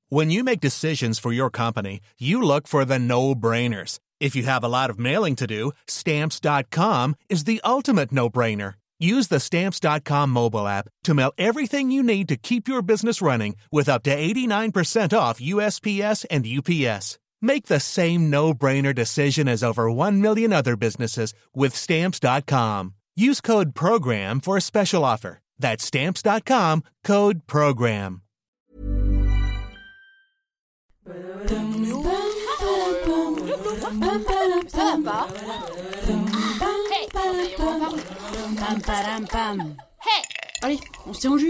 When you make decisions for your company, you look for the no-brainers. If you have a lot of mailing to do, Stamps.com is the ultimate no-brainer. Use the Stamps.com mobile app to mail everything you need to keep your business running with up to 89% off USPS and UPS. Make the same no-brainer decision as over 1 million other businesses with Stamps.com. Use code PROGRAM for a special offer. That's Stamps.com, code PROGRAM. Allez, on se tient au jus.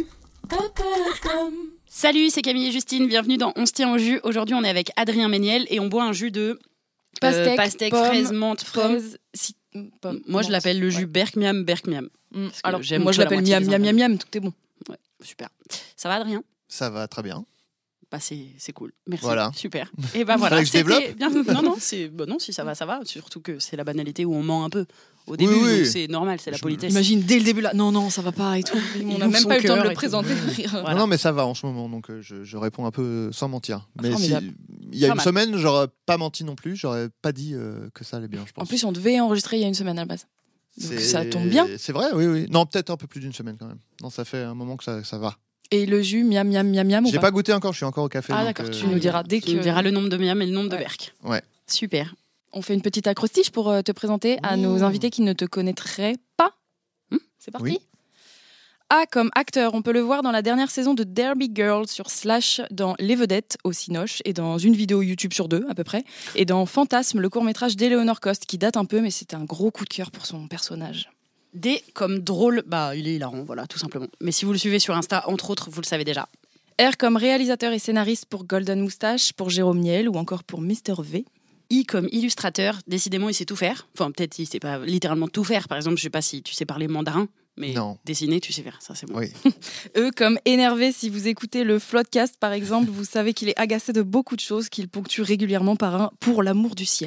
Salut, c'est Camille et Justine, bienvenue dans On se tient au jus. Aujourd'hui, on est avec Adrien Méniel et on boit un jus de pastèque, fraise, menthe, fraise. Moi, je l'appelle le jus Berkmiam. Alors, moi, je l'appelle miam, tout est bon. Ouais, super. Ça va, Adrien ? Ça va très bien. Bah c'est cool. Merci. Voilà. Super. Et bah voilà. Fallait que je développe. Non, si ça va. Surtout que c'est la banalité où on ment un peu au début, donc c'est normal, c'est la politesse. Imagine dès le début là, non, ça va pas et tout. On n'a même pas eu le temps de le présenter. Voilà. Non, mais ça va en ce moment, donc je réponds un peu sans mentir. Mais il y a une mal. semaine, j'aurais pas menti non plus, j'aurais pas dit que ça allait bien, je pense. En plus, on devait enregistrer il y a une semaine à la base. Donc ça tombe bien. C'est vrai, oui. Non, peut-être un peu plus d'une semaine quand même. Non, ça fait un moment que ça va. Et le jus miam ou J'ai pas goûté encore, je suis encore au café. Ah d'accord, tu nous diras dès que... Tu nous diras le nombre de miam et le nombre de berk. Ouais. Super. On fait une petite acrostiche pour te présenter à nos invités qui ne te connaîtraient pas. C'est parti. Oui. A comme acteur, on peut le voir dans la dernière saison de Derby Girl sur Slash, dans Les Vedettes au Cinoche et dans une vidéo YouTube sur 2 à peu près, et dans Fantasme, le court-métrage d'Eleanor Coste qui date un peu mais c'était un gros coup de cœur pour son personnage. D comme drôle, il est hilarant, voilà, tout simplement. Mais si vous le suivez sur Insta, entre autres, vous le savez déjà. R comme réalisateur et scénariste pour Golden Moustache, pour Jérôme Niel ou encore pour Mr V. I comme illustrateur, décidément il sait tout faire. Enfin peut-être il sait pas littéralement tout faire. Par exemple, je sais pas si tu sais parler mandarin, mais non. Dessiner tu sais faire, ça c'est bon. Oui. E comme énervé, si vous écoutez le Floodcast par exemple, vous savez qu'il est agacé de beaucoup de choses, qu'il ponctue régulièrement par un « pour l'amour du ciel ».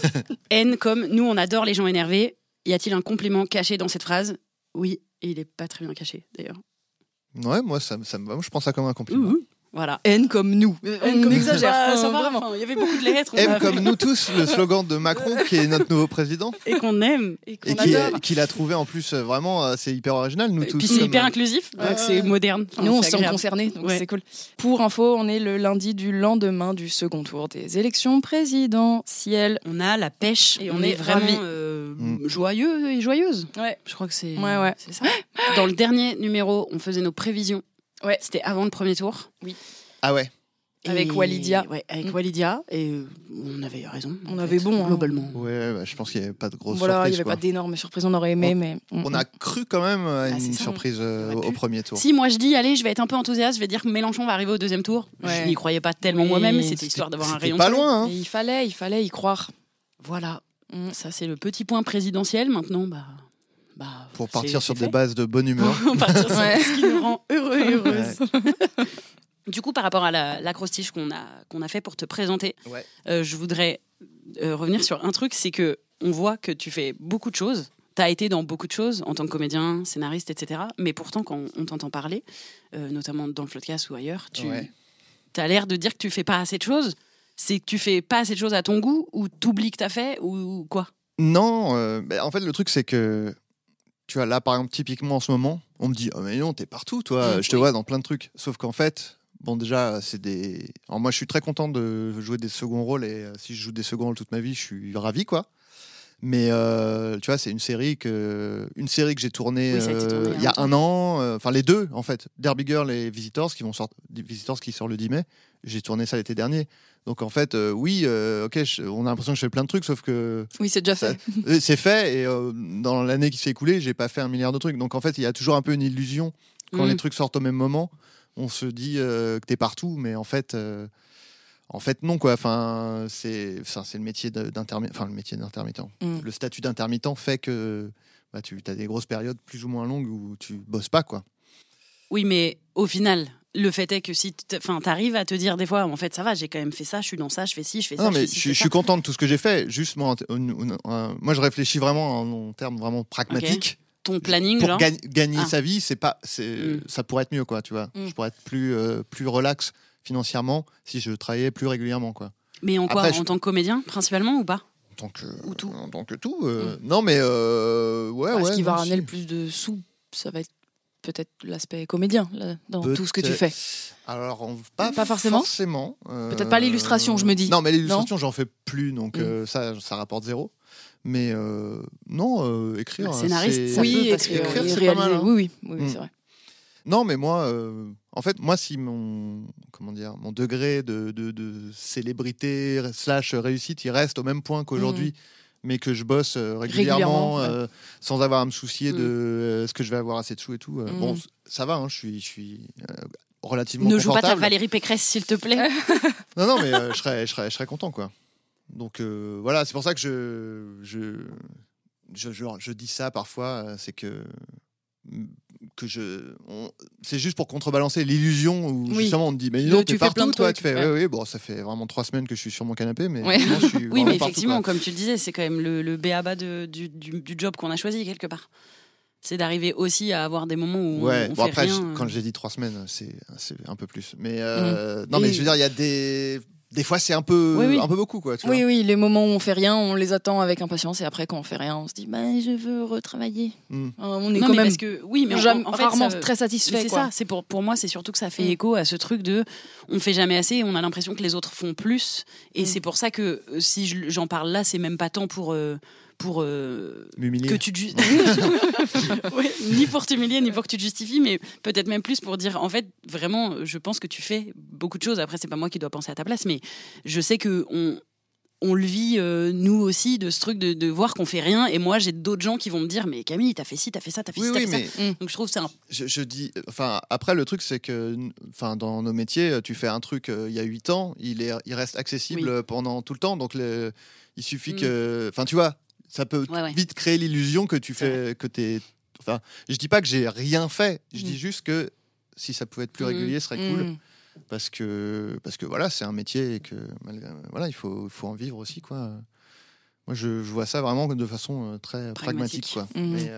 N comme nous on adore les gens énervés. Y a-t-il un compliment caché dans cette phrase ? Oui, et il est pas très bien caché d'ailleurs. Ouais, moi ça me va, je prends ça comme un compliment. Voilà. N comme nous. On exagère. Ça va, vraiment. Il y avait beaucoup de lettres. M comme nous tous, le slogan de Macron qui est notre nouveau président. Et qu'on aime. Et qu'on adore. Qu'il a trouvé en plus vraiment, c'est hyper original, nous et tous. Puis c'est hyper inclusif, donc c'est moderne. Enfin, nous on c'est se sent agréable. concernés, donc c'est cool. Pour info, on est le lundi du lendemain du second tour des élections présidentielles. On a la pêche Et et on on est est vraiment ravis. joyeux et joyeuse. Ouais. Je crois que c'est C'est ça. Dans le dernier numéro, on faisait nos prévisions. Ouais. C'était avant le premier tour. Oui. Ah ouais. Avec Walidia. Ouais, avec Walidia. Et on avait raison. On avait bon, hein. globalement. Ouais, je pense qu'il n'y avait pas de grosses Voilà, il surprises. n'y avait pas d'énormes surprises, on aurait aimé, mais... On a cru quand même à une c'est ça. surprise au premier tour. Si moi je dis, allez, je vais être un peu enthousiaste, je vais dire que Mélenchon va arriver au deuxième tour. Ouais. Je n'y croyais pas tellement Oui, moi-même, c'était histoire d'avoir un C'était rayon pas de soleil. loin, hein. Et il fallait y croire. Voilà. Ça, c'est le petit point présidentiel. Maintenant, Pour c'est- partir c'est sur fait. des bases de bonne humeur. On va partir sur Ouais. ce qui nous rend heureux et heureuse. Du coup, par rapport à l'acrostiche qu'on a fait pour te présenter, Ouais. je voudrais revenir sur un truc, c'est que on voit que tu fais beaucoup de choses. Tu as été dans beaucoup de choses en tant que comédien, scénariste, etc. Mais pourtant, quand on t'entend parler, notamment dans le Floodcast ou ailleurs, tu as l'air de dire que tu fais pas assez de choses. C'est que tu fais pas assez de choses à ton goût ou t'oublies que t'as fait ou quoi ? Non, en fait, le truc, c'est que, tu vois, là, par exemple, typiquement en ce moment, on me dit « Oh, mais non, t'es partout, toi, je te vois dans plein de trucs. » Sauf qu'en fait, bon, déjà, c'est des... Alors, moi, je suis très content de jouer des seconds rôles, et si je joue des seconds rôles toute ma vie, je suis ravi, quoi. Mais, tu vois, c'est une série que j'ai tournée Oui, ça a été tourné il y a un un an. Enfin, les deux, en fait. Derby Girl et Visitors, Visitors qui sort le 10 mai. J'ai tourné ça l'été dernier. Donc, en fait, oui, ok, on a l'impression que je fais plein de trucs, sauf que... Oui, c'est déjà fait. C'est fait, et dans l'année qui s'est écoulée, j'ai pas fait 1 milliard de trucs. Donc, en fait, il y a toujours un peu une illusion. Quand les trucs sortent au même moment, on se dit que t'es partout, mais en fait, non, quoi. Enfin, c'est le métier d'intermittent. Enfin, le métier d'intermittent. Le statut d'intermittent fait que tu as des grosses périodes plus ou moins longues où tu bosses pas, quoi. Oui, mais au final, le fait est que si t'arrives à te dire des fois, en fait, ça va, j'ai quand même fait ça, je suis dans ça, je fais ci, je fais ça. Non, mais je je suis content de tout ce que j'ai fait. Juste, moi, je réfléchis vraiment en termes vraiment pragmatiques. Okay. Ton planning, pour genre gagner sa vie, ça pourrait être mieux, quoi, tu vois. Je pourrais être plus relax financièrement si je travaillais plus régulièrement, quoi. Mais en quoi? Après, En tant que comédien, principalement, ou pas? En tout. tant que tout. Non, mais ouais. Ce qui va non, ramener si. le plus de sous, ça va être peut-être l'aspect comédien là, dans tout ce que tu fais. Alors, Pas forcément. Peut-être pas l'illustration, je me dis. Non, mais l'illustration, j'en fais plus, donc ça rapporte 0. Mais non, écrire. Scénariste, ça Oui, peut, parce que écrire, c'est réaliser. pas mal, hein. Oui, Mm. c'est vrai. Non, mais moi, en fait, moi, si mon degré de célébrité / réussite, il reste au même point qu'aujourd'hui, mais que je bosse régulièrement, Régulièrement, sans avoir à me soucier de est-ce que je vais avoir assez de sous et tout. Bon, ça va, hein, je suis relativement Ne joue pas ta confortable. Valérie Pécresse, s'il te plaît. Non, mais je serais content, quoi. Donc voilà, c'est pour ça que je dis ça parfois, c'est que c'est juste pour contrebalancer l'illusion où justement on te dit mais non, tu t'es fais plein partout, de toi, trucs, tu fais ouais. oui, bon, ça fait vraiment 3 semaines que je suis sur mon canapé, mais Ouais. sinon, je suis Oui, vraiment mais partout, effectivement, quoi. comme tu le disais, c'est quand même le b.a.-ba du job qu'on a choisi quelque part. C'est d'arriver aussi à avoir des moments où Ouais, on bon fait après, rien. quand j'ai dit 3 semaines, c'est un peu plus. Mais Mm. non, mais Et- je veux dire, il y a des fois, c'est un peu beaucoup, quoi. Tu vois. Oui, les moments où on fait rien, on les attend avec impatience et après quand on fait rien, on se dit je veux retravailler. Mm. On est Non, quand mais même parce que oui, mais en fait, rarement ça- très satisfait. c'est quoi. ça. C'est pour moi, c'est surtout que ça fait Mm. écho à ce truc de on fait jamais assez, et on a l'impression que les autres font plus, et c'est pour ça que si j'en parle là, c'est même pas tant pour M'humilier. que tu Ouais, ni pour t'humilier ni pour que tu te justifies, mais peut-être même plus pour dire en fait vraiment je pense que tu fais beaucoup de choses. Après c'est pas moi qui dois penser à ta place, mais je sais que on le vit nous aussi de ce truc de voir qu'on fait rien, et moi j'ai d'autres gens qui vont me dire mais Camille t'as fait ci, t'as fait ça, t'as fait ci, t'as fait mais ça. Donc je trouve que c'est un je dis, enfin, après le truc c'est que, enfin, dans nos métiers, tu fais un truc il y a 8 ans, il reste accessible pendant tout le temps, donc il suffit que, enfin, tu vois, ça peut Ouais. vite créer l'illusion que tu fais, que t'es, enfin, je dis pas que j'ai rien fait, je dis juste que si ça pouvait être plus régulier, ce serait cool. Parce que voilà, c'est un métier et que voilà, il faut en vivre aussi, quoi. Moi, je vois ça vraiment de façon très pragmatique, quoi.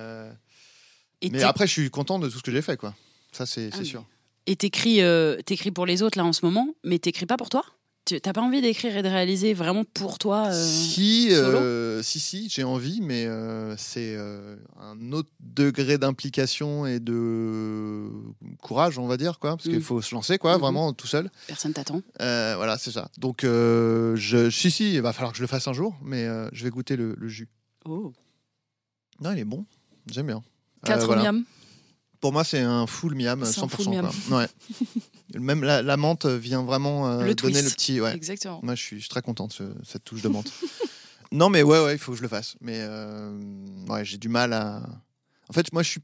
Mais après, je suis content de tout ce que j'ai fait, quoi. Ça, c'est sûr. Et t'écris pour les autres là en ce moment, mais t'écris pas pour toi? T'as pas envie d'écrire et de réaliser vraiment pour toi Si, solo j'ai envie, mais c'est un autre degré d'implication et de courage, on va dire, quoi, parce qu'il faut se lancer, quoi, vraiment tout seul. Personne t'attend. Voilà, c'est ça. Donc, si, il va falloir que je le fasse un jour, mais je vais goûter le jus. Oh. Non, il est bon, j'aime bien. 4 voilà. miam. Pour moi, c'est un full miam, C'est un 100%. full miam. Quoi. Ouais. Même la menthe vient vraiment Le donner twist. le petit. Ouais. Exactement. Moi, je suis très content de cette touche de menthe. Non, mais ouais, il faut que je le fasse. Mais ouais, j'ai du mal à. En fait, moi, je suis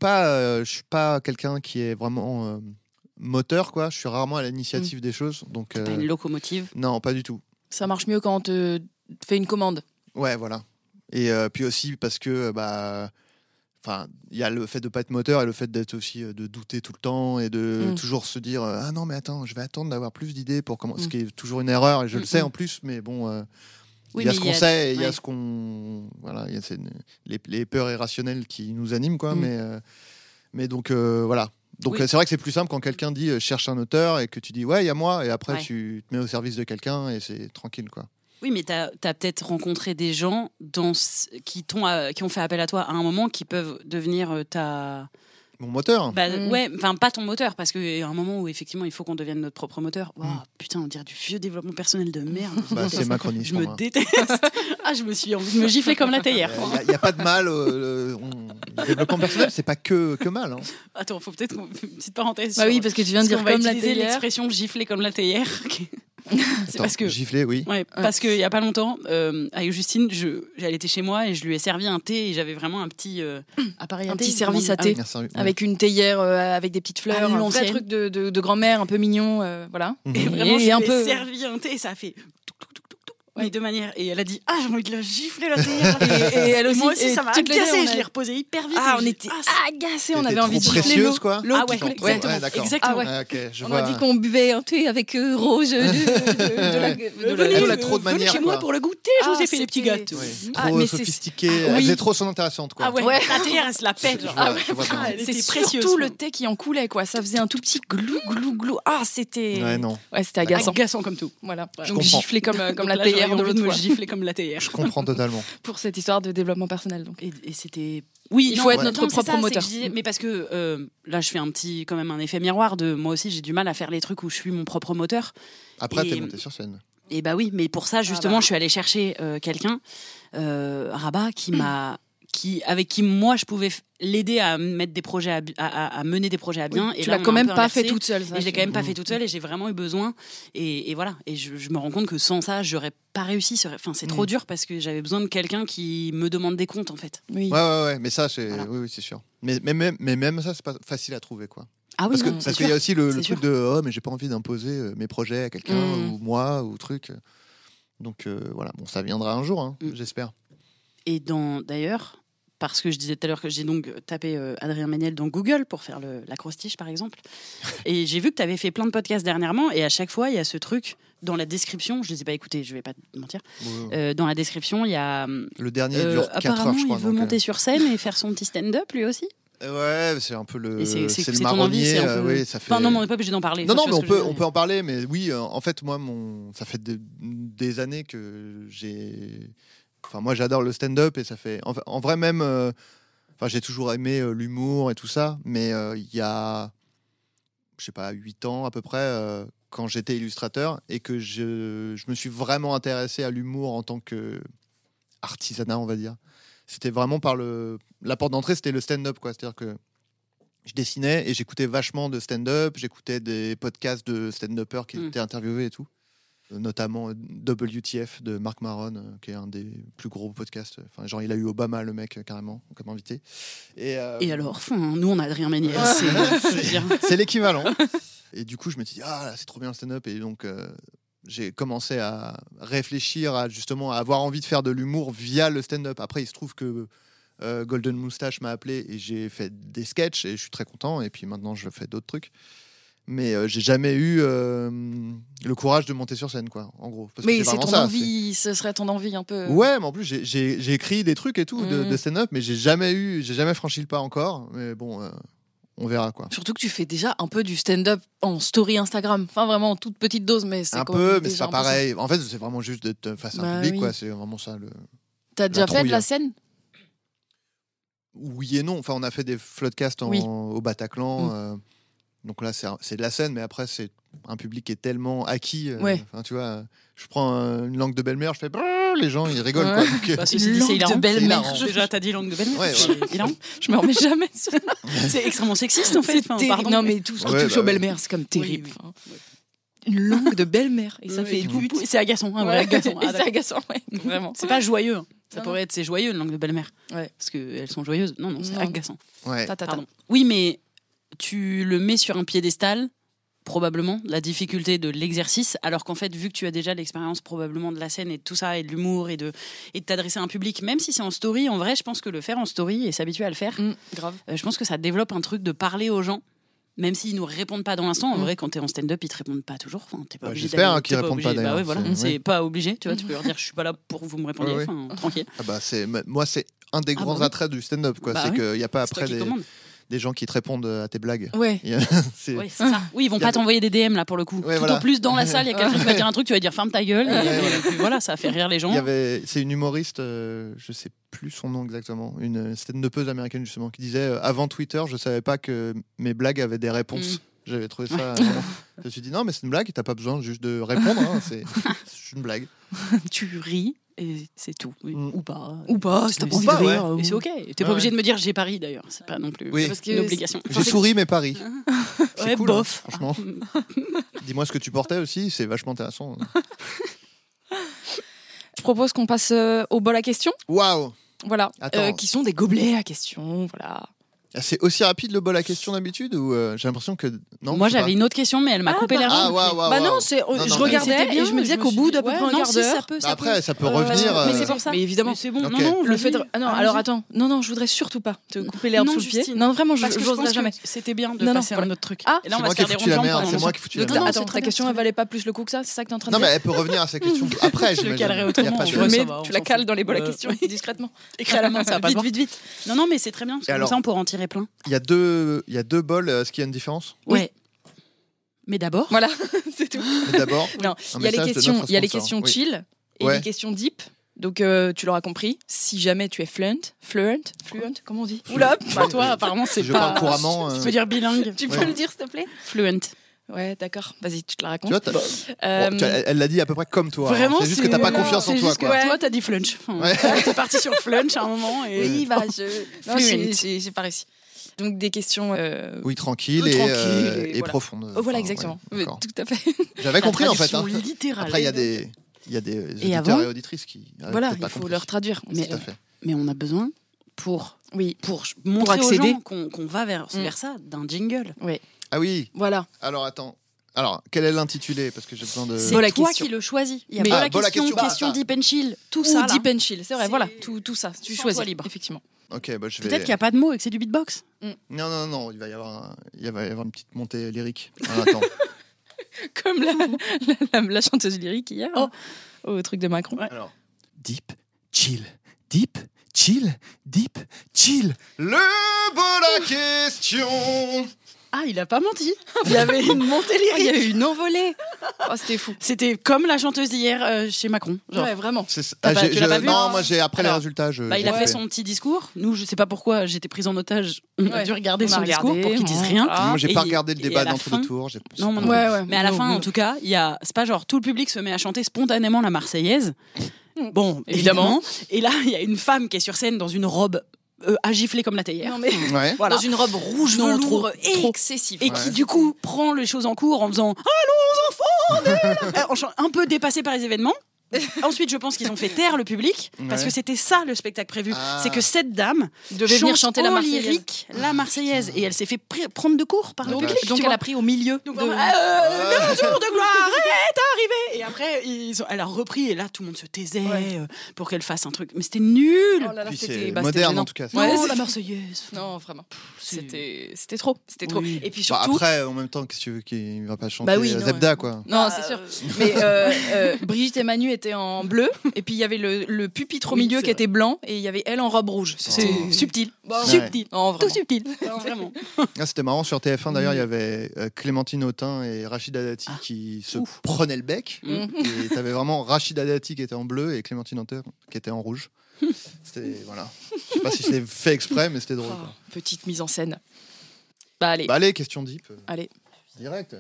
pas quelqu'un qui est vraiment moteur, quoi. Je suis rarement à l'initiative des choses. Donc, T'as une locomotive. non, pas du tout. Ça marche mieux quand on te fait une commande. Ouais, voilà. Et puis aussi parce que enfin, il y a le fait de pas être moteur et le fait d'être aussi de douter tout le temps et de toujours se dire ah non mais attends, je vais attendre d'avoir plus d'idées pour comment, ce qui est toujours une erreur et je le sais en plus, mais bon, il y a ce qu'on sait et il y a ce qu'on, voilà, il y a les peurs irrationnelles qui nous animent, quoi, mais donc voilà. Donc c'est vrai que c'est plus simple quand quelqu'un dit cherche un auteur et que tu dis ouais il y a moi, et après tu te mets au service de quelqu'un et c'est tranquille, quoi. Oui, mais t'as peut-être rencontré des gens qui ont fait appel à toi à un moment, qui peuvent devenir Mon moteur. Ouais, enfin pas ton moteur, parce qu'il y a un moment où effectivement il faut qu'on devienne notre propre moteur. Oh, putain, on dirait du vieux développement personnel de merde. C'est macronisme. Je me déteste. Je me suis envie de me gifler comme la théière. Il n'y a pas de mal. Le développement personnel, c'est pas que mal. Hein. Attends, faut peut-être une petite parenthèse. Bah oui, parce que tu viens de dire on va comme la utiliser théière. l'expression gifler comme la théière. C'est Attends, parce que gifler, oui. Ouais, parce qu'il y a pas longtemps, avec Justine, elle était chez moi et je lui ai servi un thé et j'avais vraiment un petit appareil à Un thé. petit service à thé. Avec une théière avec des petites fleurs, un vrai truc de grand-mère un peu mignon, voilà. Et vraiment, je un lui ai peu servi un thé et ça a fait. mais de manière. Et elle a dit j'ai envie de la gifler la théière. Et elle aussi. Moi aussi, ça m'a agacé. Je l'ai reposée hyper vite. On était agacés, on avait envie de gifler gifler l'eau. quoi. Ah ouais, exactement. On m'a dit qu'on buvait un thé avec Rose de la trop de manière. Chez moi pour le goûter, je vous ai fait des petits gâteaux. Trop sophistiqué. Elle faisait trop son intéressante quoi. Ah ouais. La théière, elle se la pète. C'est surtout le thé qui en coulait quoi. Ça faisait un tout petit glou glou glou. C'était. Ouais, c'était agaçant. Agaçant comme tout. Voilà. Donc gifler comme la théière de l'autre fois. Gifler comme la théière. Je comprends totalement. Pour cette histoire de développement personnel donc. Et c'était. Oui, il faut être notre propre moteur. Mais parce que là, je fais quand même un effet miroir de moi aussi, j'ai du mal à faire les trucs où je suis mon propre moteur. Après, t'es monté sur scène. Et bah oui, mais pour ça, justement, je suis allée chercher quelqu'un, Rabat, avec qui moi je pouvais l'aider à mettre des projets à mener des projets à bien. Et tu l'as quand même pas fait toute seule. Et je l'ai quand même pas fait toute seule et j'ai vraiment eu besoin. Et voilà. Et je me rends compte que sans ça, j'aurais pas réussi. Enfin, c'est trop dur parce que j'avais besoin de quelqu'un qui me demande des comptes en fait. Oui. Ouais. Mais ça, c'est oui, c'est sûr. Mais même ça, c'est pas facile à trouver quoi. Ah oui, parce qu'il y a aussi le truc de mais j'ai pas envie d'imposer mes projets à quelqu'un ou moi ou truc. Donc voilà, bon, ça viendra un jour, j'espère. Et d'ailleurs, parce que je disais tout à l'heure que j'ai donc tapé Adrien Méniel dans Google pour faire l'acrostiche par exemple, et j'ai vu que tu avais fait plein de podcasts dernièrement, et à chaque fois il y a ce truc dans la description, je les ai pas écoutés, je vais pas te mentir. Dans la description, il y a le dernier dure 4 heures, je crois. Apparemment, il veut monter sur scène et faire son petit stand-up lui aussi. Ouais, c'est un peu le. C'est le marronnier. Oui, ça fait. Enfin, non, mais on n'est pas obligé d'en parler. Non, mais on peut en parler. Mais oui, en fait, moi, ça fait des années que j'ai. Enfin, moi, j'adore le stand-up et ça fait. En vrai, même. Enfin, j'ai toujours aimé l'humour et tout ça, mais il y a, je sais pas, 8 ans à peu près, quand j'étais illustrateur et que je me suis vraiment intéressé à l'humour en tant que artisanat, on va dire. C'était vraiment la porte d'entrée, c'était le stand-up, quoi. C'est-à-dire que je dessinais et j'écoutais vachement de stand-up, j'écoutais des podcasts de stand-uppers qui étaient interviewés et tout. Notamment WTF de Marc Maron, qui est un des plus gros podcasts. Enfin, genre, il a eu Obama, le mec, carrément, comme invité. Et alors, nous, on a Adrien Méniel. C'est l'équivalent. Et du coup, je me suis dit, là, c'est trop bien le stand-up. Et donc, j'ai commencé à réfléchir justement à avoir envie de faire de l'humour via le stand-up. Après, il se trouve que Golden Moustache m'a appelé et j'ai fait des sketchs et je suis très content. Et puis maintenant, je fais d'autres trucs. Mais j'ai jamais eu le courage de monter sur scène, quoi, en gros. Parce mais que c'est ton envie, ce serait ton envie un peu. Ouais, mais en plus, j'ai écrit des trucs et tout de stand-up, mais j'ai jamais franchi le pas encore. Mais bon, on verra, quoi. Surtout que tu fais déjà un peu du stand-up en story Instagram. Enfin, vraiment en toute petite dose, mais c'est un peu, mais c'est pas pareil. En fait, c'est vraiment juste d'être face à un public, quoi. C'est vraiment ça. T'as déjà fait de la scène ? Oui et non. Enfin, on a fait des floodcasts au Bataclan. Donc là, c'est de la scène, mais après, c'est un public qui est tellement acquis. Tu vois, je prends une langue de belle-mère, je fais les gens, ils rigolent. Quoi, donc, c'est hilarant. De belle-mère. Déjà, t'as dit langue de belle-mère. Ouais, voilà. Je me remets jamais. C'est extrêmement sexiste, en fait. Pardon, non, mais tout ce qui touche aux belles-mères, c'est comme terrible. Une langue de belle-mère. Et ça fait c'est agaçant. C'est agaçant, vraiment. C'est pas joyeux. Ça pourrait être, c'est joyeux, une langue de belle-mère. Parce qu'elles sont joyeuses. Non, c'est agaçant. Pardon. Oui, mais tu le mets sur un piédestal, probablement, la difficulté de l'exercice, alors qu'en fait, vu que tu as déjà l'expérience probablement de la scène et de tout ça, et de l'humour, et de t'adresser à un public, même si c'est en story, en vrai, je pense que le faire en story et s'habituer à le faire, grave. Je pense que ça développe un truc de parler aux gens, même s'ils nous répondent pas dans l'instant. En vrai, quand t'es en stand-up, ils te répondent pas toujours. Enfin, t'es pas obligé. J'espère qu'ils répondent pas d'ailleurs. C'est pas obligé, tu vois. Tu peux leur dire, je suis pas là pour que vous me répondiez. Tranquille. Moi, c'est un des grands attraits du stand-up, quoi. C'est qu'il y a pas après des gens qui te répondent à tes blagues. C'est ça. Oui, ils vont pas t'envoyer des DM là pour le coup. Tout au plus dans la salle, il y a quelqu'un qui va dire un truc, tu vas dire ferme ta gueule. Et puis voilà, ça fait rire les gens. C'est une humoriste, je sais plus son nom exactement, une stand-upeuse américaine justement, qui disait avant Twitter, je savais pas que mes blagues avaient des réponses. J'avais trouvé ça. Je me suis dit non, mais c'est une blague, t'as pas besoin juste de répondre. C'est une blague. Tu ris. Et c'est tout, ou pas. Si t'as pas envie de rire. Et c'est ok. T'es pas obligé de me dire j'ai Paris d'ailleurs. C'est pas non plus une obligation. J'ai souri mais Paris. C'est cool, bof. Franchement. Dis-moi ce que tu portais aussi, c'est vachement intéressant. Je propose qu'on passe au bol à questions. Waouh. Voilà. Qui sont des gobelets à questions. Voilà. Ah, c'est aussi rapide le bol à question d'habitude ou j'ai l'impression que non. Moi je sais j'avais pas. une autre question, mais elle m'a coupé l'air. Ah waouh. Bah non, je mais regardais c'était bien, et je me disais je me qu'au suis bout dit, d'à peu ouais, près un non, quart si, d'heure. ça peut. Après, ça peut revenir. Mais c'est pour ça. Mais évidemment. C'est bon. Ok. Non, non, Le fait de... Ah non, Allez-y. alors attends, non, je voudrais surtout pas te couper l'herbe Non, sous le pied. Justine. Non, vraiment, je Parce que je n'oserais pense jamais. que c'était bien de Non, non, passer à voilà. un autre truc. Ah, Et là, on C'est va moi se qui ai faire des foutu la ronds de merde. jambes C'est pendant moi qui ai foutu la longtemps. merde. Non, Attends, c'est très ta question bien, elle valait pas plus le coup que ça, c'est ça que t'es en train de Non, dire mais elle peut revenir à sa question après. Je le j'imagine. calerai Il y a autrement, pas je de- vois Mais ça va, tu on la s'en cales fout. dans les bols à question, discrètement. Écris à la main, ça va pas se voir. Vite. Non, non, mais c'est très bien. Parce que Et comme alors ça, on pourra en tirer plein. Il y a deux bols. Est-ce qu'il y a une différence? Oui. Ouais. Mais d'abord, Voilà, c'est tout. Mais d'abord, Non, un il y a les message de questions, notre il y a les sponsor. questions Oui. chill et Ouais. les questions deep. Donc tu l'auras compris, si jamais tu es fluent, comment on dit? Oula, bah, toi, apparemment, c'est Je pas. parle couramment. Tu peux dire bilingue. tu peux Ouais. le dire s'il te plaît? Fluent. Ouais, d'accord. Vas-y, tu te la Tu racontes. vois, elle l'a dit à peu près comme toi. hein. Vraiment, c'est juste que t'as pas non, confiance en c'est toi. juste que Quoi. toi, t'as dit flunch. Enfin, Ouais. T'es parti sur flunch à un moment. Et... Oui, bah je. Non, Fluent. j'ai pas réussi. Donc des questions. Oui, tranquille Tranquille et et voilà. profonde. Oh, voilà, Enfin, exactement. ouais, d'accord. Tout à fait. J'avais compris en fait. traduction hein. littérale. Après, il y a des auditeurs avant et auditrices qui. avaient Voilà, peut-être il pas faut compris. leur traduire. Mais- Tout à fait. Mais on a besoin pour montrer accéder. aux gens qu'on va vers ça d'un jingle. Ah oui. Voilà. Alors attends. Alors, quel est l'intitulé? Parce que j'ai besoin de. C'est Bol à toi question. qui le choisis. Il y a Mais- pas Ah, la bol à question, question, question bah, deep and chill, tout Ou ça. là. deep and chill, c'est vrai, C'est- voilà, tout ça, tu Sans choisis. toi libre. Effectivement. Ok, bah je vais. Peut-être qu'il n'y a pas de mots et que c'est du beatbox. Non, il va y avoir une petite montée lyrique. Alors, attends. Comme la chanteuse lyrique hier, au truc de Macron. Ouais. Alors. Deep, chill, deep, chill, deep, chill. Le bol à question. Ah, il a pas menti. Il y avait une montée Il y lyrique. a eu une envolée. Oh, c'était fou. C'était comme la chanteuse d'hier chez Macron. Genre. Ouais, vraiment. T'as pas- tu l'as pas vu Non, moi j'ai après les Alors, résultats. Bah, il a fait son petit discours. Nous, je sais pas pourquoi, j'étais prise en otage. On a Ouais. dû regarder On a son discours regardé, pour qu'il dise on- rien. Ah. Moi j'ai Et pas il- regardé le et à débat la d'entre fin- deux tours. Non, moi non plus. Mais à la fin, en tout cas, c'est pas genre tout le public se met à chanter spontanément la Marseillaise. Bon, évidemment. Et là, il y a une femme qui est sur scène dans une robe à gifler comme la théière. Non, mais Ouais. Voilà. dans une robe rouge Non, velours trop. excessive. Et qui du coup prend les choses en cours en faisant allons enfants, un peu dépassé par les événements. Ensuite, je pense qu'ils ont fait taire le public parce Ouais. que c'était ça le spectacle prévu. Ah. C'est que cette dame devait venir chante chanter la en Marseillaise. lyrique la Marseillaise et elle s'est fait prendre de cours par le La public. vache. Donc tu elle vois. a pris au milieu. Donc, de- vraiment, le jour de gloire est arrivé. Et après, elle a repris et là, tout le monde se taisait pour qu'elle fasse un truc. Mais c'était nul. Oh là là, Puis c'était c'est bah, c'était moderne gênant. en tout cas. Ouais, Non, c'est- la Marseillaise. Non, vraiment. c'est- C'était trop. C'était trop. Oui. Et puis Bah, surtout. après, en même temps, qu'est-ce que tu veux qu'il va pas chanter Bah oui, non, Zebda ouais. quoi. Non, c'est sûr. Mais Brigitte et Manu étaient en bleu, et puis il y avait le pupitre au Oui, milieu c'est qui était blanc, et il y avait elle en robe rouge. C'est Oh. subtil. Bah, Subtil. Non, Tout vraiment. subtil. Non, vraiment. Ah, c'était marrant sur TF1 d'ailleurs, il y avait Clémentine Autain et Rachida Dati qui se prenaient le bec. Mhm. Et t'avais vraiment Rachida Dati qui était en bleu et Clémentine Autain qui était en rouge. C'était voilà. Je sais pas si c'était fait exprès, mais c'était drôle. Oh, quoi. petite mise en scène. Bah allez, Bah allez, question deep. allez. Direct.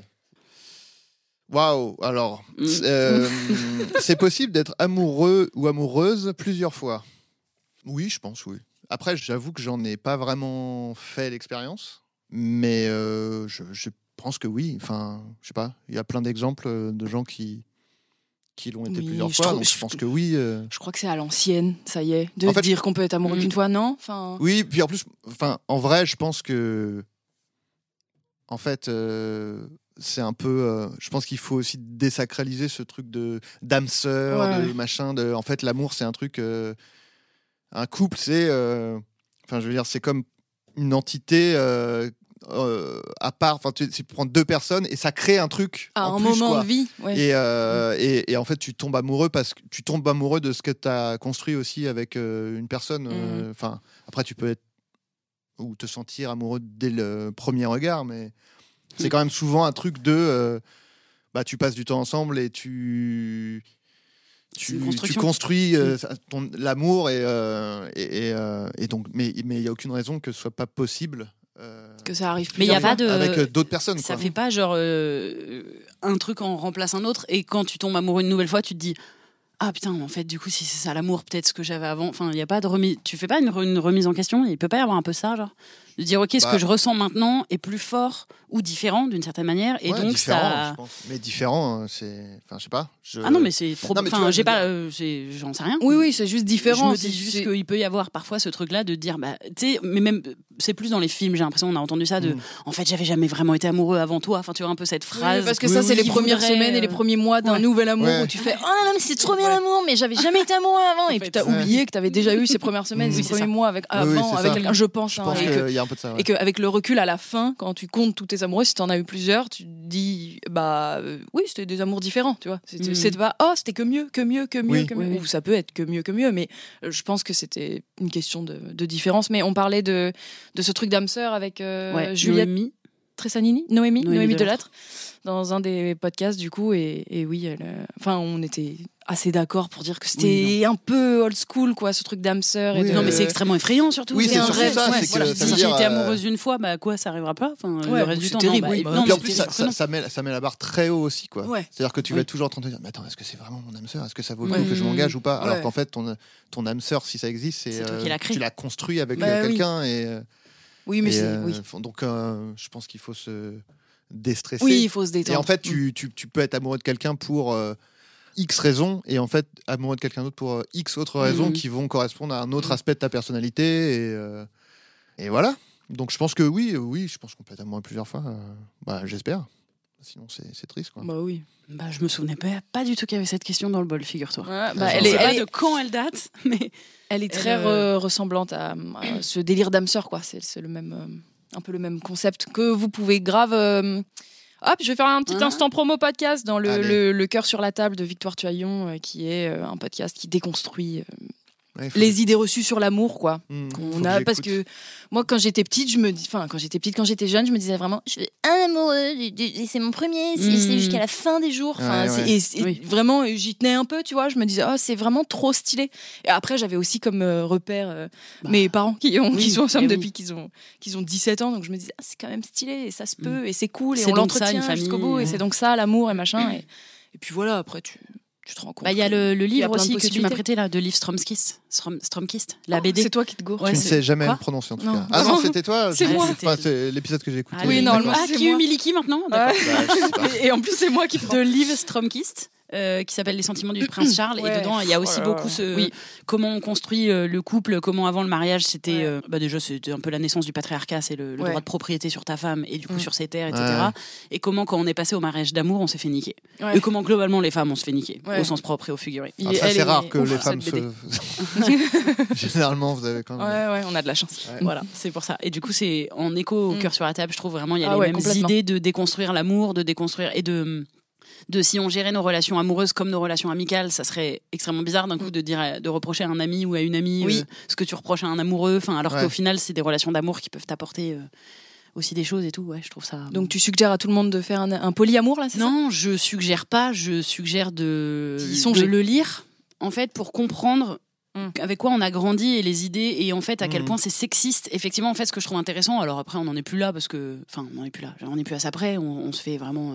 Waouh. Alors, Mm. c'est possible d'être amoureux ou amoureuse plusieurs fois. Oui, je pense oui. Après, j'avoue que j'en ai pas vraiment fait l'expérience, mais je pense que oui. Enfin, je sais pas. Il y a plein d'exemples de gens qui l'ont été Oui, plusieurs je fois. trouve- Donc je pense que oui. Je crois que c'est à l'ancienne, ça y est. De En fait- dire qu'on peut être amoureux qu'une fois, non enfin... Oui, puis en plus, enfin, en vrai, je pense que, en fait, c'est un peu. Je pense qu'il faut aussi désacraliser ce truc de d'âme sœur, Ouais, de ouais. machin. En fait, l'amour, c'est un truc. Un couple, c'est. Enfin, je veux dire, c'est comme une entité à part. Enfin, tu prends deux personnes et ça crée un truc. À en un plus, moment quoi. de vie. Ouais. Et en fait, tu tombes amoureux parce que tu tombes amoureux de ce que tu as construit aussi avec une personne. Enfin, après, tu peux être ou te sentir amoureux dès le premier regard, mais c'est quand même souvent un truc de bah, tu passes du temps ensemble et C'est une tu construction. construis l'amour et donc mais il n'y a aucune raison que ce soit pas possible Que ça arrive Mais il y a plusieurs pas fois. de- avec d'autres personnes Ça quoi. fait pas genre un truc en remplace un autre et quand tu tombes amoureux une nouvelle fois, tu te dis ah putain, en fait, du coup, si c'est ça l'amour, peut-être ce que j'avais avant. Enfin, il y a pas de remise. Tu fais pas une remise en question. Il peut pas y avoir un peu ça, genre de dire ok, ce que je ressens maintenant est plus fort ou différent d'une certaine manière, et donc différent, ça. Je pense. Mais différent, c'est, enfin, je sais pas. Ah non, mais c'est trop. Enfin, j'ai pas, j'en sais rien. Oui, c'est juste différent. Je me dis juste qu'il peut y avoir parfois ce truc-là de dire, bah, tu sais, mais même c'est plus dans les films. J'ai l'impression, on a entendu ça de. En fait, j'avais jamais vraiment été amoureux avant toi. Enfin, tu vois un peu cette phrase. Parce que ça, c'est les premières semaines et les premiers mois d'un nouvel amour où tu fais oh non mais c'est trop bien l'amour, mais j'avais jamais été amoureux avant, et puis t'as oublié que t'avais déjà eu ces premières semaines, ces premiers mois avec quelqu'un. Je pense qu'il y a un peu de ça. Et qu'avec le recul à la fin, quand tu comptes tous tes amoureux, si t'en as eu plusieurs, tu te dis oui, c'était des amours différents, tu vois. C'était pas c'était que mieux. Ou ça peut être que mieux, mais je pense que c'était une question de différence. Mais on parlait de ce truc d'âme sœur avec Juliette Tressanini, Noémie Delattre, dans un des podcasts du coup, et oui, on était assez d'accord pour dire que c'était un peu old school, quoi, ce truc d'âme sœur. Non, mais c'est extrêmement effrayant surtout. Oui, c'est un surtout rêve. ça. Si j'ai été amoureuse une fois, ça arrivera pas. Enfin, le reste du temps, terrible. Non, et puis en plus, ça met la barre très haut aussi, quoi. C'est-à-dire que tu vas toujours en train de te dire, mais attends, est-ce que c'est vraiment mon âme sœur ? Est-ce que ça vaut le coup que je m'engage ou pas ? Alors qu'en fait, ton âme sœur, si ça existe, c'est tu l'as construit avec quelqu'un et. Oui, mais donc, je pense qu'il faut se déstresser. Oui, il faut se détendre. Et en fait, tu peux être amoureux de quelqu'un pour X raisons, et en fait, amoureux de quelqu'un d'autre pour X autres raisons qui vont correspondre à un autre aspect de ta personnalité. Et voilà. Donc, je pense que oui, je pense qu'on peut être amoureux plusieurs fois. J'espère. Sinon, c'est triste, quoi. Bah oui. Je me souvenais pas du tout qu'il y avait cette question dans le bol, figure-toi. Elle est de quand elle date, mais elle est très ressemblante à ce délire d'âme sœur, quoi. C'est le même, un peu le même concept que vous pouvez grave. Hop, je vais faire un petit instant promo podcast dans le cœur sur la table de Victoire Tuaillon, qui est un podcast qui déconstruit les idées reçues sur l'amour, quoi. Parce que moi, quand j'étais jeune, je me disais vraiment, je veux un amoureux, c'est mon premier, c'est jusqu'à la fin des jours. Vraiment, j'y tenais un peu, tu vois. Je me disais, c'est vraiment trop stylé. Et après, j'avais aussi comme repère mes parents qui sont ensemble depuis qu'ils ont 17 ans, donc je me disais, c'est quand même stylé, et ça se peut, et c'est cool, et on l'entretient jusqu'au bout, et c'est donc ça, l'amour et machin. Et puis voilà, après tu te rends compte. Il y a le livre aussi que tu m'as prêté là, de Liv Stromkist, la BD. C'est toi qui te gourre. Tu ne sais jamais le prononcer en tout cas. Ah non, c'était toi. C'est moi. C'est l'épisode que j'ai écouté. Oui, normalement. Qui humilie qui maintenant ? Et en plus, c'est moi qui de Liv Stromkist. Qui s'appelle Les sentiments du prince Charles, et dedans il y a aussi beaucoup comment on construit le couple, comment avant le mariage c'était déjà c'était un peu la naissance du patriarcat, c'est le droit de propriété sur ta femme et du coup sur ses terres, etc. Et comment quand on est passé au mariage d'amour on s'est fait niquer, et comment globalement les femmes on se fait niquer au sens propre et au figuré. C'est rare que les femmes se généralement vous avez quand même on a de la chance. Voilà, c'est pour ça, et du coup c'est en écho au cœur sur la table, je trouve vraiment il y a les mêmes idées de déconstruire l'amour, de déconstruire et de si on gérait nos relations amoureuses comme nos relations amicales, ça serait extrêmement bizarre d'un coup de reprocher à un ami ou à une amie ce que tu reproches à un amoureux, alors qu'au final c'est des relations d'amour qui peuvent t'apporter aussi des choses et tout. Je trouve ça. Donc tu suggères à tout le monde de faire un polyamour là, c'est ça ? Non, je suggère pas, je suggère de le lire en fait pour comprendre avec quoi on a grandi et les idées, et en fait à quel point c'est sexiste. Effectivement, en fait, ce que je trouve intéressant, alors après on n'en est plus là parce que on est plus à ça près, on se fait vraiment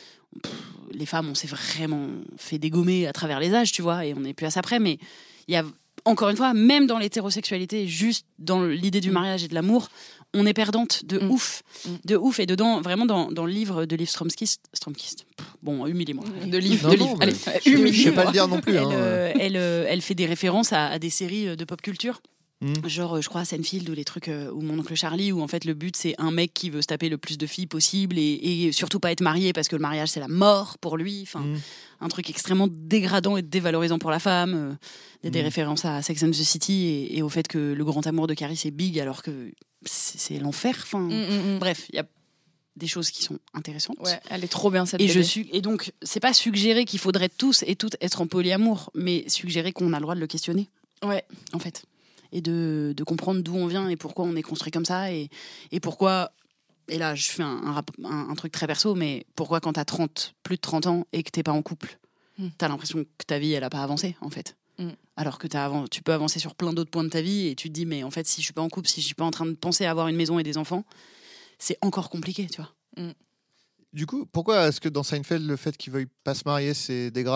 les femmes, on s'est vraiment fait dégommer à travers les âges, tu vois, et on n'est plus à ça près. Mais il y a, encore une fois, même dans l'hétérosexualité, juste dans l'idée du mariage et de l'amour, on est perdante de ouf. Et dedans, vraiment dans le livre de Liv Stromkist, humilie-moi. De livre. Allez, humilie-moi. Je ne sais pas le dire non plus. Elle fait des références à des séries de pop culture. Genre, je crois à Seinfeld ou les trucs ou Mon oncle Charlie, où en fait le but c'est un mec qui veut se taper le plus de filles possible et surtout pas être marié parce que le mariage c'est la mort pour lui. Un truc extrêmement dégradant et dévalorisant pour la femme. Des références à Sex and the City et au fait que le grand amour de Carrie c'est Big alors que c'est l'enfer. Bref, il y a des choses qui sont intéressantes. Elle est trop bien cette BD. Et donc c'est pas suggérer qu'il faudrait tous et toutes être en polyamour, mais suggérer qu'on a le droit de le questionner. En fait. Et de comprendre d'où on vient et pourquoi on est construit comme ça, et pourquoi, et là je fais un truc très perso, mais pourquoi quand t'as plus de 30 ans et que t'es pas en couple, t'as l'impression que ta vie elle a pas avancé en fait, alors que tu peux avancer sur plein d'autres points de ta vie, et tu te dis mais en fait si je suis pas en couple, si je suis pas en train de penser à avoir une maison et des enfants, c'est encore compliqué, tu vois. Du coup, pourquoi est-ce que dans Seinfeld le fait qu'il veuille pas se marier c'est dégradant ?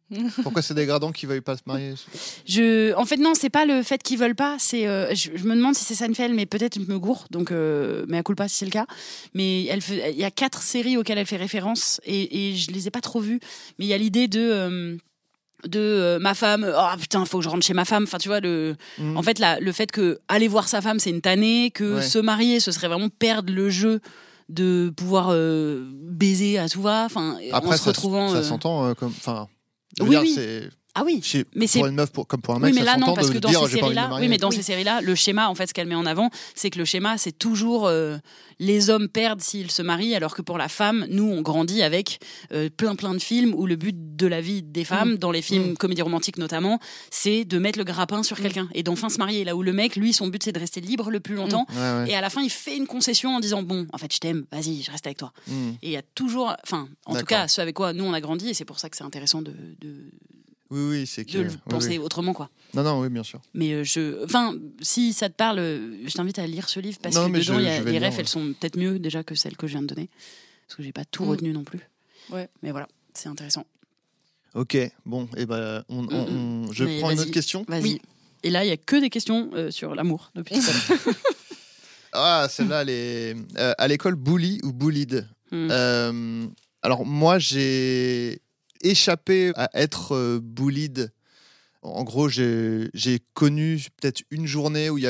Pourquoi c'est dégradant qu'ils veuillent pas se marier? En fait, non, c'est pas le fait qu'ils veulent pas. C'est, je me demande si c'est Seinfeld, mais peut-être je me gourre. Donc, mais à culpa si c'est le cas. Mais il y a 4 séries auxquelles elle fait référence et je les ai pas trop vues. Mais il y a l'idée de ma femme. Oh putain, faut que je rentre chez ma femme. Enfin, tu vois En fait, le fait que aller voir sa femme, c'est une tannée. Que se marier, ce serait vraiment perdre le jeu de pouvoir baiser à tout va. Enfin, après, en se retrouvant. Ça s'entend comme. Enfin. Oui. C'est... Ah oui, mais pour une meuf comme pour un mec, oui, mais là ça non, s'entend parce de que dans dire ces séries-là, oui, mais dans ces séries-là, le schéma, en fait, ce qu'elle met en avant, c'est que le schéma, c'est toujours les hommes perdent s'ils se marient, alors que pour la femme, nous, on grandit avec plein de films où le but de la vie des femmes, dans les films comédies romantiques notamment, c'est de mettre le grappin sur quelqu'un et d'enfin se marier. Là où le mec, lui, son but, c'est de rester libre le plus longtemps, et à la fin, il fait une concession en disant bon, en fait, je t'aime, vas-y, je reste avec toi. Et il y a toujours, enfin, en tout cas, ce avec quoi nous on a grandi, et c'est pour ça que c'est intéressant de c'est que... de le penser autrement, quoi. Non, oui, bien sûr. Mais si ça te parle, je t'invite à lire ce livre parce que dedans, les refs, elles sont peut-être mieux déjà que celles que je viens de donner. Parce que j'ai pas tout retenu non plus. Ouais. Mais voilà, c'est intéressant. Ok, bon, et je prends une autre question. Vas-y. Oui. Et là, il y a que des questions sur l'amour depuis tout à l'heure. Ah, celle-là, elle est à l'école bully ou bullied. Alors moi, j'ai échappé à être bullied. En gros, j'ai connu peut-être une journée où il y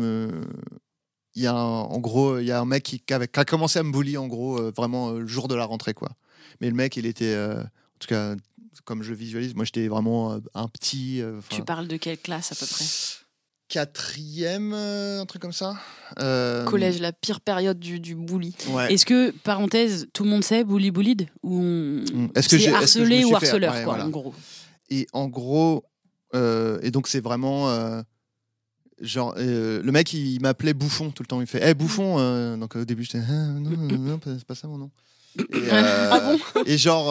a un mec qui a commencé à me bully, en gros, vraiment le jour de la rentrée, quoi. Mais le mec, il était, en tout cas, comme je le visualise, moi j'étais vraiment un petit. Tu parles de quelle classe à peu près? 4e, un truc comme ça. Collège, la pire période du bully. Ouais. Est-ce que, parenthèse, tout le monde sait bullied ou est-ce que c'est harcelé ou harceleur, ouais, quoi, voilà. en gros. Et en gros, et donc c'est vraiment genre le mec il m'appelait Bouffon tout le temps. Il fait Bouffon. Donc au début j'étais non, c'est pas ça mon nom. Et, ah bon? Et genre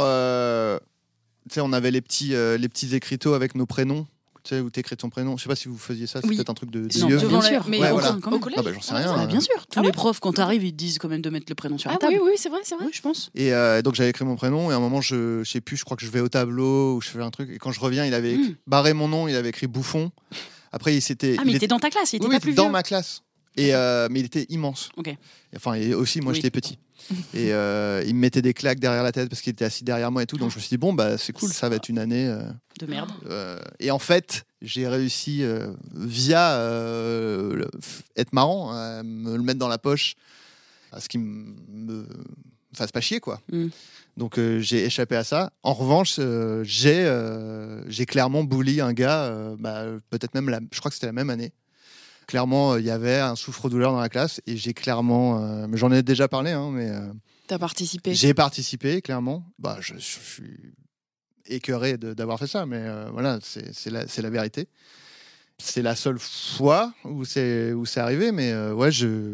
tu sais, on avait les petits écriteaux avec nos prénoms. Tu sais, où t'écris ton prénom. Je sais pas si vous faisiez ça, c'est peut-être un truc de non, vieux. bien sûr. Mais voilà. au collège. J'en sais rien. Bien sûr. Tous les profs, quand t'arrives, ils te disent quand même de mettre le prénom sur la table. Oui, c'est vrai. Oui, je pense. Et donc j'avais écrit mon prénom et à un moment je sais plus, je crois que je vais au tableau ou je fais un truc et quand je reviens il avait barré mon nom, il avait écrit Bouffon. Après il était dans ta classe, il était pas plus vieux. Dans ma classe. Et mais il était immense. Ok. Enfin et aussi moi j'étais petit. Et il me mettait des claques derrière la tête parce qu'il était assis derrière moi et tout. Donc je me suis dit bon bah c'est cool, ça va être une année de merde. Et en fait j'ai réussi via être marrant à me le mettre dans la poche, à ce qui me fasse pas chier, quoi. Donc j'ai échappé à ça. En revanche, j'ai clairement bully un gars, peut-être même je crois que c'était la même année. Clairement, il y avait un souffre-douleur dans la classe et j'ai clairement, mais j'en ai déjà parlé, hein, mais t'as participé. J'ai participé, clairement. Bah, je suis écœuré d'avoir fait ça, mais voilà, c'est la vérité. C'est la seule fois où c'est arrivé, mais ouais,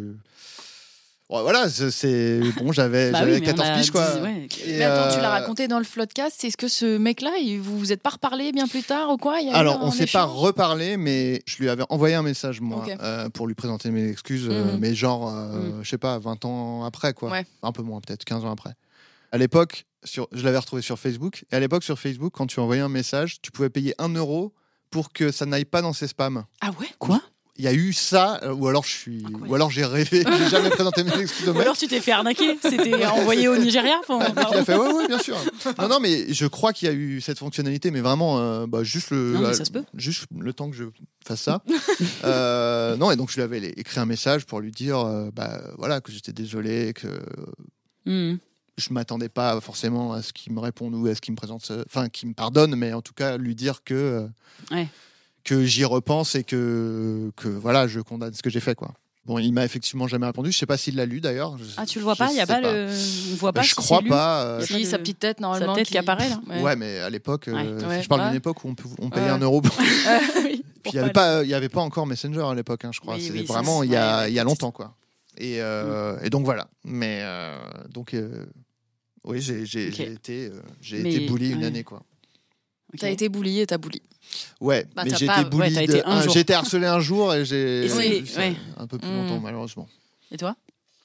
voilà, c'est bon, j'avais 14 piges, quoi. Mais attends, tu l'as raconté dans le Floodcast. Est-ce que ce mec-là, vous vous êtes pas reparlé bien plus tard ou quoi? Alors, on s'est pas reparlé, mais je lui avais envoyé un message, moi, pour lui présenter mes excuses, mais genre, je sais pas, 20 ans après, quoi. Ouais. Un peu moins, peut-être 15 ans après. À l'époque, je l'avais retrouvé sur Facebook, et à l'époque, sur Facebook, quand tu envoyais un message, tu pouvais payer 1 euro pour que ça n'aille pas dans ses spams. Ah ouais? Quoi? Il y a eu ça, ou alors ou alors j'ai rêvé, j'ai jamais présenté mes excuses au mec. Ou alors tu t'es fait arnaquer, c'était envoyé au Nigeria. Il a fait ouais, bien sûr. Non, mais je crois qu'il y a eu cette fonctionnalité, mais vraiment juste le temps que je fasse ça. Non, et donc je lui avais écrit un message pour lui dire voilà, que j'étais désolé, que je m'attendais pas forcément à ce qu'il me réponde ou à ce qu'il me présente, enfin qu'il me pardonne, mais en tout cas lui dire que que j'y repense et que voilà, je condamne ce que j'ai fait, quoi. Bon, il m'a effectivement jamais répondu. Je sais pas s'il l'a lu d'ailleurs. Ah, tu le vois pas? Il y a pas le. On voit pas. Je crois pas. Il y a sa petite tête normalement. Sa tête qui apparaît là. Ouais, mais à l'époque, je parle d'une époque où on payait 1 euro. Oui, puis il y avait pas encore Messenger à l'époque, hein, je crois. C'était vraiment il y a longtemps, quoi. Et donc voilà. Mais donc oui, j'ai été bully une année, quoi. T'as été bully et t'as bully. Ouais, mais j'ai été bully. J'ai été harcelé un jour et j'ai un peu plus longtemps, malheureusement. Et toi?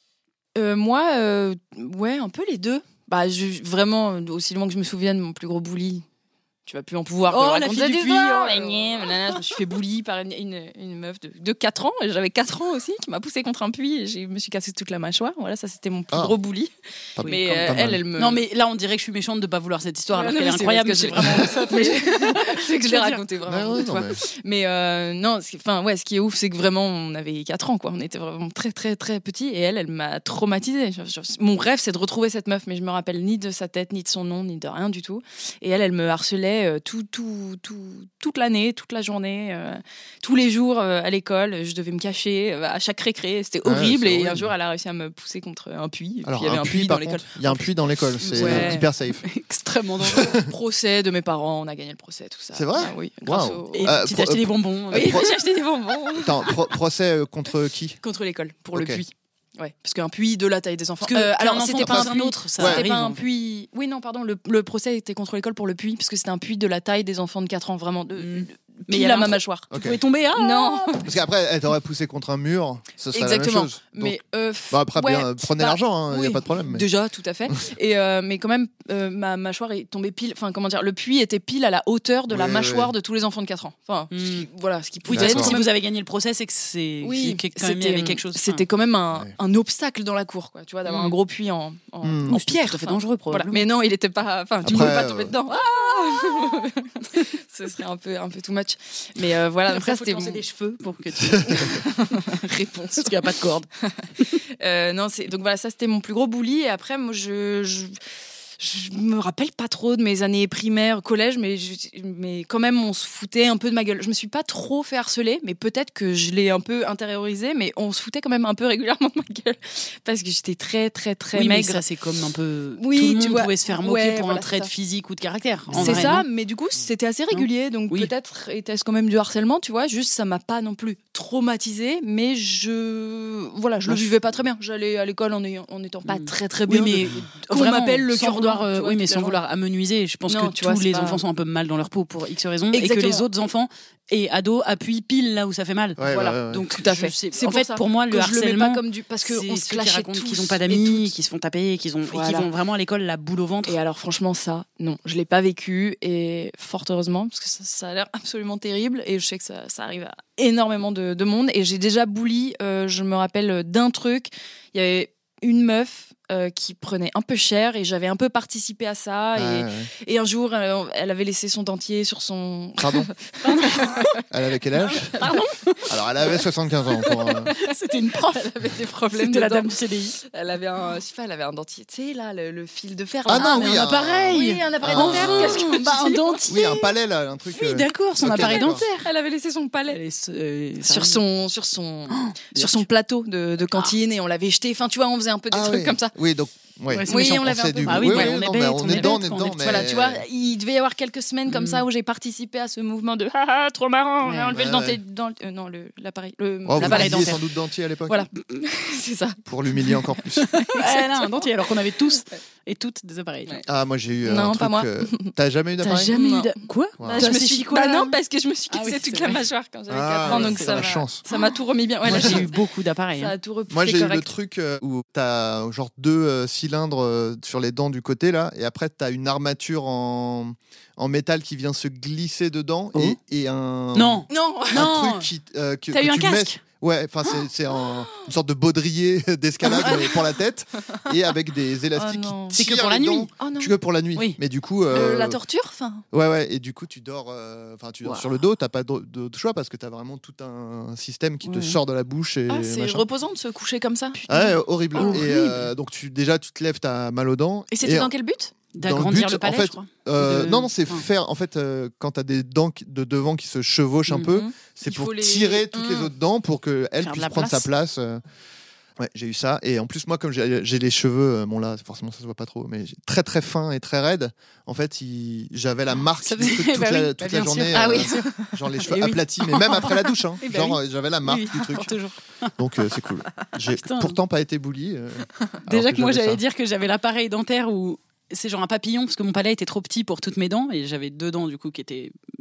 Moi, ouais, un peu les deux. Vraiment, aussi loin que je me souvienne, mon plus gros bully, tu vas plus en pouvoir. Oh, pour la raconter fille du cette puits. histoire. Je me suis fait bully par une meuf de 4 ans. Et j'avais 4 ans aussi, qui m'a poussé contre un puits et je me suis cassé toute la mâchoire. Voilà, ça c'était mon plus gros bully. Mais elle me... Non, mais là, on dirait que je suis méchante de pas vouloir cette histoire alors Ouais, qu'elle est c'est incroyable. parce que C'est vraiment ça. c'est que je l'ai raconté vraiment. Ouais, deux fois. Mais non, ce qui est ouf, c'est que vraiment, on avait 4 ans, quoi. On était vraiment très, très, très petits. Et elle m'a traumatisée. Mon rêve, c'est de retrouver cette meuf, mais je me rappelle ni de sa tête, ni de son nom, ni de rien du tout. Et elle me harcelait toute l'année, toute la journée, tous les jours à l'école. Je devais me cacher à chaque récré. C'était horrible. c'est Et horrible. un jour, elle a réussi à me pousser contre un puits. Et Alors, puis, il y avait un puits dans par l'école. contre, il y a un puits dans l'école, c'est Ouais. hyper safe. Extrêmement dangereux. Procès de mes parents, on a gagné le procès, tout ça. C'est vrai? Ah oui, grâce Waouh. au... Et tu t'es pro- acheté des bonbons. Oui, j'ai acheté des bonbons. Attends, procès contre qui? Contre l'école, pour Ok. le puits. Ouais, parce qu'un puits de la taille des enfants. Parce que alors, c'était pas un puits. autre, ça C'était arrive. pas un en fait. puits. Oui, non, pardon. Le procès était contre l'école pour le puits, parce que c'était un puits de la taille des enfants de 4 ans, vraiment. Mais il y Pile avait à ma un- mâchoire. Ok. Tu pouvais tomber. Ah Non, Parce qu'après, elle t'aurait poussé contre un mur, ce serait la exactement. même chose. Donc, Mais bah, après, ouais, bien, prenez bah, l'argent, il n'y oui. a pas de problème. Mais... Déjà, tout à fait. Et mais quand même, ma mâchoire est tombée pile. Enfin, comment dire, le puits était pile à la hauteur de la Oui, mâchoire oui. de tous les enfants de 4 ans. Enfin, voilà, ce qui Oui, pouvait de toute être façon, quand si même- vous avez gagné le procès, c'est que c'est Oui, c'est que quand même il y avait quelque chose. C'était quand même un, Ouais. un obstacle dans la cour, quoi. Tu vois, d'avoir un gros puits en pierre. tout à fait Enfin, dangereux, voilà. probablement. Mais non, il était pas. Enfin, tu ne Après, pouvais pas tomber dedans. Ce serait un peu too much. Mais voilà, donc Après, ça faut c'était te lancer mon des cheveux pour que tu réponse. parce qu'il n'y a pas de corde. Non, donc voilà, ça c'était mon plus gros bully. Et après, moi, je me rappelle pas trop de mes années primaires, collège, mais quand même, on se foutait un peu de ma gueule. Je me suis pas trop fait harceler, mais peut-être que je l'ai un peu intériorisé, mais on se foutait quand même un peu régulièrement de ma gueule parce que j'étais très, très, très Oui, mais maigre. ça c'est comme un peu. Oui, tout le tu monde vois. pouvait se faire moquer Ouais, pour voilà, un trait c'est de ça. physique ou de caractère. en C'est vrai, ça, non mais du coup, c'était assez régulier, donc Oui. peut-être était-ce quand même du harcèlement, tu vois. Juste, ça m'a pas non plus traumatisée, mais je le vivais pas très bien. J'allais à l'école en étant pas très très bien. Oui, mais qu'on vraiment, m'appelle le sans cœur vouloir, noir, tu vois, oui, mais toute la sans journée. vouloir amenuiser. Je pense Non, que tu vois, tous c'est les pas- enfants sont un peu mal dans leur peau pour X raisons, et que Exactement. les autres enfants et ados appuient pile là où ça fait mal. Ouais, Voilà. ouais, ouais. Donc Tout à fait. C'est C'est en pour fait ça pour moi le que je le mets harcèlement pas comme du parce que c'est on ceux se qui clashait racontent tous qu'ils n'ont pas et d'amis, toutes. qui se font taper, et qui Voilà. vont vraiment à l'école la boule au ventre. Et alors franchement ça, non, je l'ai pas vécu et fort heureusement parce que ça a l'air absolument terrible et je sais que ça arrive à énormément de monde et j'ai déjà bully, je me rappelle d'un truc, il y avait une meuf qui prenait un peu cher et j'avais un peu participé à ça Ouais, ouais. et un jour elle avait laissé son dentier sur son Pardon. Elle avait quel âge? Pardon. Alors, elle avait 75 ans. C'était une prof. elle avait des problèmes C'était la de dame dents. du CDI. Elle avait un, je sais pas, elle avait un dentier, tu sais là, le fil de fer. Ah là. non, mais oui, un appareil. Oui, un appareil Ah. dentaire. Qu'est-ce que Bah, je un dis dentier. Oui, un palais, là, un truc. Oui, d'accord, son ok, appareil d'accord. dentaire. Elle avait laissé son palais. Elle est, sur son plateau de cantine et on l'avait jeté. Enfin, tu vois, on faisait un peu des Ah trucs oui. comme ça. Oui, donc. Ouais. Ouais, c'est Oui, méchant. on l'avait un sait peu. du- Ah oui, oui, ouais, oui, on est non, bête, mais on on est est dedans, bête on est quand on dedans. est- mais- Voilà, tu vois, il devait y avoir quelques semaines comme ça où j'ai participé à ce mouvement de trop marrant, on Ouais. a enlevé Ouais, le dentier non l'appareil Oh, vous l'appareil usiez dentaire. sans doute dentier à l'époque. Voilà, c'est ça. Pour l'humilier encore plus. Elle a un dentier alors qu'on avait tous et toutes des appareils. Ouais. Ah, moi j'ai eu Non, un pas truc. moi. T'as jamais eu T'as d'appareil? jamais Non. eu de... Quoi Wow. Bah, T'as je me séché suis quoi, bah là non parce que je me suis Ah cassé oui, toute c'est la vrai. mâchoire quand j'avais Ah, 4 ans, donc c'est ça la m'a- chance. ça m'a tout remis bien. Ouais, Moi là, j'ai eu beaucoup d'appareils. ça hein. a tout repoussé Moi j'ai eu le correct. truc où t'as genre deux cylindres sur les dents du côté là, et après t'as une armature en métal qui vient se glisser dedans Oh. et un Non. Non, un Non. truc qui que T'as eu un tu mets- casque. Ouais, enfin c'est une sorte de baudrier d'escalade mais pour la tête et avec des élastiques Oh non. qui C'est que tirent pour la les nuit. dents. oh non. Que pour la nuit. Oui. Mais du coup La torture, enfin. ouais et du coup tu dors tu dors Wow. sur le dos, t'as pas d'autre choix parce que t'as vraiment tout un système qui te Ouais. sort de la bouche et Ah, c'est machin. reposant de se coucher comme ça. Ouais, horrible. Horrible. Et donc tu te lèves, t'as mal aux dents. Et c'était dans quel but? D'agrandir but, le palais, en fait, je crois. De- non, c'est enfin. faire. En fait, quand t'as des dents de devant qui se chevauchent un peu, Mhm. c'est Il pour faut les- tirer toutes les autres dents pour qu'elle Faire de puisse la prendre sa place. place. Ouais, j'ai eu ça. Et en plus, moi, comme j'ai les cheveux, bon là, forcément, ça se voit pas trop, mais très très fin et très raide. En fait, j'avais la marque Ça du faisait- truc toute bah oui, la, bah toute bien la sûr. journée. Ah oui. Genre les cheveux Eh oui. aplatis, mais même après la douche. Hein. Eh bah Genre, j'avais la marque Oui, du truc. pour toujours. Donc, c'est cool. J'ai Putain. pourtant pas été bully. Déjà que moi j'avais j'allais ça. dire que j'avais l'appareil dentaire où c'est genre un papillon parce que mon palais était trop petit pour toutes mes dents et j'avais deux dents du coup qui étaient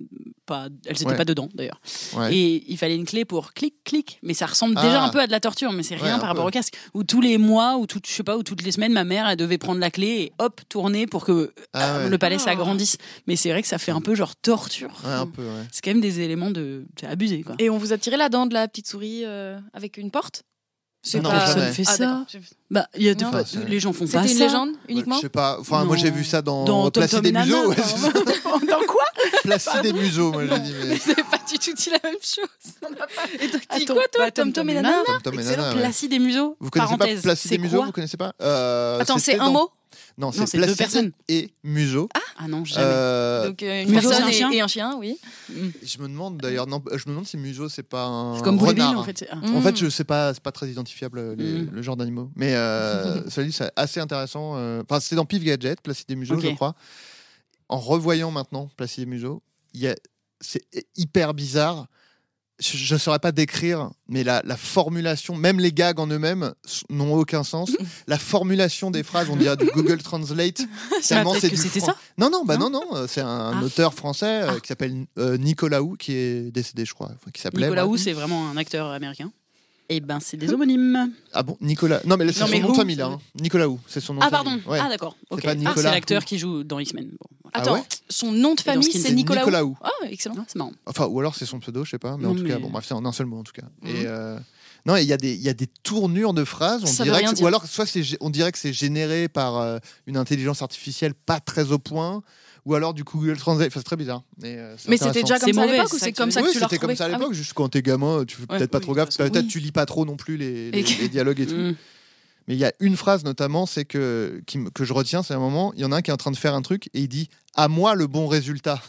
elles étaient pas dedans d'ailleurs. Ouais. Et il fallait une clé pour clic, mais ça ressemble déjà un peu à de la torture, mais c'est rien un par rapport peu. au casque. Où tous les mois, ou je sais pas, ou toutes les semaines, ma mère, elle devait prendre la clé et hop, tourner pour que le palais s'agrandisse. Mais c'est vrai que ça fait un peu genre torture. Ouais, un peu, ouais. C'est quand même des éléments c'est abusé, quoi. Et on vous a tiré la dent de la petite souris avec une porte? Non, Personne jamais. fait Ah, ça. d'accord. Bah, il y a Non. les gens font pas ça. C'était une légende uniquement? Je sais pas. Enfin, Non. moi j'ai vu ça dans Dans Tom Placer Tom des et Nana, museaux. Ouais, enfin, c'est ça. Dans quoi? Placer des museaux, moi j'ai dit. Mais... Vous n'avez pas du tout dit la même chose. Et toi, tu dis Attends, quoi, toi? bah, Tom Tom et Nana? Tom et Excellent. Nana, ouais. Placide des museaux. Vous connaissez Parenthèse. pas Placide C'est des museaux? quoi Vous connaissez pas Attends, c'est c'était un dans- mot? Non, Non, c'est c'est deux Placide personnes. et museau. Ah non, jamais. Donc une Museau, personne c'est un chien et un chien, oui. Je me demande d'ailleurs, non, je me demande si museau c'est pas un C'est comme Boule Bill, renard. en fait. En fait, je sais pas, c'est pas très identifiable le genre d'animaux. Mais celui c'est assez intéressant. Enfin, c'était dans Pif Gadget, Placide des museaux, Ok. je crois. En revoyant maintenant Placide des museaux, c'est hyper bizarre. Je ne saurais pas décrire, mais la formulation, même les gags en eux-mêmes n'ont aucun sens. La formulation des phrases, on dirait du Google Translate. Tellement peut-être c'est que du c'était fran- ça. Non, Non non, c'est un auteur français qui s'appelle Nicolas Hou, qui est décédé, je crois. Enfin, qui s'appelait. Nicolas bref. Hou, c'est vraiment un acteur américain. Et ben, c'est des homonymes. Ah bon, Nicolas. Non, mais c'est Non, son mais nom de Who, famille, là. Hein. Nicolas Hou, c'est son nom Ah, de pardon. famille. Ouais. Ah, d'accord. Ok. pas Nicolas C'est l'acteur Who. qui joue dans X-Men. Bon, voilà. Ah Attends, ouais son nom de Et dans famille, Skin, c'est c'est Nicolas Hou. Nicolas Hou. Ah, excellent. Non, c'est marrant. Enfin, ou alors c'est son pseudo, je sais pas. Mais en Non, tout cas, mais- bon, bref, c'est en un seul mot, en tout cas. Et non, il y a des tournures de phrases. Ça On veut dirait rien que, dire. ou alors, soit on dirait que c'est généré par une intelligence artificielle pas très au point, ou alors du coup Google Translate. Enfin, c'est très bizarre. Mais c'était déjà C'est comme ça à mauvais, l'époque ou c'est ça c'est que comme tu ça veux que Oui, tu l'as c'était comme retrouvé? ça à Ah oui. l'époque, juste quand t'es gamin, tu fais peut-être pas oui, trop de gaffe. toute façon, Peut-être oui. tu lis pas trop non plus les Et- dialogues et tout. Mais il y a une phrase notamment, c'est que je retiens, c'est un moment, il y en a un qui est en train de faire un truc et il dit à moi le bon résultat.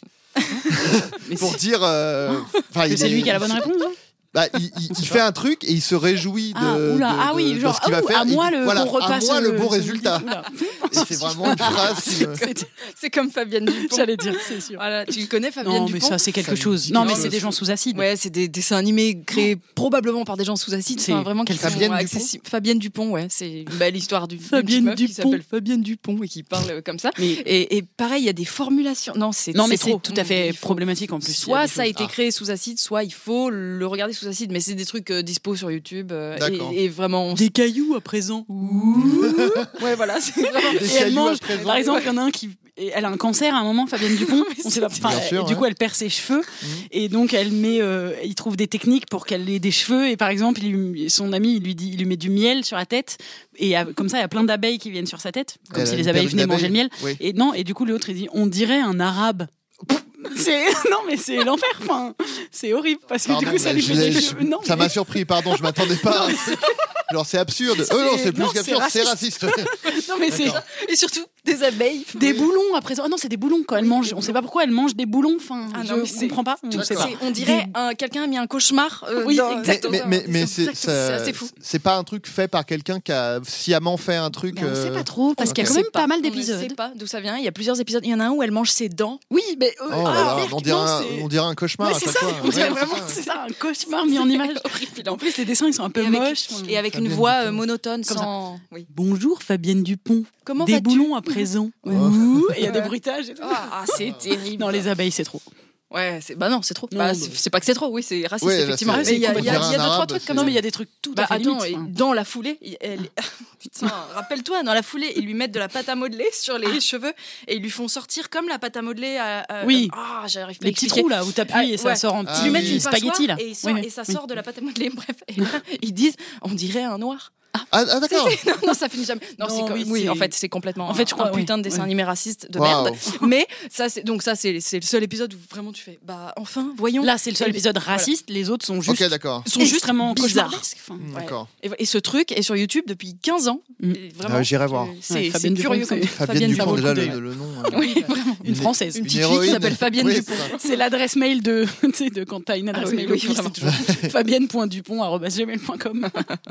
Mais Pour c'est- dire. Enfin, que il c'est est- lui qui a la bonne réponse. Hein. Bah, il fait un truc et il se réjouit de, Ah, oula, ah oui, de genre, ce qu'il va ah, faire. à moi Il dit, le voilà, qu'on repasse. à moi le bon résultat. Oula. Et c'est vraiment une phrase qui me... C'est comme Fabienne Dupont. J'allais dire, c'est sûr. Voilà, tu connais Fabienne Non, Dupont? mais ça, c'est quelque Fabienne chose. Dupont. Non, mais Non, c'est mais des gens sous acide. Ouais, c'est des dessins animés créés probablement par des gens sous acide. C'est Enfin, vraiment qui Fabienne sont Dupont accessibles. Fabienne Dupont, ouais, c'est une belle histoire d'une Fabienne petite meuf qui Dupont. s'appelle Fabienne Dupont et qui parle comme ça. Mais- Et pareil, il y a des formulations. Non, c'est Non, mais trop. c'est tout à fait Il faut- problématique en plus. Il y a Soit des ça a choses- été créé sous acide, soit il faut le regarder sous acide. Mais c'est des trucs dispo sur YouTube. D'accord. Et vraiment. Des cailloux à présent. Ouais, voilà, c'est vraiment. Des Et elle cailloux mange, à présent. par exemple, il y en a un qui. Et elle a un cancer à un moment, Fabienne Dupont. On sait pas. Enfin, Bien sûr, et du ouais. coup, elle perd ses cheveux. Et donc, elle met. Il trouve des techniques pour qu'elle ait des cheveux. Et par exemple, son ami, il lui met du miel sur la tête. Et comme ça, il y a plein d'abeilles qui viennent sur sa tête. Comme Elle si a les une abeilles perruque venaient manger le miel. Oui. Et non, et du coup, l'autre, il dit on dirait un arabe. Non, mais c'est l'enfer. Enfin, c'est horrible parce que Pardon, du coup, ça mais lui fait des je- cheveux. Non, ça mais- m'a surpris, pardon, je m'attendais pas. Genre, c'est absurde. Oh non, c'est plus non, qu'absurde, c'est c'est raciste. Non, mais c'est. D'accord. Et surtout, des abeilles. Des boulons à présent. Ah non, c'est des boulons quand elle mange. On sait pas pourquoi elle mange des boulons. Enfin, Ah non, mais je c'est- comprends pas. On sait pas. On dirait quelqu'un a mis un cauchemar. Oui, dans- exactement. Mais c'est assez fou. c'est pas un truc fait par quelqu'un qui a sciemment fait un truc. Mais on sait pas trop parce ok. qu'il y a On quand même sait pas mal On ne d'épisodes. sait pas d'où ça vient. Il y a plusieurs épisodes. Il y en a un où elle mange ses dents. Oui, mais Oh là là, on dirait un cauchemar Ouais, à c'est chaque ça. fois. On dirait Ouais, vraiment, c'est c'est ça, un cauchemar mis en image. En plus, les dessins ils sont un peu Et avec- moches. Et avec une Fabienne voix Dupont. monotone, Comme sans. Oui. Bonjour Fabienne Dupont. Comment Des vas-tu boulons à présent. Ouh, et il y a des bruitages. Et tout. Ah, c'est terrible. Non, les abeilles, c'est trop. Ouais, bah non, c'est trop. Non, Bah, bah- c'est pas que c'est trop, oui, c'est raciste, Ouais, là, effectivement. c'est- Mais il y a complètement deux, trois arabe, trucs c'est- comme Non, ça. mais il y a des trucs tout Bah à fait attends, limites. et dans la foulée, putain, rappelle-toi, dans la foulée, ils lui mettent de la pâte à modeler sur les cheveux et ils lui font sortir comme la pâte à modeler. Oui. Ah, j'arrive pas à Les petits expliquer. trous là où t'appuies et ça ouais. sort en Ah, Ils petits lui mettent oui. une spaghettis passoire là. et ça Oui. sort de la pâte à modeler. Bref, et là, ils disent, on dirait un noir. Ah, d'accord. Non, ça finit jamais. Non, Non, c'est oui, oui, c'est- en fait, c'est complètement. En fait, je crois, un putain de oui. dessin Ouais. animé raciste de Waouh. merde. Mais ça, c'est le seul épisode où vraiment tu fais, bah enfin, voyons. Là, c'est le seul Et- épisode raciste. Les autres sont juste Ok, d'accord. sont juste extrêmement bizarres. bizarres. D'accord. Et ce truc est sur YouTube depuis 15 ans. Mm. Et vraiment, Ah, j'irai voir. C'est Ouais, c'est Fabienne Dupont, curieux c'est- comme Fabienne Dupont, vaut le déjà, coup d'œil. le nom. Oui, vraiment. Une française. Une Une petite fille qui héroïne. s'appelle Fabienne Oui, Dupont. c'est ça. C'est l'adresse mail de, tu sais, de quand t'as une adresse Ah oui, mail oui, office, vraiment. c'est toujours fabienne.dupont@gmail.com.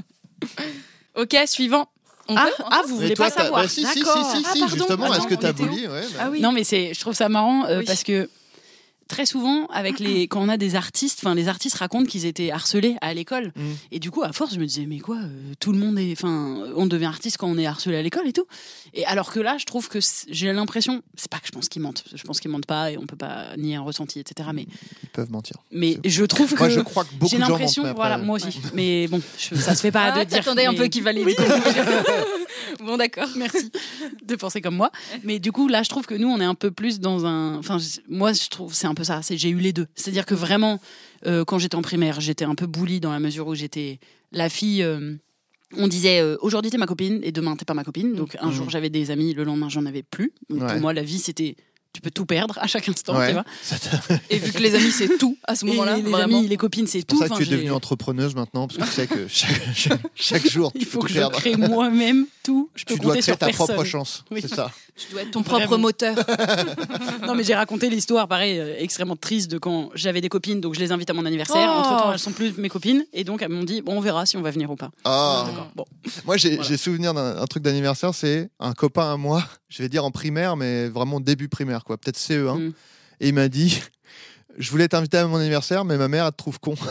Ok, suivant. On peut Vous Mais voulez toi, pas t'as- savoir. bah, si, D'accord. si, Ah, si, pardon. justement, Attends, est-ce que on t'as était où bully ouais, bah. Ah oui. Non, mais je trouve ça marrant Oui. parce que très souvent avec quand on a des artistes, enfin les artistes racontent qu'ils étaient harcelés à l'école. Et du coup, à force, je me disais mais quoi, tout le monde est, enfin, on devient artiste quand on est harcelé à l'école et tout. Et alors que là, je trouve que j'ai l'impression, c'est pas que je pense qu'ils mentent, je pense qu'ils mentent pas et on peut pas nier un ressenti, etc. Mais Ils peuvent mentir. Mais je trouve que moi, je crois que beaucoup j'ai de gens l'impression, mentent, mais voilà, après- moi aussi. Mais bon, ça se fait pas de dire. T'attendais un mais- peu qu'il valide. Oui. Bon, d'accord. Merci de penser comme moi. Mais du coup, là, je trouve que nous, on est un peu plus dans un. Enfin, moi, je trouve c'est un peu ça. J'ai eu les deux. C'est-à-dire que vraiment, quand j'étais en primaire, j'étais un peu bully dans la mesure où j'étais la fille. On disait aujourd'hui t'es ma copine et demain t'es pas ma copine. Donc un jour j'avais des amis, le lendemain j'en avais plus. Donc pour moi, la vie c'était. Tu peux tout perdre à chaque instant, tu vois. Et vu que les amis, c'est tout à ce moment-là, Et les vraiment. amis, les copines, c'est C'est pour tout. ça que Enfin, tu es devenue entrepreneuse maintenant, parce que tu sais que chaque jour, il tu faut peux que tout je perdre. crée moi-même tout. Je peux Tu dois compter créer sur ta personne. propre chance, Oui. c'est ça. Tu dois être ton propre Vraiment. moteur. Non, mais j'ai raconté l'histoire, pareil, extrêmement triste de quand j'avais des copines, donc je les invite à mon anniversaire. Oh. Entre-temps, elles sont plus mes copines, et donc elles m'ont dit, bon, on verra si on va venir ou pas. Ah. D'accord. Bon. Moi, j'ai souvenir d'un truc d'anniversaire, c'est un copain à moi, je vais dire en primaire, mais vraiment début primaire, quoi, peut-être CE1. Et il m'a dit, je voulais t'inviter à mon anniversaire, mais ma mère, elle te trouve con.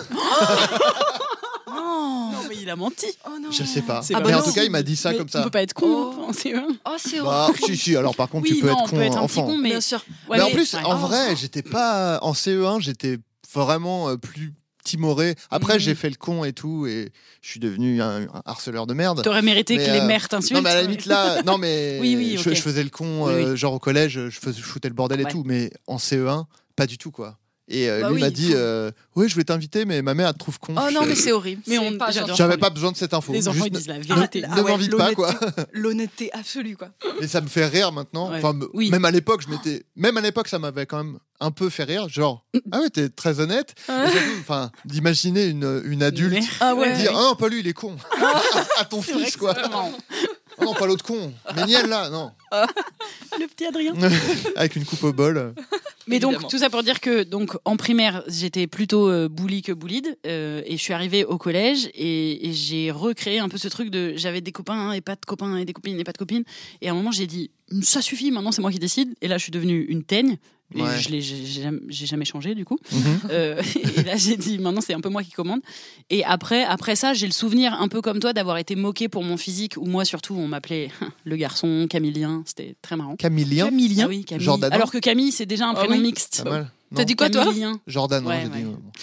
Non, mais il a menti. Oh non. Je sais pas. C'est Mais pas en possible. tout cas, il m'a dit ça Mais comme on ça. peut pas être con, Oh. enfin, c'est eux. Oh, c'est Bah, horrible. si, alors par contre, Oui, tu peux non, être on peut être un enfant. petit con, mais. Bien sûr. Ouais, mais en plus, ouais. en vrai, j'étais pas en CE1, j'étais vraiment plus timoré. Après, j'ai fait le con et tout, et je suis devenu un harceleur de merde. T'aurais mérité Mais, que les mères t'insultent. Non, mais à la limite là, non, mais Oui, ok. je faisais le con, Oui. genre au collège, je foutais le bordel et Ouais. tout, mais en CE1, pas du tout, quoi. Et Bah lui oui, m'a dit, faut- oui, je vais t'inviter, mais ma mère, elle te trouve con. Oh non, mais c'est horrible. Mais C'est on- pas j'adore. gentil. J'avais pas besoin de cette info. Les enfants, ils Juste disent la vérité. ne m'invite pas, quoi. L'honnêteté absolue, quoi. Et ça me fait rire maintenant. Ouais. Enfin, Oui. même à l'époque, ça m'avait quand même un peu fait rire. Genre, ah ouais, t'es très honnête. Et surtout, enfin, d'imaginer une adulte Mais- Ah ouais. dire, ah non, pas lui, il est con. à ton C'est vrai fils, que quoi. c'est vraiment- Oh non, pas l'autre con. Mais Niel, là, non. Le petit Adrien. Avec une coupe au bol. Mais donc, Évidemment. tout ça pour dire que donc en primaire, j'étais plutôt bully que bullied. Et je suis arrivée au collège et j'ai recréé un peu ce truc de j'avais des copains et pas de copains et des copines et pas de copines. Et à un moment, j'ai dit ça suffit, maintenant c'est moi qui décide. Et là, je suis devenue une teigne. Et Ouais. j'ai jamais changé du coup. Et là, j'ai dit maintenant c'est un peu moi qui commande. Et après ça, j'ai le souvenir un peu comme toi d'avoir été moquée pour mon physique, ou moi surtout, on m'appelait le garçon Camillien. C'était très marrant. Camillien. Camillien. Ah oui, Camille. Jordan. Alors que Camille, c'est déjà un prénom oui. mixte. Pas mal. T'as Non. dit quoi, toi Camillien. Jordan, non, Ouais, j'ai ouais. dit.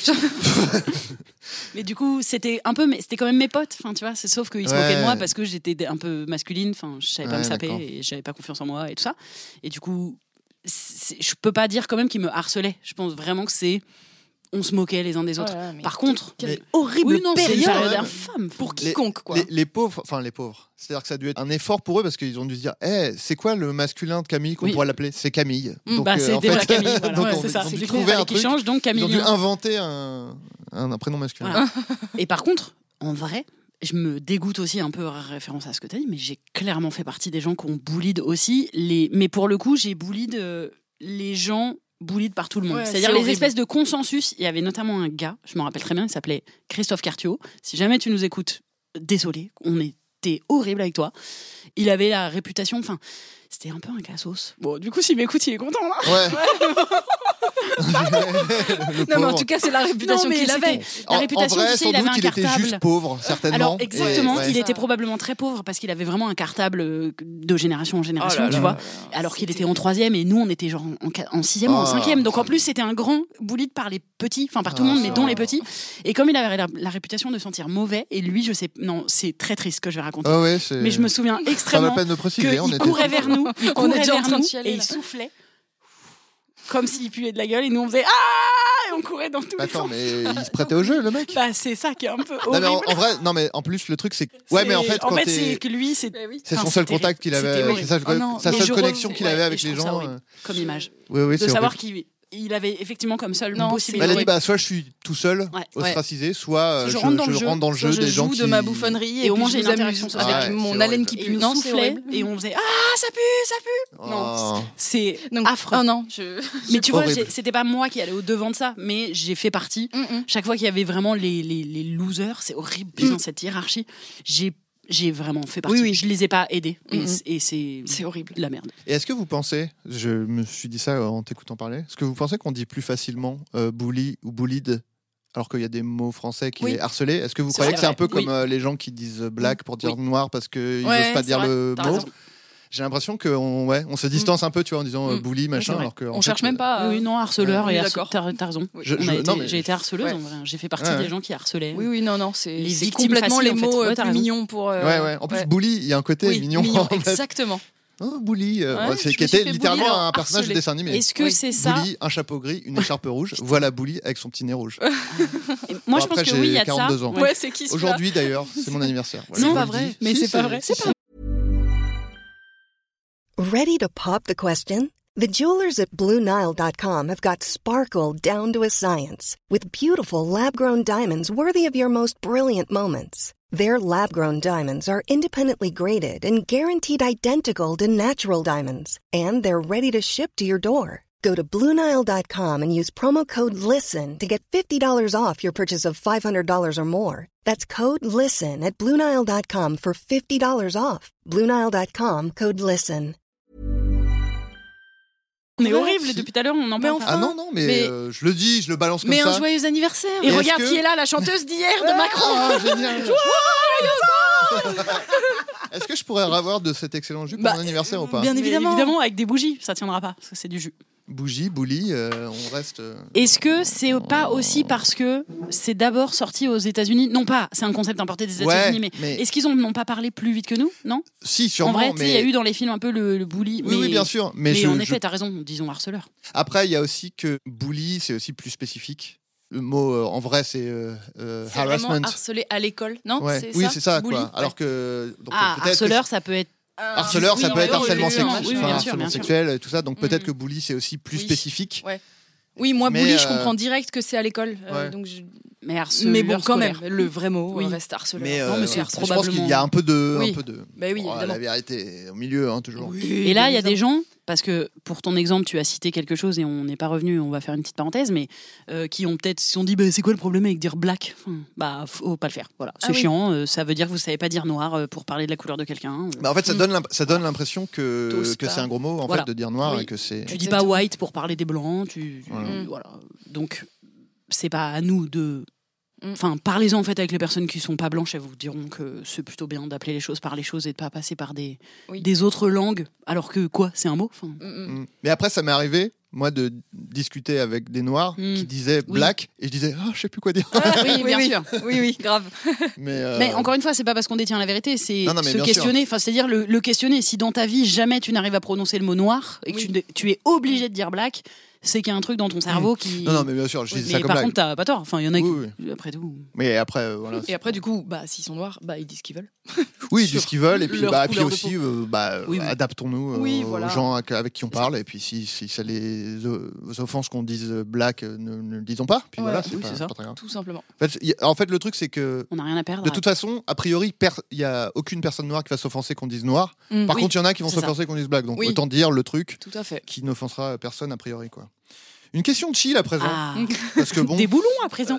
Mais du coup, c'était un peu, mais c'était quand même mes potes. Enfin, tu vois, c'est sauf qu'ils se Ouais. moquaient de moi parce que j'étais un peu masculine. Enfin, je savais pas Ouais, me saper d'accord. et j'avais pas confiance en moi et tout ça. Et du coup, je peux pas dire quand même qu'ils me harcelaient. Je pense vraiment que on se moquait les uns des autres. Ouais, mais Par contre, Mais- horrible oui, non, c'est une période période ouais. infâme. pour quiconque, quoi. Les pauvres, enfin les pauvres. C'est-à-dire que ça a dû être un effort pour eux parce qu'ils ont dû se dire, c'est quoi le masculin de Camille qu'on Oui. pourrait l'appeler? C'est Camille. Bah, c'est en déjà fait, Camille. Voilà. donc Ouais, on- c'est ça. ils ont C'est dû du coup, il trouver fallait un qu'il truc. change, donc Ils ont dû Camillien. inventer un prénom masculin. Voilà. Et par contre, en vrai, je me dégoûte aussi un peu référence à ce que tu as dit, mais j'ai clairement fait partie des gens qui ont bullied aussi. Mais pour le coup, j'ai bullied les gens bullied par tout le monde. Ouais, C'est-à-dire c'est les horrible. espèces de consensus. Il y avait notamment un gars, je me rappelle très bien, il s'appelait Christophe Cartiot. Si jamais tu nous écoutes, désolé, on était horrible avec toi. Il avait la réputation, enfin, c'était un peu un cassos. Bon, du coup, s'il m'écoute, il est content, là. Ouais. Le Non, mais en pauvre. tout cas, c'est la réputation Non, mais qu'il avait. La En réputation, vrai, tu sais, sans il avait doute, un il était cartable. juste pauvre, certainement. Alors exactement, Et, ouais. il était probablement très pauvre parce qu'il avait vraiment un cartable de génération en génération, Oh là tu là vois. là là. Alors qu'il était en troisième et nous on était genre en sixième ou en Ah. cinquième. Donc en plus c'était un grand bully par les petits, enfin par tout le monde, mais dont les petits. Et comme il avait la réputation de sentir mauvais, et lui je sais, non c'est très triste ce que je vais raconter. Ah ouais, c'est- Mais je me souviens Pas la extrêmement peine de préciser. on qu'il était- courait vers nous, il On courait est déjà en vers train de nous chialer, et il là. soufflait comme s'il puait de la gueule et nous on faisait ah et on courait dans tous les Attends, sens. mais il se prêtait au jeu, le mec. Bah c'est ça qui est un peu Non, mais horrible. en vrai, non, mais en plus, le truc, c'est. Ouais, mais en fait, quand c'est t'es- que lui c'est c'est enfin, son seul c'était contact qu'il avait, terrible. c'est sa, Oh non, sa mais seule je connexion re- qu'il ouais, avait et avec je les trouve ça gens. horrible, comme image. Oui, oui, De c'est savoir horrible. qu'il avait effectivement comme seule Non, possibilité. Elle a dit, bah, soit je suis tout seul, Ouais. ostracisé, soit Je rentre dans le jeu, rentre dans le Soit jeu je des gens joue qui. de ma bouffonnerie Et et au puis moins, je j'ai vous une amuse interaction avec sociale. mon Ouais, haleine c'est qui Et pue. il nous Non, c'est soufflait horrible. et on faisait ah ça pue. Oh. Non, c'est Donc, affreux. Oh non, Mais tu vois, horrible. c'était pas moi qui allais au devant de ça, mais j'ai fait partie. Chaque fois qu'il y avait vraiment les losers, c'est horrible, putain, cette hiérarchie. j'ai vraiment fait partie. Oui. Je les ai pas aidés. Mhm. Et c'est horrible. de la merde. Et est-ce que vous pensez, je me suis dit ça en t'écoutant parler, est-ce que vous pensez qu'on dit plus facilement bully ou bullied alors qu'il y a des mots français qui est harcelé? Est-ce que vous croyez que c'est un peu comme les gens qui disent black pour dire noir parce qu'ils n'osent pas dire le mot? J'ai l'impression qu'on se distance un peu, tu vois, en disant bully, machin, alors que on cherche même pas. Oui, non, harceleur et d'accord. T'as raison. Oui. J'ai été harceleuse, en vrai. J'ai fait partie des gens qui harcelaient. Oui, non, c'est Les c'est victimes complètement faciles, les en fait. mots Ouais, t'as plus raison. mignons pour. En plus, bully, il y a un côté mignon. En fait. Exactement. Oh, bully, je qui me suis était fait littéralement bully, un personnage harcelé. de dessin animé. Est-ce que c'est ça? Bully, un chapeau gris, une écharpe rouge. Voilà Bully avec son petit nez rouge. Moi, Bon, je pense après, que oui, il y a j'ai de ça. 42 ans. Ouais, c'est qui celui-là? Aujourd'hui, d'ailleurs, c'est mon anniversaire. C'est je pas vous le vrai. dis. Mais Si, c'est pas vrai. si. Ready to pop the question? The jewelers at BlueNile.com have got sparkle down to a science with beautiful lab-grown diamonds worthy of your most brilliant moments. Their lab-grown diamonds are independently graded and guaranteed identical to natural diamonds, and they're ready to ship to your door. Go to BlueNile.com and use promo code LISTEN to get $50 off your purchase of $500 or more. That's code LISTEN at BlueNile.com for $50 off. BlueNile.com, code LISTEN. On est horrible depuis tout à l'heure, on en parle. Ah non, mais je le dis, je le balance comme ça. Mais un joyeux anniversaire. Et regarde qui est là, la chanteuse d'hier de Macron. Ah, génial. Est-ce que je pourrais avoir de cet excellent jus pour mon anniversaire ou pas? Bien évidemment. Évidemment, avec des bougies, ça tiendra pas, parce que c'est du jus. Bougie, bully, on reste. Est-ce que c'est pas aussi parce que c'est d'abord sorti aux États-Unis? Non pas, c'est un concept importé des États-Unis, mais est-ce qu'ils n'ont pas parlé plus vite que nous? Non. Si, sûrement. En vrai, mais il y a eu dans les films un peu le bully. Oui, bien sûr. Mais en effet, t'as raison, disons harceleur. Après, il y a aussi que bully, c'est aussi plus spécifique. Le mot, en vrai, c'est harassment. Vraiment harcelé à l'école, non? Ouais. Oui, c'est ça. Bully, Quoi. Alors que. Donc, harceleur, ça peut être. Harceleur, ça peut être harcèlement bien sûr. sexuel et tout ça. Donc peut-être que bully, c'est aussi plus spécifique. Ouais. Oui, moi, Mais, bully, je comprends direct que c'est à l'école. Donc Mais bon, quand scolaire. même, le vrai mot reste harceleur. Mais, non, mais c'est je pense qu'il y a un peu de. Bah oui, évidemment. La vérité est au milieu, toujours. Et là, il y a des gens, parce que pour ton exemple, tu as cité quelque chose et on n'est pas revenu, on va faire une petite parenthèse, mais qui ont peut-être se sont dit c'est quoi le problème avec dire black? Faut pas le faire. Voilà, c'est chiant. Ça veut dire que vous savez pas dire noir pour parler de la couleur de quelqu'un. En fait, ça donne l'impression que c'est un gros mot en fait de dire noir et que c'est. Tu dis pas white pour parler des blancs. Voilà. Donc c'est pas à nous de. Enfin, parlez-en en fait avec les personnes qui sont pas blanches, elles vous diront que c'est plutôt bien d'appeler les choses par les choses et de pas passer par des autres langues, alors que c'est un mot. Mais après, ça m'est arrivé, moi, de discuter avec des noirs qui disaient black et je disais je sais plus quoi dire. Oui, bien sûr. Oui, grave. Mais encore une fois, c'est pas parce qu'on détient la vérité, c'est mais se questionner. Enfin, c'est-à-dire le questionner. Si dans ta vie jamais tu n'arrives à prononcer le mot noir et que tu es obligé de dire black, c'est qu'il y a un truc dans ton cerveau qui. Non, mais bien sûr, je dis ça comme par blague. contre, t'as pas tort. Enfin, il y en a qui. Après tout. Mais après, voilà. Et après, du coup, s'ils sont noirs, ils disent ce qu'ils veulent. Oui, ils disent ce qu'ils veulent. Et puis, puis couleur aussi, adaptons-nous aux gens avec qui on parle. Et puis, si ça les offense qu'on dise black, ne le disons pas. Puis voilà, c'est pas très grave. Tout simplement. En fait, le truc, c'est que. On n'a rien à perdre. De toute façon, a priori, il n'y a aucune personne noire qui va s'offenser qu'on dise noir. Par contre, il y en a qui vont s'offenser qu'on dise black. Donc, autant dire le truc qui n'offensera personne a priori, quoi. Une question de chill à présent. Parce que des boulons à présent.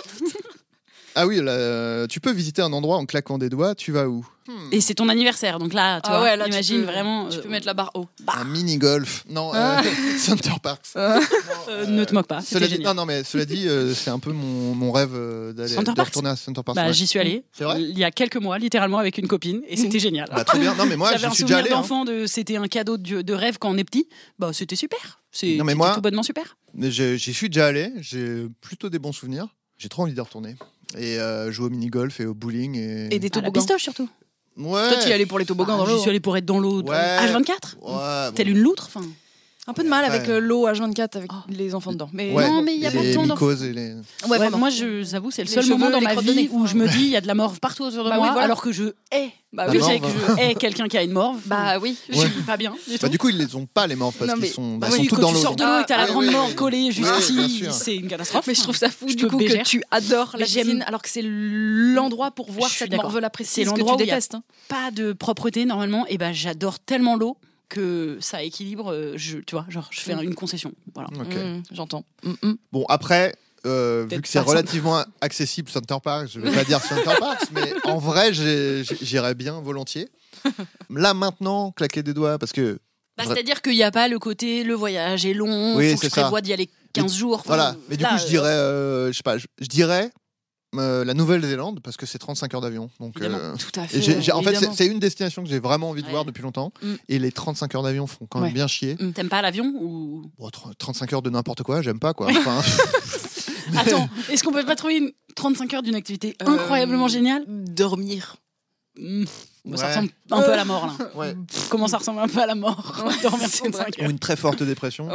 Ah oui, là, tu peux visiter un endroit en claquant des doigts, tu vas où? Et c'est ton anniversaire, donc là, tu vois, imagine vraiment. Tu peux mettre la barre haut. Un mini-golf. Non, Center Parks. Ne te moque pas, c'était génial. Non, mais cela dit, c'est un peu mon rêve d'aller retourner à Center Parks. J'y suis allée. C'est vrai? Il y a quelques mois, littéralement, avec une copine, et c'était génial. Très bien. Non, mais moi, j'avais je suis déjà allé. d'enfant, c'était un cadeau de rêve quand on est petit. C'était super. C'était tout bonnement super. J'y suis déjà allé. J'ai plutôt des bons souvenirs. J'ai trop envie d'y retourner. Et jouer au mini-golf et au bowling. Et des toboggans. La pistoche, surtout. Ouais. Toi, tu y allais pour les toboggans dans l'eau. J'y suis allée pour être dans l'eau. H24 Telle une loutre. Un peu de mal avec l'eau H24 avec les enfants dedans. Mais non, mais il y a pas de temps d'enfants. Moi, j'avoue, c'est le seul moment dans ma vie où je me dis il y a de la morve partout autour de moi, alors que je hais. Je sais que je hais quelqu'un qui a une morve. Oui. Je suis pas bien. Du coup, ils les ont pas les morves parce qu'ils sont tous Quand dans l'eau. tu sors de l'eau et que t'as la grande morve collée juste ici, c'est une catastrophe. Mais je trouve ça fou du coup que tu adores la piscine alors que c'est l'endroit pour voir cette morve-là précise. C'est l'endroit où il y a pas de propreté normalement. Et j'adore tellement l'eau que ça équilibre, tu vois, je fais une concession. Voilà. J'entends. Bon, après, vu que c'est relativement accessible Center Parks, je vais pas dire Center Parks, mais en vrai, j'irais bien volontiers. Là, maintenant, claquer des doigts, parce que... c'est-à-dire qu'il n'y a pas le côté, le voyage est long, Oui, faut que je prévoie d'y aller 15 jours. Voilà, mais du coup, je dirais, je sais pas, je dirais la Nouvelle-Zélande, parce que c'est 35 heures d'avion. Donc, Tout à et fait. en fait, c'est une destination que j'ai vraiment envie de voir depuis longtemps. Et les 35 heures d'avion font quand même bien chier. T'aimes pas l'avion ou... 35 heures de n'importe quoi, j'aime pas quoi. Enfin... Attends, est-ce qu'on peut pas trouver 35 heures d'une activité incroyablement géniale? Dormir. Ça ressemble un peu à la mort, là. Ouais. Comment ça ressemble un peu à la mort? Dormir 35 Ou heures. une très forte dépression.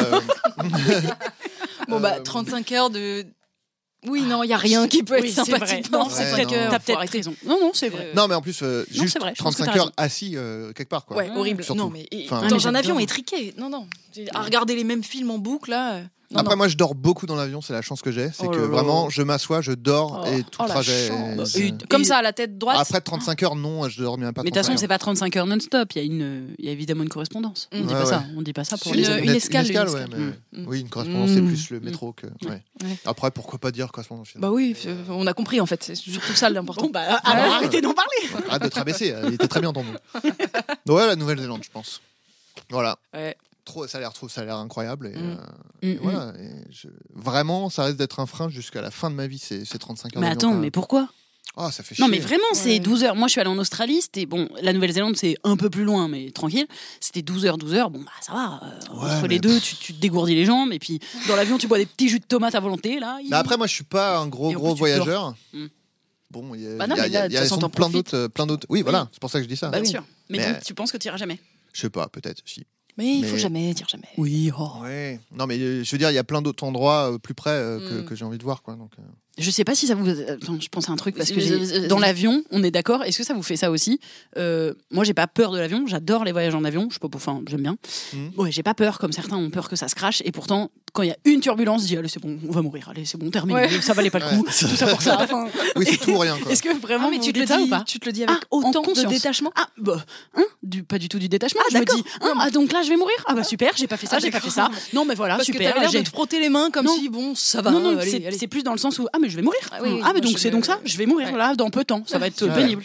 35 heures de... Oui, non, il n'y a rien qui peut être sympathique pendant 35 heures. T'as peut-être raison. Non, c'est vrai. Non, mais en plus, juste c'est vrai, 35 heures assis quelque part. Quoi. Ouais, horrible. Surtout. Non, mais Enfin, dans un avion étriqué. Non. À regarder les mêmes films en boucle, là. Après, moi, je dors beaucoup dans l'avion, c'est la chance que j'ai. C'est que vraiment, je m'assois, je dors et tout le trajet. Comme ça, à la tête droite. Après 35 heures, non, je dors même pas. Mais de toute façon, c'est pas 35 heures non-stop. Il y a évidemment une correspondance. On dit pas ça. On dit pas ça pour une escale. Ouais, mais... Oui, une correspondance, c'est plus le métro que. Ouais. Après, pourquoi pas dire correspondance finalement. Bah oui, on a compris en fait. C'est surtout ça l'important. Bon, bah, alors arrêtez d'en parler. Arrête de te rabaisser. Il était très bien ton mot. Ouais, la Nouvelle-Zélande, je pense. Voilà. Ouais. Ça a l'air incroyable et voilà, vraiment ça risque d'être un frein jusqu'à la fin de ma vie ces 35 heures. Mais attends, mais pourquoi? Ça fait chier. Non mais vraiment c'est 12 heures. Moi je suis allée en Australie, c'était bon, la Nouvelle-Zélande c'est un peu plus loin mais tranquille, c'était 12 heures, bon bah ça va, entre les deux tu te dégourdis les jambes et puis dans l'avion tu bois des petits jus de tomates à volonté là. Mais après moi je suis pas un gros voyageur. Bon, il y a sans doute plein d'autres. Oui, voilà, c'est pour ça que je dis ça. Bien sûr. Mais donc tu penses que tu iras jamais? Je sais pas, peut-être si. Mais il faut jamais dire jamais. Oui. Ouais. Non, mais je veux dire, il y a plein d'autres endroits plus près que j'ai envie de voir, quoi. Donc. Je sais pas si ça vous. Enfin, je pense à un truc parce que dans l'avion, on est d'accord. Est-ce que ça vous fait ça aussi? Moi, j'ai pas peur de l'avion. J'adore les voyages en avion. Je sais pas, enfin, j'aime bien. Ouais, j'ai pas peur comme certains ont peur que ça se crache. Et pourtant, quand il y a une turbulence, je dis allez, c'est bon, on va mourir. Allez, c'est bon, terminé. Ça valait pas le coup. Tout ça pour ça. Enfin... Oui, c'est tout ou rien. Quoi. Est-ce que vraiment mais tu te le dis ou pas? Tu te le dis avec autant de détachement? Pas du tout du détachement. Je me dis donc là, je vais mourir. Ah bah super, j'ai pas fait ça, j'ai pas fait ça. Non, mais voilà, parce super. Que t'avais l'air de te frotter les mains comme si bon, ça va. Non, c'est plus dans le sens où mais je vais mourir. Mais donc c'est donc ça, je vais mourir là dans peu de temps. Ça va être pénible.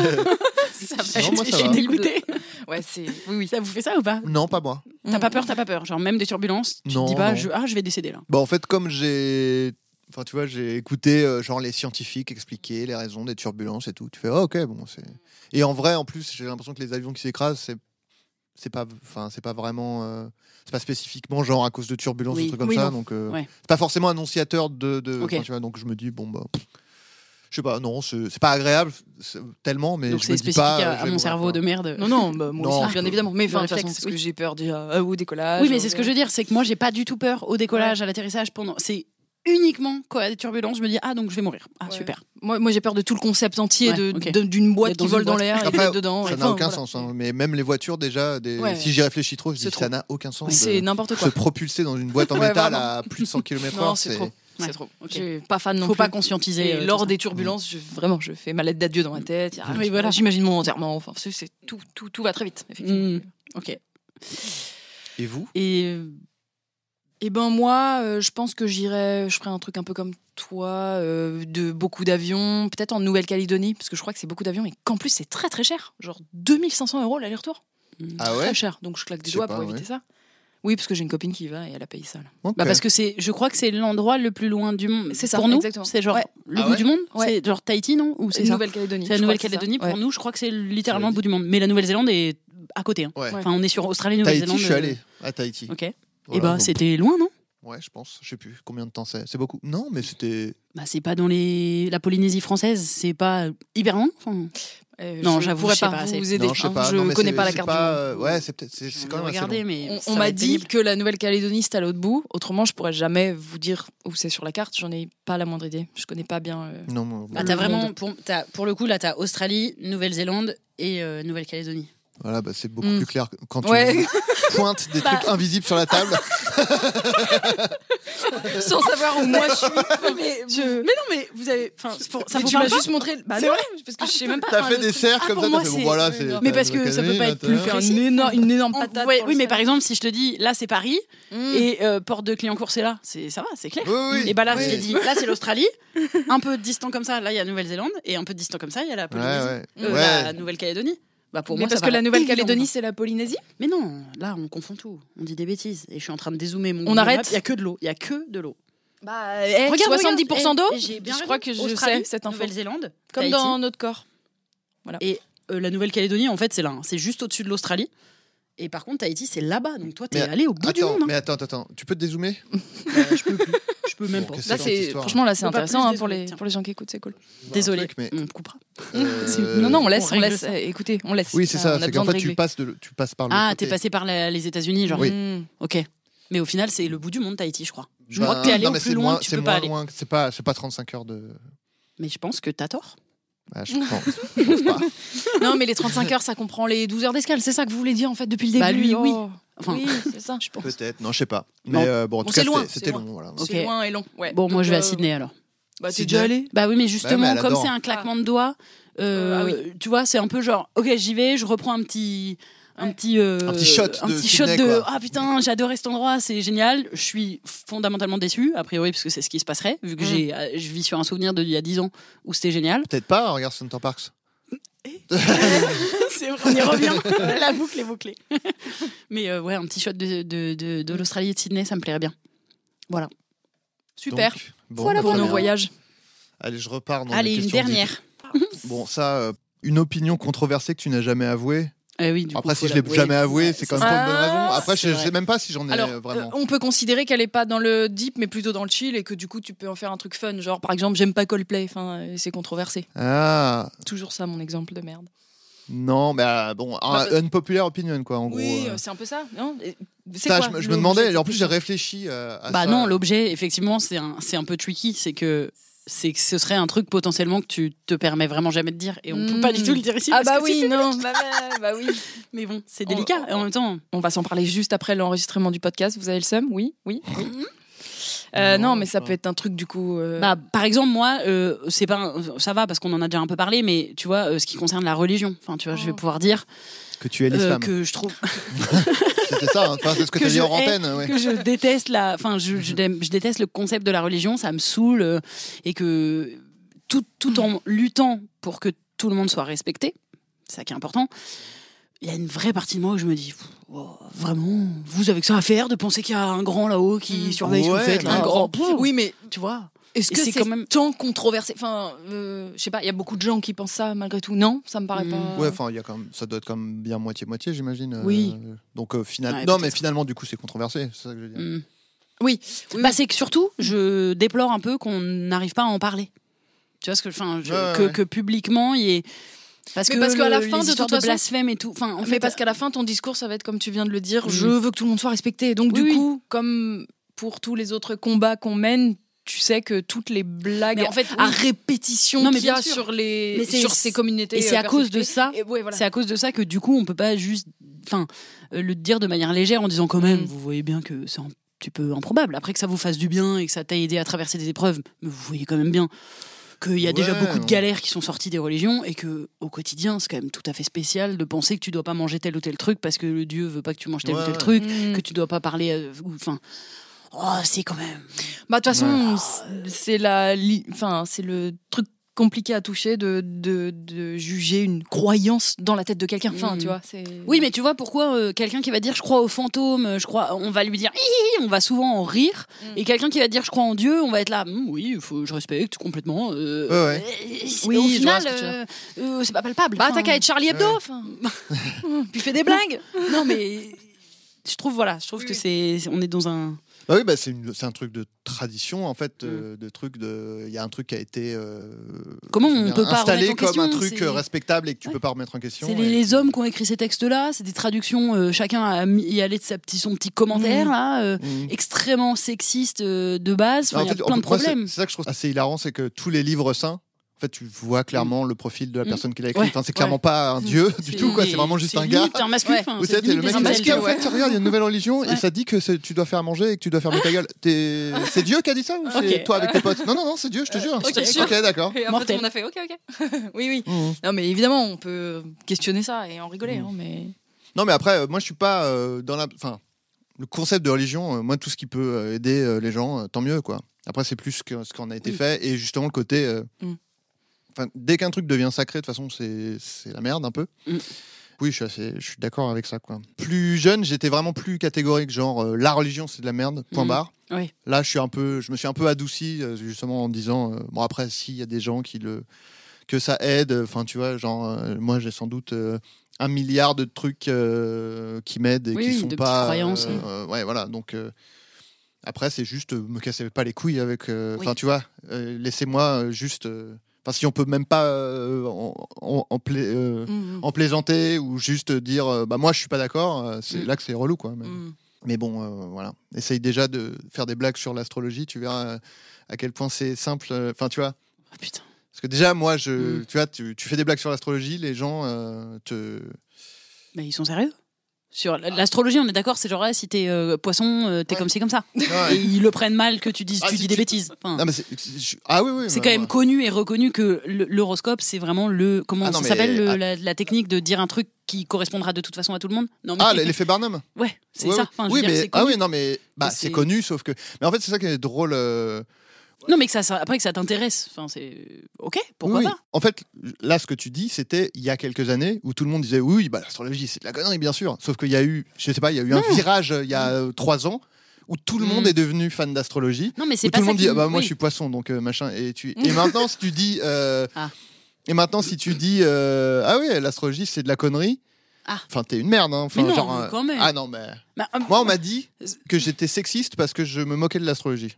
Je suis dégoûtée. Ouais, c'est. Oui. Ça vous fait ça ou pas? Non, pas moi. T'as pas peur? Genre même des turbulences, tu te dis pas je vais décéder là. Bah en fait comme j'ai écouté genre les scientifiques expliquer les raisons des turbulences et tout. Tu fais ok bon c'est. Et en vrai en plus j'ai l'impression que les avions qui s'écrasent c'est pas vraiment c'est pas spécifiquement genre à cause de turbulences ou trucs comme ça donc c'est pas forcément annonciateur de tu vois, donc je me dis bon bah je sais pas, non, c'est pas agréable tellement, mais donc je c'est me dis spécifique pas. à mon cerveau de merde. Non, bah, moi aussi, bien évidemment. Mais enfin, parce que j'ai peur déjà au décollage. Oui, mais c'est ce que je veux dire, c'est que moi j'ai pas du tout peur au décollage, à l'atterrissage. C'est uniquement quand il y a des turbulences, je me dis donc je vais mourir. Super. Moi j'ai peur de tout le concept entier d'une boîte qui vole dans l'air et après, dedans. Ça n'a aucun sens. Hein. Mais même les voitures déjà, si j'y réfléchis trop, je dis ça n'a aucun sens. C'est n'importe quoi. Se propulser dans une boîte en métal à plus de 100 km/h, c'est trop. C'est trop. Je suis pas fan non plus. Faut pas conscientiser. Lors des turbulences, je fais ma lettre d'adieu dans ma tête. Voilà. J'imagine mon enterrement. Enfin, c'est tout va très vite. Effectivement. Ok. Et vous? Et ben moi, je pense que je ferais un truc un peu comme toi, de beaucoup d'avions, peut-être en Nouvelle-Calédonie, parce que je crois que c'est beaucoup d'avions et qu'en plus c'est très très cher, genre 2500 € l'aller-retour. Ah ouais? Très cher. Donc je claque des doigts pour éviter ça. Oui, parce que j'ai une copine qui y va et elle a payé ça. Okay. Parce que je crois que c'est l'endroit le plus loin du monde. C'est ça, pour nous. Exactement. C'est genre le bout du monde. C'est genre Tahiti, non? Ou c'est Nouvelle-Calédonie. C'est la Nouvelle-Calédonie. Pour nous, je crois que c'est littéralement le bout du monde. Mais la Nouvelle-Zélande est à côté. Enfin, on est sur Australie, Nouvelle-Zélande. Tahiti, je suis allé à Tahiti. Ok. Voilà, et c'était loin, non? Ouais, je pense. Je sais plus combien de temps c'est. C'est beaucoup. Non, mais c'était. C'est pas dans la Polynésie française. C'est pas hyper loin. Non, j'avoue, je sais pas. Vous aider. Non, je sais pas. Je connais pas la carte du monde. Ouais, c'est peut-être. C'est quand même regarder, assez long. mais on m'a dit que la Nouvelle-Calédonie c'était à l'autre bout. Autrement, je pourrais jamais vous dire où c'est sur la carte. J'en ai pas la moindre idée. Je connais pas bien. Non. T'as vraiment pour le coup là, t'as Australie, Nouvelle-Zélande et Nouvelle-Calédonie. Voilà, c'est beaucoup plus clair quand tu pointes des trucs invisibles sur la table. sans savoir où moi je suis. Mais non, mais vous avez. Enfin, ça vous tu m'as parle pas juste montré. Bah C'est non, vrai parce que je sais même pas. T'as enfin, fait le des truc- cercles comme pour ça, moi, t'as fait, c'est- voilà, ouais, c'est. non. Mais parce que ça peut pas être plus faire précis. une énorme patate. Ouais, pour oui, le mais savoir. par exemple, si je te dis là c'est Paris et porte de Clignancourt c'est là, ça va, c'est clair. Oui, oui. Et bah là, Oui. je t'ai dit, là c'est l'Australie, un peu distant comme ça, là il y a Nouvelle-Zélande, et un peu distant comme ça, il y a la Polynésie, Ouais. la Nouvelle-Calédonie. Bah pour Mais moi, parce ça que la paraît Nouvelle-Calédonie, évident. c'est la Polynésie. Mais non, là on confond tout, on dit des bêtises, et je suis en train de dézoomer mon. On Google arrête Maps, il y a que de l'eau, il y a que de l'eau. Bah, Regarde, 70% d'eau. J'ai bien Je crois que je Australie, sais cette info. Nouvelle-Zélande, Comme Tahiti. dans notre corps. Et la Nouvelle-Calédonie, en fait, c'est là, hein. C'est juste au-dessus de l'Australie. Et par contre, Tahiti, c'est là-bas. Donc toi, t'es Mais allé au bout du monde. Hein. Mais attends, tu peux te dézoomer? Je peux plus. Je peux même Bon, pas. qu'est-ce Là, que c'est dans cette c'est histoire franchement là, c'est Faut pas intéressant plus hein, pour dézoomer, tiens. les gens qui écoutent, c'est cool. Désolé, Un truc, mais, on coupera. Non, on laisse, on règle ça. Écoutez, on laisse. Oui, c'est ça. On a C'est besoin qu'en de fait, tu régler. passes par le. Ah, côté. t'es passé par les États-Unis, genre. Oui. Ok. Mais au final, c'est le bout du monde, Tahiti, je crois. Je Ben, crois que t'es allé non, au mais plus c'est loin moins- que tu c'est peux pas moins aller. loin, c'est pas 35 heures de. Mais je pense que t'as tort. Ah, je pense pas. Non, mais les 35 heures, ça comprend les 12 heures d'escale. C'est ça que vous voulez dire en fait depuis le début. Bah, lui, oui. Oh. Enfin, Oui, c'est ça. je pense. Peut-être. Non, je sais pas. Non. Mais bon, en tout c'est cas, loin, c'était c'est long. loin. Voilà. Ok. C'est loin et long. Ouais. Bon, moi, Donc, je vais à Sydney alors. Bah, t'es Sydney. déjà allé. Bah oui, mais Ouais, justement, mais elle comme adore. c'est un claquement de doigts, Ah oui. tu vois, c'est un peu genre, ok, j'y vais, je reprends un petit petit shot de Sydney, de quoi. ah putain, j'ai adoré cet endroit, c'est génial. Je suis fondamentalement déçu, a priori, parce que c'est ce qui se passerait, vu que je vis sur un souvenir d'il y a 10 ans où c'était génial. Peut-être pas, regarde Center Parks. C'est vrai, on y revient. La boucle est bouclée. Mais ouais, un petit shot de l'Australie et de Sydney, ça me plairait bien. Voilà. Super. Donc, bon, Voilà bah, Pour très nos bien. voyages. Allez, je repars dans Allez, les une questions dernière. deep. Bon, ça, une opinion controversée que tu n'as jamais avouée. Oui, du Après, coup, si faut je l'ai l'avouer. jamais avoué, Ouais, c'est ça, quand même pas une bonne Ah, raison. Après, c'est je vrai. sais même pas si j'en ai Alors, vraiment. on peut considérer qu'elle est pas dans le deep, mais plutôt dans le chill, et que du coup, tu peux en faire un truc fun. Genre, par exemple, j'aime pas Coldplay. Enfin, c'est controversé. Ah, Toujours ça, mon exemple de merde. non, mais bon, une populaire opinion, quoi, en Oui, gros. c'est un peu ça. Non c'est Ça, quoi, je me l'objet demandais, de et en cette plus, j'ai question réfléchi à Bah ça. non, l'objet, effectivement, c'est un peu tricky. C'est que ce serait un truc potentiellement que tu te permets vraiment jamais de dire. Et on peut pas du tout le dire ici. Ah parce bah que c'est oui, non, bah oui. Mais bon, c'est délicat. Et en même temps, On va s'en parler juste après l'enregistrement du podcast. Vous avez le seum? Oui. Non, Non, mais je ça sais peut être un truc du coup. bah, par exemple, moi, c'est pas ça va parce qu'on en a déjà un peu parlé, mais tu vois, ce qui concerne la religion, enfin, tu vois, je vais pouvoir dire Que tu es l'islam. que je trouve C'était ça, hein. Enfin, c'est ce que que tu as dit je en hais, antenne. Ouais. que je déteste je déteste le concept de la religion, ça me saoule et que tout en luttant pour que tout le monde soit respecté, c'est ça qui est important. Il y a une vraie partie de moi où je me dis oh, vraiment, vous avez que ça à faire de penser qu'il y a un grand là-haut qui surveille ce que vous Ouais, faites là, mais un grand. Oui, mais Tu vois. est-ce Et que c'est c'est quand même- tant controversé? Enfin, je sais pas. Il y a beaucoup de gens qui pensent ça malgré tout. Non, ça me paraît pas. Ouais, enfin, il y a quand même, ça doit être quand même bien moitié-moitié, j'imagine. Oui. Donc, finalement, Ouais, non, peut-être. mais finalement, du coup, c'est controversé. C'est ça que je veux dire. Mm. Oui. Bah, c'est que surtout, je déplore un peu qu'on n'arrive pas à en parler. Tu vois ce que, que publiquement, il y ait. Parce Mais parce qu'à la les fin, de histoires toute façon- blasphème et tout. Enfin, en Mais fait, parce qu'à la fin, ton discours, ça va être comme tu viens de le dire. Oui. Je veux que tout le monde soit respecté. Donc Oui, du oui. coup, comme pour tous les autres combats qu'on mène, tu sais que toutes les blagues Mais en fait, à oui. répétition Non, mais qu'il y a bien sûr. sur Mais c'est- sur ces communautés. et c'est à cause de ça. Et ouais, voilà. c'est à cause de ça que du coup, on peut pas juste, le dire de manière légère en disant quand même, vous voyez bien que c'est un petit peu improbable. Après que ça vous fasse du bien et que ça t'a aidé à traverser des épreuves, mais vous voyez quand même bien qu'il y a déjà Ouais, beaucoup de non. galères qui sont sorties des religions et que au quotidien, c'est quand même tout à fait spécial de penser que tu dois pas manger tel ou tel truc parce que le Dieu veut pas que tu manges tel ou tel Ouais. truc, Mm. que tu dois pas parler, enfin. Oh, c'est quand même. Bah de toute façon, c'est c'est le truc compliqué à toucher de juger une croyance dans la tête de quelqu'un. Enfin, Mm. tu vois, c'est. Oui, mais tu vois pourquoi quelqu'un qui va dire je crois aux fantômes, on va lui dire hi, hi, hi, on va souvent en rire, et quelqu'un qui va dire je crois en Dieu, on va être là oui, je respecte complètement. Ouais. Oui, au je final, vois ce que tu veux c'est pas palpable. Bah Enfin, t'as qu'à être Charlie Hebdo. Ouais. Enfin, puis fais des blagues. non mais je trouve que on est dans un. Bah oui, bah c'est un truc de tradition, en fait, de truc de. Il y a un truc qui a été. Comment je veux on dire, peut pas installé remettre en comme un question, truc c'est- respectable et que tu peux pas remettre en question. C'est et- les hommes qui ont écrit ces textes-là, c'est des traductions, chacun a y allé de son petit commentaire là, Mm. extrêmement sexiste de base, En il y a fait, plein de moi, problèmes. c'est ça que je trouve assez hilarant, c'est que tous les livres saints, En fait, tu vois clairement le profil de la personne qui l'a écrit. Ouais. Enfin, c'est clairement pas un dieu du tout, quoi. C'est vraiment juste un gars. limite un masculin. Ouais. Vous savez, t'es le mec qui masculin. dit, en fait, regarde, il y a une nouvelle religion et ça dit que tu dois faire manger et que tu dois fermer ta gueule. C'est Dieu qui a dit ça ou c'est Ok. toi avec tes potes? Non, c'est Dieu, je te jure. ok, sûr. Ok, d'accord. Et après, Mortel. on a fait ok. Oui. Mhm. Non, mais évidemment, on peut questionner ça et en rigoler. Mhm. Hein, mais... Non, mais après, moi, je suis pas dans la. Enfin, le concept de religion, moi, tout ce qui peut aider les gens, tant mieux, quoi. Après, c'est plus que ce qu'on a été fait et justement le côté. Enfin, dès qu'un truc devient sacré, de toute façon, c'est la merde un peu. Oui, je suis d'accord avec ça, quoi. Plus jeune, j'étais vraiment plus catégorique, genre la religion, c'est de la merde. Point barre. Oui. Là, je me suis un peu adouci, justement, en disant bon, après, s'il y a des gens que ça aide, enfin, tu vois, genre, moi, j'ai sans doute 1 milliard de trucs qui m'aident et Oui, qui oui, sont de pas. petites croyances, ouais, voilà. Donc, après, c'est juste me casser pas les couilles avec. Enfin, Oui. tu vois, laissez-moi juste. Enfin, si on peut même pas en plaisanter ou juste dire bah moi je suis pas d'accord, c'est là que c'est relou, quoi. Mais bon, voilà. Essaye déjà de faire des blagues sur l'astrologie, tu verras à quel point c'est simple. Enfin, tu vois. Oh, putain. Parce que déjà, moi, tu vois, tu fais des blagues sur l'astrologie, les gens Mais ils sont sérieux. Sur l'astrologie, on est d'accord, c'est genre là, si t'es poisson, t'es comme ci, comme ça. Ouais. Et ils le prennent mal que tu dis des bêtises. Enfin, Non, mais ah oui. c'est bah, quand même ouais. connu et reconnu que l'horoscope, c'est vraiment comment Ah non, ça mais- s'appelle la technique de dire un truc qui correspondra de toute façon à tout le monde. Non, mais Ah, l'effet Barnum. ouais, c'est Ouais, ça. ouais. Enfin, je Oui, veux dire, mais c'est connu. ah oui, non, mais bah, C'est- c'est connu, sauf que. Mais en fait, c'est ça qui est drôle. Non, mais que après que ça t'intéresse. Enfin, c'est ok, pourquoi Oui. pas. En fait, là, ce que tu dis, c'était il y a quelques années où tout le monde disait oui, bah, l'astrologie, c'est de la connerie, bien sûr. Sauf qu'il y a eu, je sais pas, il y a eu un virage il y a 3 ans où tout le monde est devenu fan d'astrologie. Non, mais c'est Où pas tout le ça monde qui dit ah bah, moi oui. je suis poisson, donc machin. Et maintenant, si tu dis. Ah. Et maintenant, si tu dis ah oui, l'astrologie, c'est de la connerie. Ah. Enfin, t'es une merde, hein. Enfin, Mais non, genre, quand même. Ah non, mais. Bah, Moi, on m'a dit que j'étais sexiste parce que je me moquais de l'astrologie.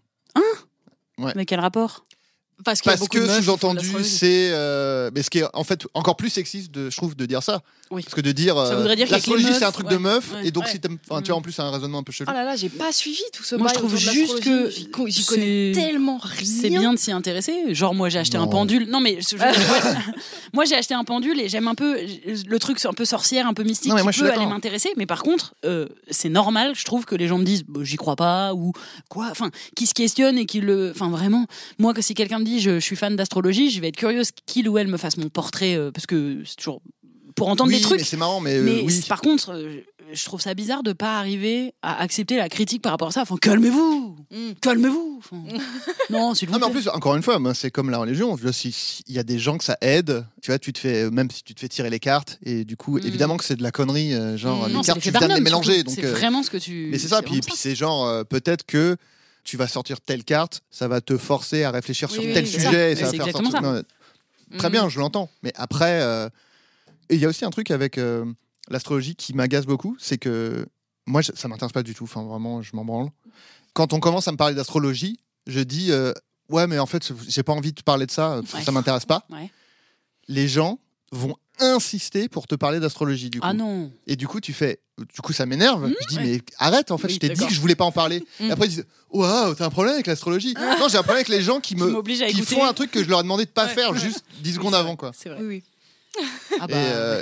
mais quel rapport? Parce qu'il y a Parce beaucoup de que meufs qui font de sous-entendu, l'astrologie. c'est. Mais ce qui est en fait encore plus sexiste, je trouve, de dire ça. Oui. Parce que de dire. Ça voudrait dire qu'avec l'astrologie, les c'est un meufs, truc de ouais, meuf. ouais, et donc, ouais. si t'aimes. Enfin, tu vois, en plus, c'est un raisonnement un peu chelou. Oh là là, j'ai pas suivi tout ce Moi, je bail trouve autour de juste l'astrologie. que J'y connais c'est- tellement rien. C'est bien de s'y intéresser. Genre, moi, j'ai acheté un Non. pendule. Non, mais moi, j'ai acheté un pendule et j'aime un peu le truc un peu sorcière, un peu mystique Non, mais qui moi, je suis peut d'accord. aller m'intéresser. Mais par contre, c'est normal, je trouve, que les gens me disent bah, j'y crois pas ou quoi. Enfin, qui se questionnent et qui le. Enfin, vraiment, moi, que si quelqu'un me dit je suis fan d'astrologie, je vais être curieuse qu'il ou elle me fasse mon portrait parce que c'est toujours pour entendre Oui, des trucs. mais c'est marrant, mais. Mais oui. par contre, je trouve ça bizarre de pas arriver à accepter la critique par rapport à ça. Enfin, calmez-vous, calmez-vous. Enfin, non, s'il vous Non, mais en plaît. plus, encore une fois, moi, c'est comme la religion. Je veux dire, il y a des gens que ça aide, tu vois, même si tu te fais tirer les cartes, et du coup, évidemment que c'est de la connerie, genre, Non, les c'est cartes, tu l'effet viens de les Barnum, mélanger. surtout. Donc, C'est vraiment ce que tu. mais c'est ça, puis vraiment c'est genre, peut-être que tu vas sortir telle carte, ça va te forcer à réfléchir sur Oui, tel oui, c'est sujet, et ça. ça va C'est faire exactement sortir. ça. Non, très bien, je l'entends. Mais après, et il y a aussi un truc avec l'astrologie qui m'agace beaucoup, c'est que moi, ça m'intéresse pas du tout. Enfin, vraiment, je m'en branle. Quand on commence à me parler d'astrologie, je dis ouais, mais en fait, j'ai pas envie de parler de ça, Ouais. ça m'intéresse pas. Ouais. Les gens vont insister pour te parler d'astrologie, du coup. Ah non. Et du coup, ça m'énerve. Je dis, Ouais. mais arrête, en fait, Oui, je t'ai dit d'accord. que je voulais pas en parler. Et après, ils disent, waouh, t'as un problème avec l'astrologie. Non, j'ai un problème avec les gens qui m'obligent à qui écouter. font un truc que je leur ai demandé de pas Ouais. faire juste 10 secondes c'est avant, vrai, quoi. C'est vrai. Oui. Ah Et, bah.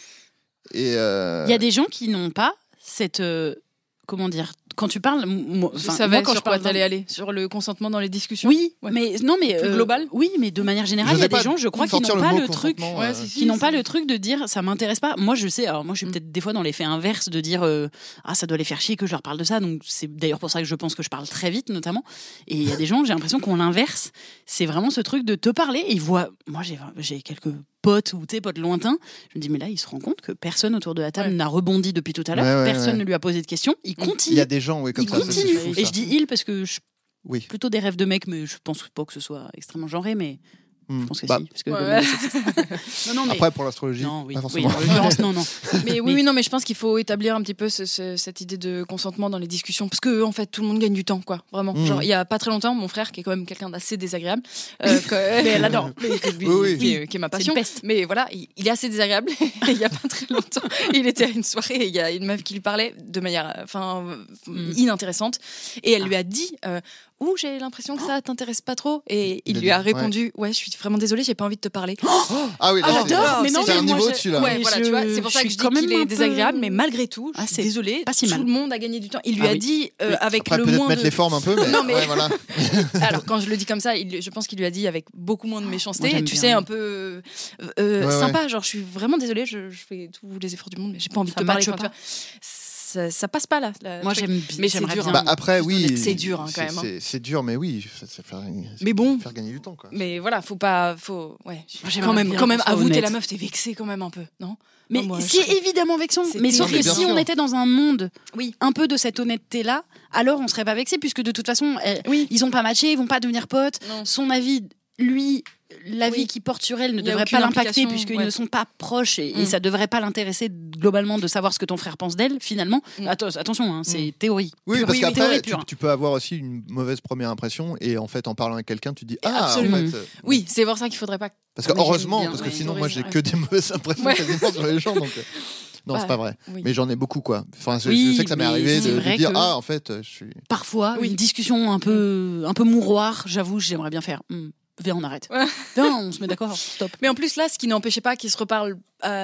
Il Il y a des gens qui n'ont pas cette. Comment dire? Quand tu parles. Je Enfin, savais moi, quand sur je quoi parle t'allais aller. Sur le consentement dans les discussions. Oui, Ouais. mais non, mais Plus global. Oui, mais de manière générale, il y a des gens, je crois, qui n'ont pas le truc. Ouais, si, si, Qui n'ont si. pas le truc de dire ça m'intéresse pas. Moi, je sais. Alors, moi, je suis peut-être des fois dans l'effet inverse de dire ah, ça doit les faire chier que je leur parle de ça. Donc, c'est d'ailleurs pour ça que je pense que je parle très vite, notamment. Et il y a des gens, j'ai l'impression qu'on l'inverse. C'est vraiment ce truc de te parler. Et ils voient. Moi, j'ai quelques potes ou tes potes lointains. Je me dis, mais là, il se rend compte que personne autour de la table Ouais. n'a rebondi depuis tout à l'heure. Ouais, ouais, Personne ouais. ne lui a posé de questions. Il Il continue. y a des gens, oui, comme Il ça. ça, c'est continue. fou, Et ça. je dis il parce que je Oui. plutôt des rêves de mec, mais je pense pas que ce soit extrêmement genré, mais je pense que Bah, si. Parce que Ouais, le ouais. monde est sexiste. non, mais... Après, pour l'astrologie, non, oui, pas oui, forcément. en l'occurrence, non, non. Mais oui, non, mais je pense qu'il faut établir un petit peu cette idée de consentement dans les discussions, parce que en fait, tout le monde gagne du temps, quoi. Vraiment. Mhm. Genre, il y a pas très longtemps, mon frère, qui est quand même quelqu'un d'assez désagréable, mais elle adore, Oui. qui est ma C'est passion. une peste. Mais voilà, il est assez désagréable. Il y a pas très longtemps, il était à une soirée et il y a une meuf qui lui parlait de manière, inintéressante, et elle lui a dit. ou j'ai l'impression que ça t'intéresse pas trop. Et il Il a lui a dit, répondu, ouais, je suis vraiment désolée, j'ai pas envie de te parler. Ah oui, là, j'adore, mais non, c'est mais un moi, niveau je- dessus là. Ouais, Mais voilà, tu vois, c'est pour je ça que suis je dis quand qu'il même est un peu- désagréable, mais malgré tout, je suis c'est désolée, pas si mal. tout le monde a gagné du temps. Il lui Ah a oui. dit avec Après le peut-être moins mettre de... les formes un peu, mais, Non, mais- ouais, voilà. Alors quand je le dis comme ça, je pense qu'il lui a dit avec beaucoup moins de méchanceté, moi, j'aime tu bien. sais, un peu Ouais. sympa, genre je suis vraiment désolée, je fais tous les efforts du monde, mais j'ai pas envie de Ça te parler. matche Enfin, pas. tu vois, ça passe pas là. Moi, truc. j'aime bien. Mais c'est j'aimerais dur, bien. hein. Bah, après, oui. C'est dur, hein, quand même, hein. C'est dur, mais oui, ça faire, Mais bon. faire gagner du temps. Quoi. Mais voilà, faut pas, ouais. j'aimerais bien Quand même, qu'on soit avoue, t'es honnête. la meuf, t'es vexée quand même un peu, non? Mais Ah, moi, je c'est serais- évidemment vexant. C'est Mais sauf terrible. que Mais si bien on sûr. était dans un monde Oui. un peu de cette honnêteté-là, alors on serait pas vexé, puisque de toute façon, Oui. ils ont pas matché, ils vont pas devenir potes. Non. Son avis, lui, l'avis Oui. qu'il porte sur elle ne Il y a devrait aucune pas l'impacter, implication, puisqu'ils ouais. ne sont pas proches et Mm. ça devrait pas l'intéresser globalement de savoir ce que ton frère pense d'elle, finalement. Mm. Attention, hein, c'est théorie. Oui, Pure. parce théorie qu'après, pure. tu peux avoir aussi une mauvaise première impression et en fait, en parlant avec quelqu'un, tu te dis ah, Absolument. en fait. Oui, c'est pour ça qu'il faudrait pas. Parce que Mais j'aime heureusement, bien, parce que ouais. sinon, moi, j'ai Ouais. que des mauvaises impressions Ouais. quasiment sur les gens. Donc, non, Ouais. c'est pas vrai. Oui. Mais j'en ai beaucoup, quoi. Enfin, Oui, je sais que ça m'est mais arrivé c'est de vrai dire que- ah, en fait, je suis. Parfois, Oui. une discussion un peu mouroir, j'avoue, j'aimerais bien faire. Viens, on arrête. Ouais. Viens, on se met d'accord, stop. Mais en plus là, ce qui n'empêchait pas qu'ils se reparlent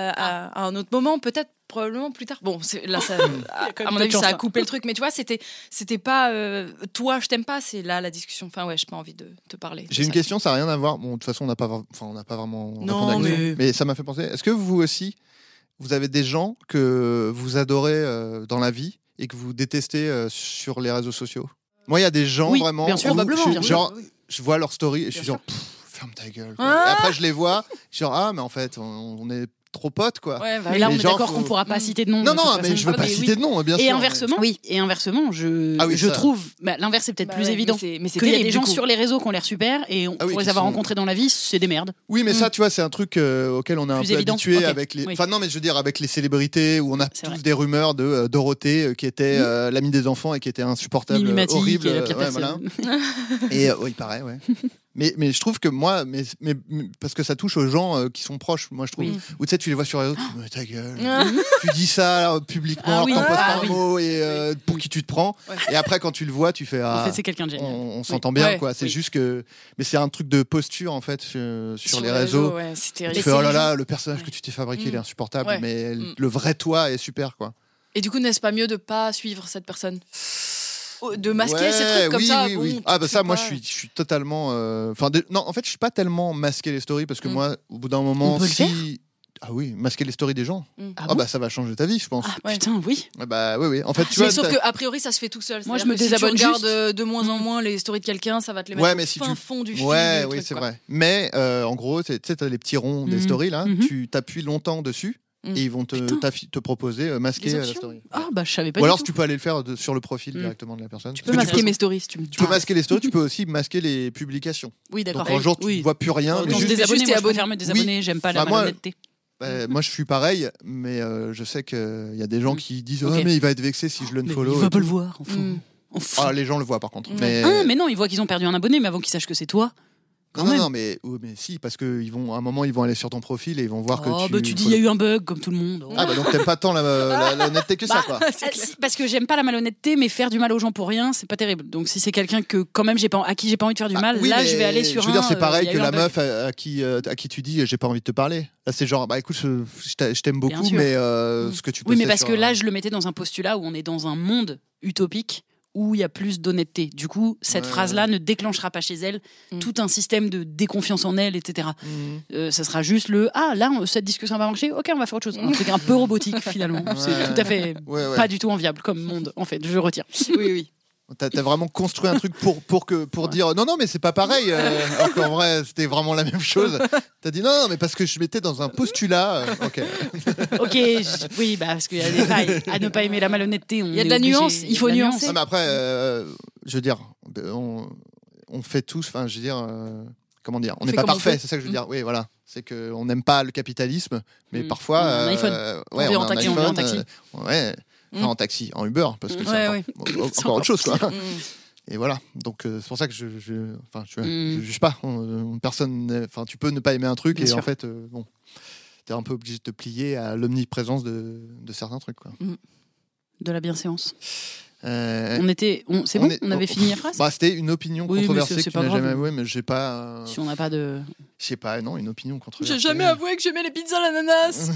à un autre moment, peut-être probablement plus tard. Bon, là, ça, quand même à mon peu de avis, chance, ça a là. coupé le truc. Mais tu vois, c'était pas toi, je t'aime pas. C'est là la discussion. Enfin ouais, j'ai pas envie de te parler. J'ai une question, ça n'a rien à voir. Bon, de toute façon, on n'a pas vraiment Non, répondu à la question. mais- Mais ça m'a fait penser. Est-ce que vous aussi, vous avez des gens que vous adorez dans la vie et que vous détestez sur les réseaux sociaux? Moi, il y a des gens Oui, vraiment. bien sûr, où probablement, je, bien sûr. genre, je vois leur story et je suis Bien genre, ferme ta gueule. quoi. Ah Et après, je les vois, je suis genre, ah, mais en fait, on est trop potes, quoi. Ouais, bah Mais oui. là, on les est gens, d'accord faut- qu'on pourra pas Mm. citer de nom. Non, de non, toute mais façon. je veux Ah, pas mais citer oui. de nom, bien sûr. Et inversement, Oui. je Ah oui, ça. trouve, l'inverse c'est peut-être Bah plus ouais, évident. mais c'est Qu'il y a terrible, des gens du coup. sur les réseaux qui ont l'air super et Ah oui, pour les qui avoir sont- rencontrés dans la vie, c'est des merdes. Oui, mais ça, tu vois, c'est un truc auquel on est un Plus peu évident. habitué Ok. avec les. Oui. Enfin, non, mais je veux dire, avec les célébrités où on a C'est tous vrai. des rumeurs de Dorothée qui était l'amie des enfants et qui était insupportable, Mimi Mati, horrible. qui est la pire ouais, personne. voilà. Et oui, pareil, ouais. Mais je trouve que moi, parce que ça touche aux gens qui sont proches, moi je trouve. Oui. Ou tu sais, tu les vois sur les réseaux, tu te dis, mais ta gueule. Tu dis ça publiquement, Ah alors oui. t'en poses Ah pas un oui. mot et pour qui tu te prends. Ouais. Et après, quand tu le vois, tu fais En ah. fait, c'est quelqu'un de génial. On s'entend bien, Ouais. quoi. C'est Oui. juste que. Mais c'est un truc de posture, en fait, sur les réseaux. Ouais, c'est Tu terrible. fais, oh là les là, le personnage que tu t'es fabriqué, il est Mm. insupportable, Ouais. mais Mm. le vrai toi est super, quoi. Et du coup, n'est-ce pas mieux de pas suivre cette personne? De masquer Ouais, ces trucs comme oui, ça. oui, bon, oui. tu Ah, bah te ça, fais moi, pas- je suis totalement. Enfin, non, en fait, je suis pas tellement masquer les stories parce que Mm. moi, au bout d'un moment, On peut le si. Ah oui, masquer les stories des gens. Ah Ah, bon bah ça va changer ta vie, je pense. Ah, Ouais. putain, oui. Ah bah oui, oui. En fait, tu Mais vois. sauf t'as- qu'a priori, ça se fait tout seul. Moi, je C'est-à-dire me que si désabonne tu regardes juste. de moins en moins les stories de quelqu'un, ça va te les mettre Ouais, au mais si fin tu- fond du fil. Ouais, du oui, truc, c'est quoi. vrai. Mais en gros, tu sais, t'as les petits ronds des Mhm. stories là, Mhm. tu t'appuies longtemps dessus Mhm. et ils vont Putain. te proposer masquer Des la options. story. Ah, bah, je savais pas. Ou du alors tout. tu peux aller le faire sur le profil Mm. directement de la personne. Tu Parce peux que masquer mes stories si tu me dis. tu peux masquer les stories, tu peux aussi masquer les publications. Oui, d'accord. Donc un jour tu Oui. ne vois plus rien. Oh, mais Donc, donc, juste- désabonner, juste moi, je abonné. préfère me désabonner, j'aime pas la Bah, moi- malhonnêteté. Moi je suis pareil, mais je sais qu'il y a des gens qui disent Ok. oh, mais il va être vexé si je le Mais follow. il et va pas tout. le voir, on fout. Mm. On fout. Ah, les gens le voient par contre. Ouais. Mais... Ah, mais non, ils voient qu'ils ont perdu un abonné, mais avant qu'ils sachent que c'est toi. Quand non, même. non, mais, oui, mais si, parce qu'à un moment ils vont aller sur ton profil et ils vont voir que Oh, tu. bah tu dis, il y a eu un bug, comme tout le monde. Oh. Ah bah donc t'aimes pas tant l'honnêteté que ça Bah, quoi. C'est clair. si, parce que j'aime pas la malhonnêteté, mais faire du mal aux gens pour rien, c'est pas terrible. Donc si c'est quelqu'un que quand même à qui j'ai pas envie de faire du Bah, mal, oui, là mais je vais aller sur je veux dire, c'est pareil il y a que eu la un bug. meuf à qui tu dis j'ai pas envie de te parler. Là, c'est genre, bah écoute, je t'aime beaucoup, sûr. mais ce que tu Oui, mais postais parce sur, que là, je le mettais dans un postulat où on est dans un monde utopique où il y a plus d'honnêteté. Du coup, cette Ouais. phrase-là ne déclenchera pas chez elle tout un système de déconfiance en elle, etc. Ça sera juste là, cette discussion va marcher, ok, on va faire autre chose. Un truc un peu robotique, finalement. C'est Ouais. tout à fait Ouais, ouais. pas du tout enviable comme monde, en fait. Je retire. Oui, oui. T'as vraiment construit un truc pour dire non, mais c'est pas pareil. Alors qu'en vrai, c'était vraiment la même chose. T'as dit non, mais parce que je m'étais dans un postulat. Ok. Ok, oui, bah, parce qu'il y a des failles. À ne pas aimer la malhonnêteté, Il y a de la nuance, il faut nuancer. Non, mais après, je veux dire, on fait tous, enfin, je veux dire, comment dire, on n'est fait pas comme on parfait, peut. c'est ça que je veux dire. Oui, voilà. C'est qu'on n'aime pas le capitalisme, mais Mm. parfois. On a un iPhone. Ouais, On vit on en a un taxi, on vit en iPhone, taxi. ouais. Enfin, en taxi, en Uber, parce que Ouais, ouais. encore autre chose, quoi. Mm. Et voilà. Donc, c'est pour ça que je Mm. juge pas. Enfin, tu peux ne pas aimer un truc Bien et sûr. en fait, bon, t'es un peu obligé de te plier à l'omniprésence de certains trucs, quoi. De la bienséance. C'est bon, on avait fini la phrase. Bah, c'était une opinion Oui, mais controversée c'est que tu pas n'as grave. jamais avouée, mais j'ai pas. Si on n'a pas de. Je sais pas, non, une opinion controversée. J'ai jamais avoué que j'aimais les pizzas à l'ananas.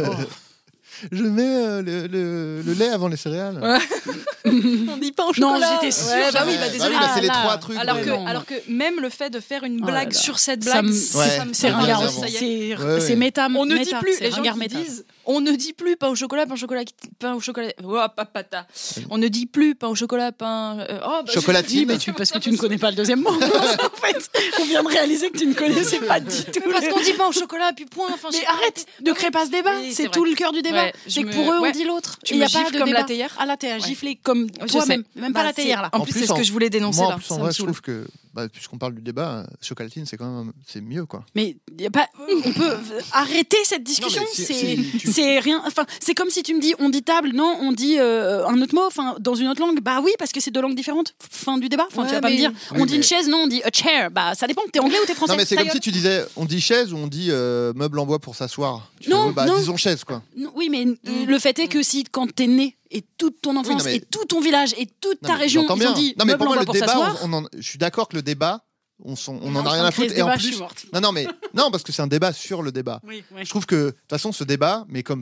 Je mets le lait avant les céréales. Ouais. On dit pas au chocolat. Non, j'étais sûre. Ouais, bah oui, Ouais, bah désolé. bah, c'est les là. 3 trucs. Alors Ouais, que même le fait de faire une Oh blague là là. sur cette Ça blague, me- ça me- C'est Ah, ringard. évidemment. ça y est. C'est méta. On ne dit méta, plus, c'est les gens ringard qui méta. disent, on ne dit plus pain au chocolat, pain au chocolat. Oh, papata. On ne dit plus pain au chocolat, pain. Chocolatine. Oui, mais parce que tu ne connais pas le deuxième mot. En fait, on vient de réaliser que tu ne connaissais pas du tout. Parce qu'on dit pain au chocolat, puis point. Enfin, Mais arrête de créer pas ce débat. Oui, c'est c'est tout vrai. le cœur du débat. Ouais, c'est je que me- pour eux, ouais. on dit l'autre. Tu Il y me a pas gifles de comme débat. la théière. Ah là, t'es à Ouais. gifler comme Je toi-même. sais. Même pas Bah, la théière là. En plus, c'est ce que je voulais dénoncer Moi, en là. plus, Ça en me vrai, je saoule. trouve que, puisqu'on parle du débat, chocolatine, c'est quand même, c'est mieux, quoi. Mais y a pas, on peut arrêter cette discussion. Non, mais C'est rien. Enfin, c'est comme si tu me dis on dit table, non, on dit un autre mot. Enfin, dans une autre langue. Bah oui, parce que c'est 2 langues différentes. Fin du débat. Enfin, Ouais, tu vas pas me mais- dire Oui, on dit mais- une chaise, non, on dit a chair. Bah ça dépend. T'es anglais ou t'es français. Non, mais c'est Ta comme si gueule. tu disais, on dit chaise ou on dit meuble en bois pour s'asseoir. Tu Non, fais, bah, non. disons chaise, quoi. Non, oui, mais le fait est que si quand t'es né et toute ton enfance non, mais- et tout ton village et toute Non, ta mais région, j'entends ils bien. ont dit Non, mais meuble pour en moi, bois le pour débat, s'asseoir. je suis d'accord que le débat, on en a rien à foutre. Et en plus, non, mais non, parce que c'est un débat sur le débat. Oui, oui. Je trouve que, de toute façon, ce débat, mais comme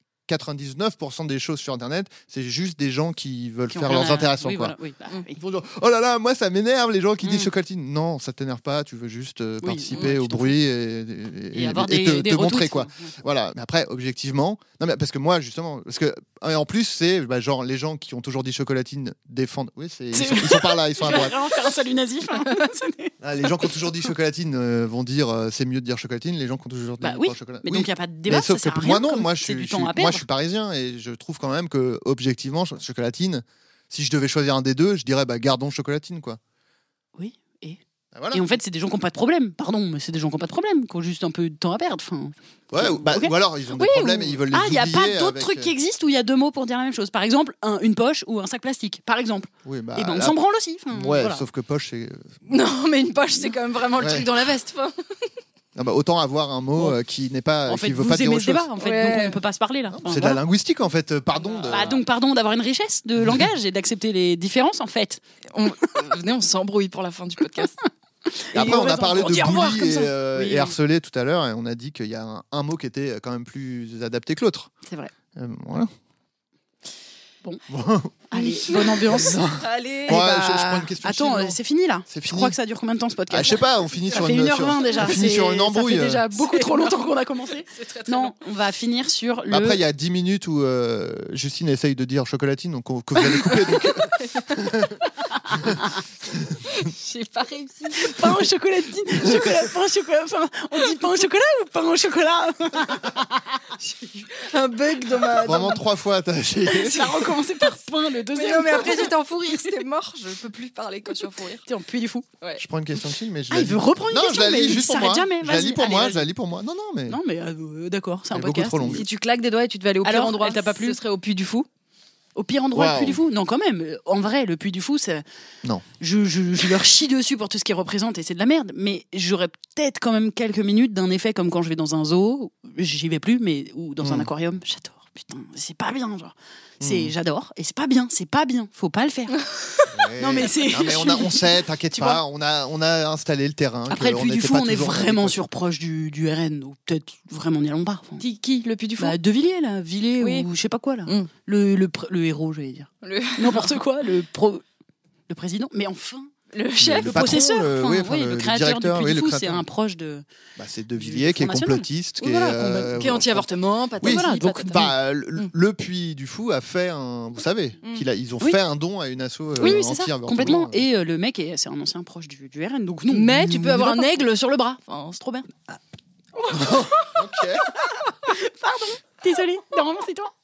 99% des choses sur Internet, c'est juste des gens qui veulent Qui ont faire rien leurs à- intéressants, oui, quoi. voilà, oui, bah, oui. Ils vont dire, oh là là, moi ça m'énerve les gens qui disent Mm. chocolatine. Non, ça t'énerve pas, tu veux juste participer ouais, au tu t'en bruit Et avoir des te retweets, montrer, quoi. ouais. Voilà, mais après, objectivement, non, mais parce que moi, justement, parce que, et en plus, c'est genre les gens qui ont toujours dit chocolatine défendent. Oui, ils sont par là, ils sont à Je vais droite. vraiment faire un salut nazif. Ah, les gens qui ont toujours dit chocolatine vont dire c'est mieux de dire chocolatine. Les gens qui ont toujours dit Bah oui, chocolat. Mais Oui. donc il n'y a pas de débat. Mais sauf ça sert que à moi rien, non, comme moi c'est je du suis, temps à perdre. moi je suis parisien et je trouve quand même que objectivement chocolatine, si je devais choisir un des deux, je dirais bah gardons chocolatine, quoi. Oui, et Bah, voilà. Et en fait, c'est des gens qui n'ont pas de problème. Pardon, mais c'est des gens qui n'ont pas de problème, qui ont juste un peu de temps à perdre. Enfin, Ouais, ok. ou alors ils ont des Oui, problèmes ou- et ils veulent les Ah, il n'y a oublier pas d'autres avec, trucs qui existent où il y a 2 mots pour dire la même chose. Par exemple, une poche ou un sac plastique, par exemple. Oui, bah, Et ben on là- s'en branle aussi. Enfin, Ouais, voilà. sauf que poche, c'est. Non, mais une poche, c'est quand même vraiment le Ouais. truc dans la veste. Enfin, Ah bah, autant avoir un mot Bon. qui n'est pas, En qui fait, veut vous pas dire aimez autre ce chose. débat, en fait, Ouais. donc on ne peut pas se parler là. Non, Enfin, c'est de voilà. la linguistique en fait. Pardon. De... Bah, donc pardon d'avoir une richesse de langage et d'accepter les différences en fait. venez, on s'embrouille pour la fin du podcast. Et après, on a parlé on de dit au revoir bully comme et, ça. Oui. et harcelé tout à l'heure et on a dit qu'il y a un mot qui était quand même plus adapté que l'autre. C'est vrai. Voilà. Allez, bonne ambiance. Allez. Bon, bah, je prends une question. Attends, chill, non c'est fini là. C'est Tu fini. crois que ça dure combien de temps ce podcast Ah, je sais pas, on finit Ça sur fait une 1h20 déjà. On finit sur une embrouille. Ça fait déjà beaucoup C'est trop énorme. longtemps qu'on a commencé. C'est très très Non, long. on va finir sur le. Bah, après, il y a 10 minutes où Justine essaye de dire chocolatine, donc que vous allez couper. Donc... J'ai pas réussi. pain au chocolatine. Pain au chocolat. Enfin, on dit pain au chocolat ou pain au chocolat Un bug dans ma. Vraiment 3 fois, t'as essayé. Ça a recommencé par pain le Mais deuxième. non, mais après j'étais en fou rire, c'était mort. Je peux plus parler quand je suis en fou rire. T'es en puits du fou. Je prends une question chill, mais je Ah, la il lis. veut reprendre une Non, question, je la mais lis il juste pour s'arrête moi. jamais. Je la lis Vas-y, pour allez, moi, vas-y. je la lis pour moi. Non, mais. Non, mais d'accord, c'est un Elle est beaucoup podcast. trop longue. Si tu claques des doigts et tu devais aller au pire Alors, endroit, elle t'a pas plu ce serait au Puy du Fou. Au pire endroit, le Waouh. Puy du Fou. Non, quand même. En vrai, le Puy du Fou, c'est. Non. Je leur chie dessus pour tout ce qu'ils représentent et c'est de la merde. Mais j'aurais peut-être quand même quelques minutes d'un effet comme quand je vais dans un zoo. J'y vais plus, mais ou dans un aquarium. J'adore. Putain, c'est pas bien, genre. J'adore et c'est pas bien. C'est pas bien. Faut pas le faire. Ouais. Non, mais c'est- Non, mais on sait, t'inquiète Tu pas, on a installé le terrain. Après, le que Puy du n'était Fou, pas on est toujours vraiment adéquat. sur proche du RN. Ou peut-être vraiment n'y allons pas. Enfin, Qui le Puy du Fou bah, De Villiers, là. Villiers Oui. ou je sais pas quoi, là. Mm. Le héros, j'allais dire. N'importe quoi. Le président. Mais enfin. Le Le chef. patron, possesseur, le- enfin, oui, oui, enfin, le le créateur directeur, du oui, Puy du le Fou, c'est créateur. un proche de. Bah, c'est De Villiers qui est Front National. complotiste, Oui, voilà, Qui est anti-avortement, patati, Oui, voilà, donc, patata. Bah, le Puy du Fou a fait un. Vous savez, ils ont Oui. fait un don à une asso Oui, c'est ça, anti-avortement. complètement. Et le mec, c'est un ancien proche du RN, donc non. Mais tu peux avoir un aigle. aigle sur le bras. Enfin, c'est trop bien. Ok. Désolée, normalement c'est toi.